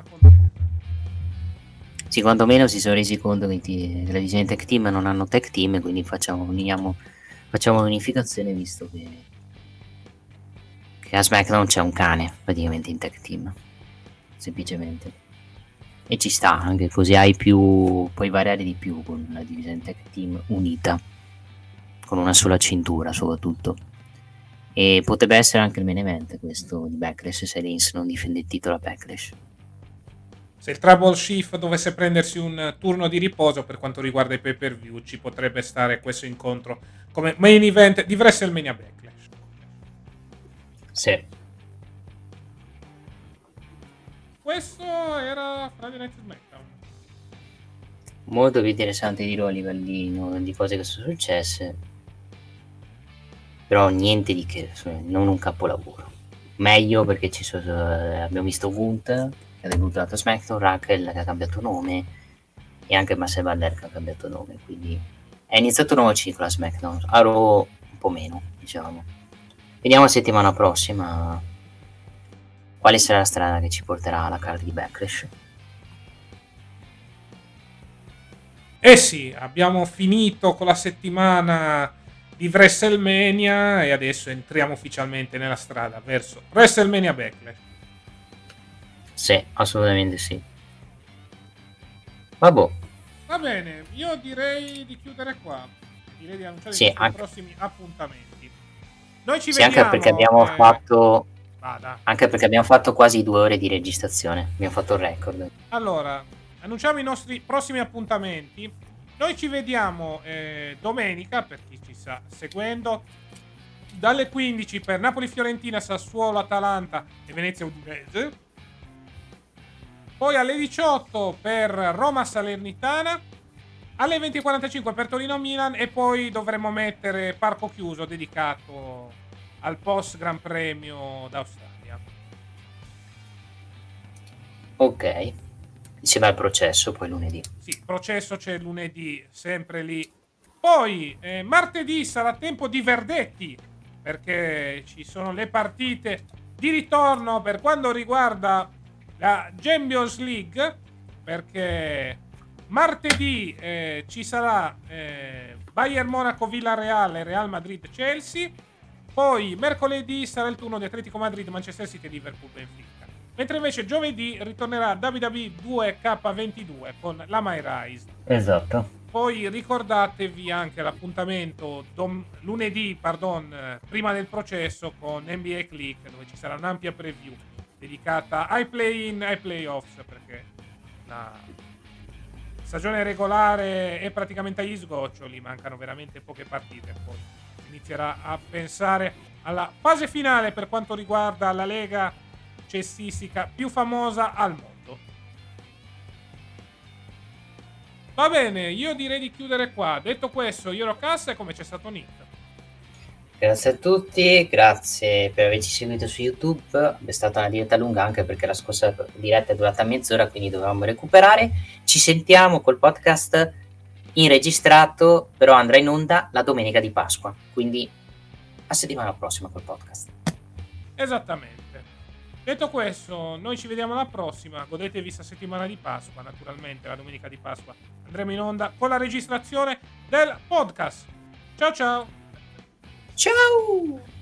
Sì, quantomeno si sono resi conto che le divisioni tech team non hanno tech team, quindi facciamo, uniamo, facciamo un'unificazione, visto che, che a SmackDown c'è un cane praticamente in tech team, semplicemente. E ci sta, anche così hai più, puoi variare di più con una divisione tech team unita, con una sola cintura soprattutto. E potrebbe essere anche il main event questo di Backlash se Reigns non difende il titolo a Backlash. Se il Tribal Chief dovesse prendersi un turno di riposo per quanto riguarda i pay per view, ci potrebbe stare questo incontro come main event di WrestleMania Backlash. Sì. Questo era Friday Night SmackDown. Molto più interessante di Raw a livello di cose che sono successe, però niente di che, non un capolavoro. Meglio perché ci sono, abbiamo visto Gunther che ha debuttato a SmackDown, Raquel che ha cambiato nome e anche Marcel Vander che ha cambiato nome, quindi è iniziato un nuovo ciclo a SmackDown, a Raw un po' meno, diciamo. Vediamo la settimana prossima quale sarà la strada che ci porterà alla card di Backlash. Eh sì, abbiamo finito con la settimana di WrestleMania e adesso entriamo ufficialmente nella strada verso WrestleMania Backlash. Sì, assolutamente sì. Vabbè. Va bene, io direi di chiudere qua. Direi di annunciare sì, i anche... prossimi appuntamenti. Noi ci sì, vediamo. Anche perché abbiamo eh... fatto... Vada. Anche perché abbiamo fatto quasi due ore di registrazione. Abbiamo fatto il record. Allora, annunciamo i nostri prossimi appuntamenti. Noi ci vediamo eh, domenica, per chi ci sta seguendo, dalle quindici per Napoli-Fiorentina, Sassuolo-Atalanta e Venezia-Udinese. Poi alle diciotto per Roma-Salernitana, alle venti e quarantacinque per Torino-Milan e poi dovremo mettere Parco Chiuso dedicato al post Gran Premio d'Australia. Ok. Insieme al processo poi lunedì. Sì, processo c'è lunedì, sempre lì. Poi eh, martedì sarà tempo di verdetti, perché ci sono le partite di ritorno per quanto riguarda la Champions League, perché martedì eh, ci sarà eh, Bayern Monaco Villarreal e Real Madrid Chelsea. Poi mercoledì sarà il turno di Atletico Madrid, Manchester City e Liverpool Benfica. Mentre invece giovedì ritornerà W W E due K ventidue con la My Rise. Esatto. Poi ricordatevi anche l'appuntamento dom- lunedì, pardon, prima del processo con N B A Click, dove ci sarà un'ampia preview dedicata ai play-in e ai playoffs, perché la stagione regolare è praticamente agli sgoccioli, mancano veramente poche partite. Poi inizierà a pensare alla fase finale per quanto riguarda la lega cestistica più famosa al mondo. Va bene, io direi di chiudere qua. Detto questo, io ero Cassa e come c'è stato Nick. Grazie a tutti, grazie per averci seguito su YouTube. È stata una diretta lunga anche perché la scorsa diretta è durata mezz'ora, quindi dovevamo recuperare. Ci sentiamo col podcast in registrato, però andrà in onda la domenica di Pasqua, quindi a settimana prossima col podcast. Esattamente. Detto questo, noi ci vediamo alla prossima. Godetevi questa settimana di Pasqua, naturalmente la domenica di Pasqua andremo in onda con la registrazione del podcast. Ciao ciao. Ciao.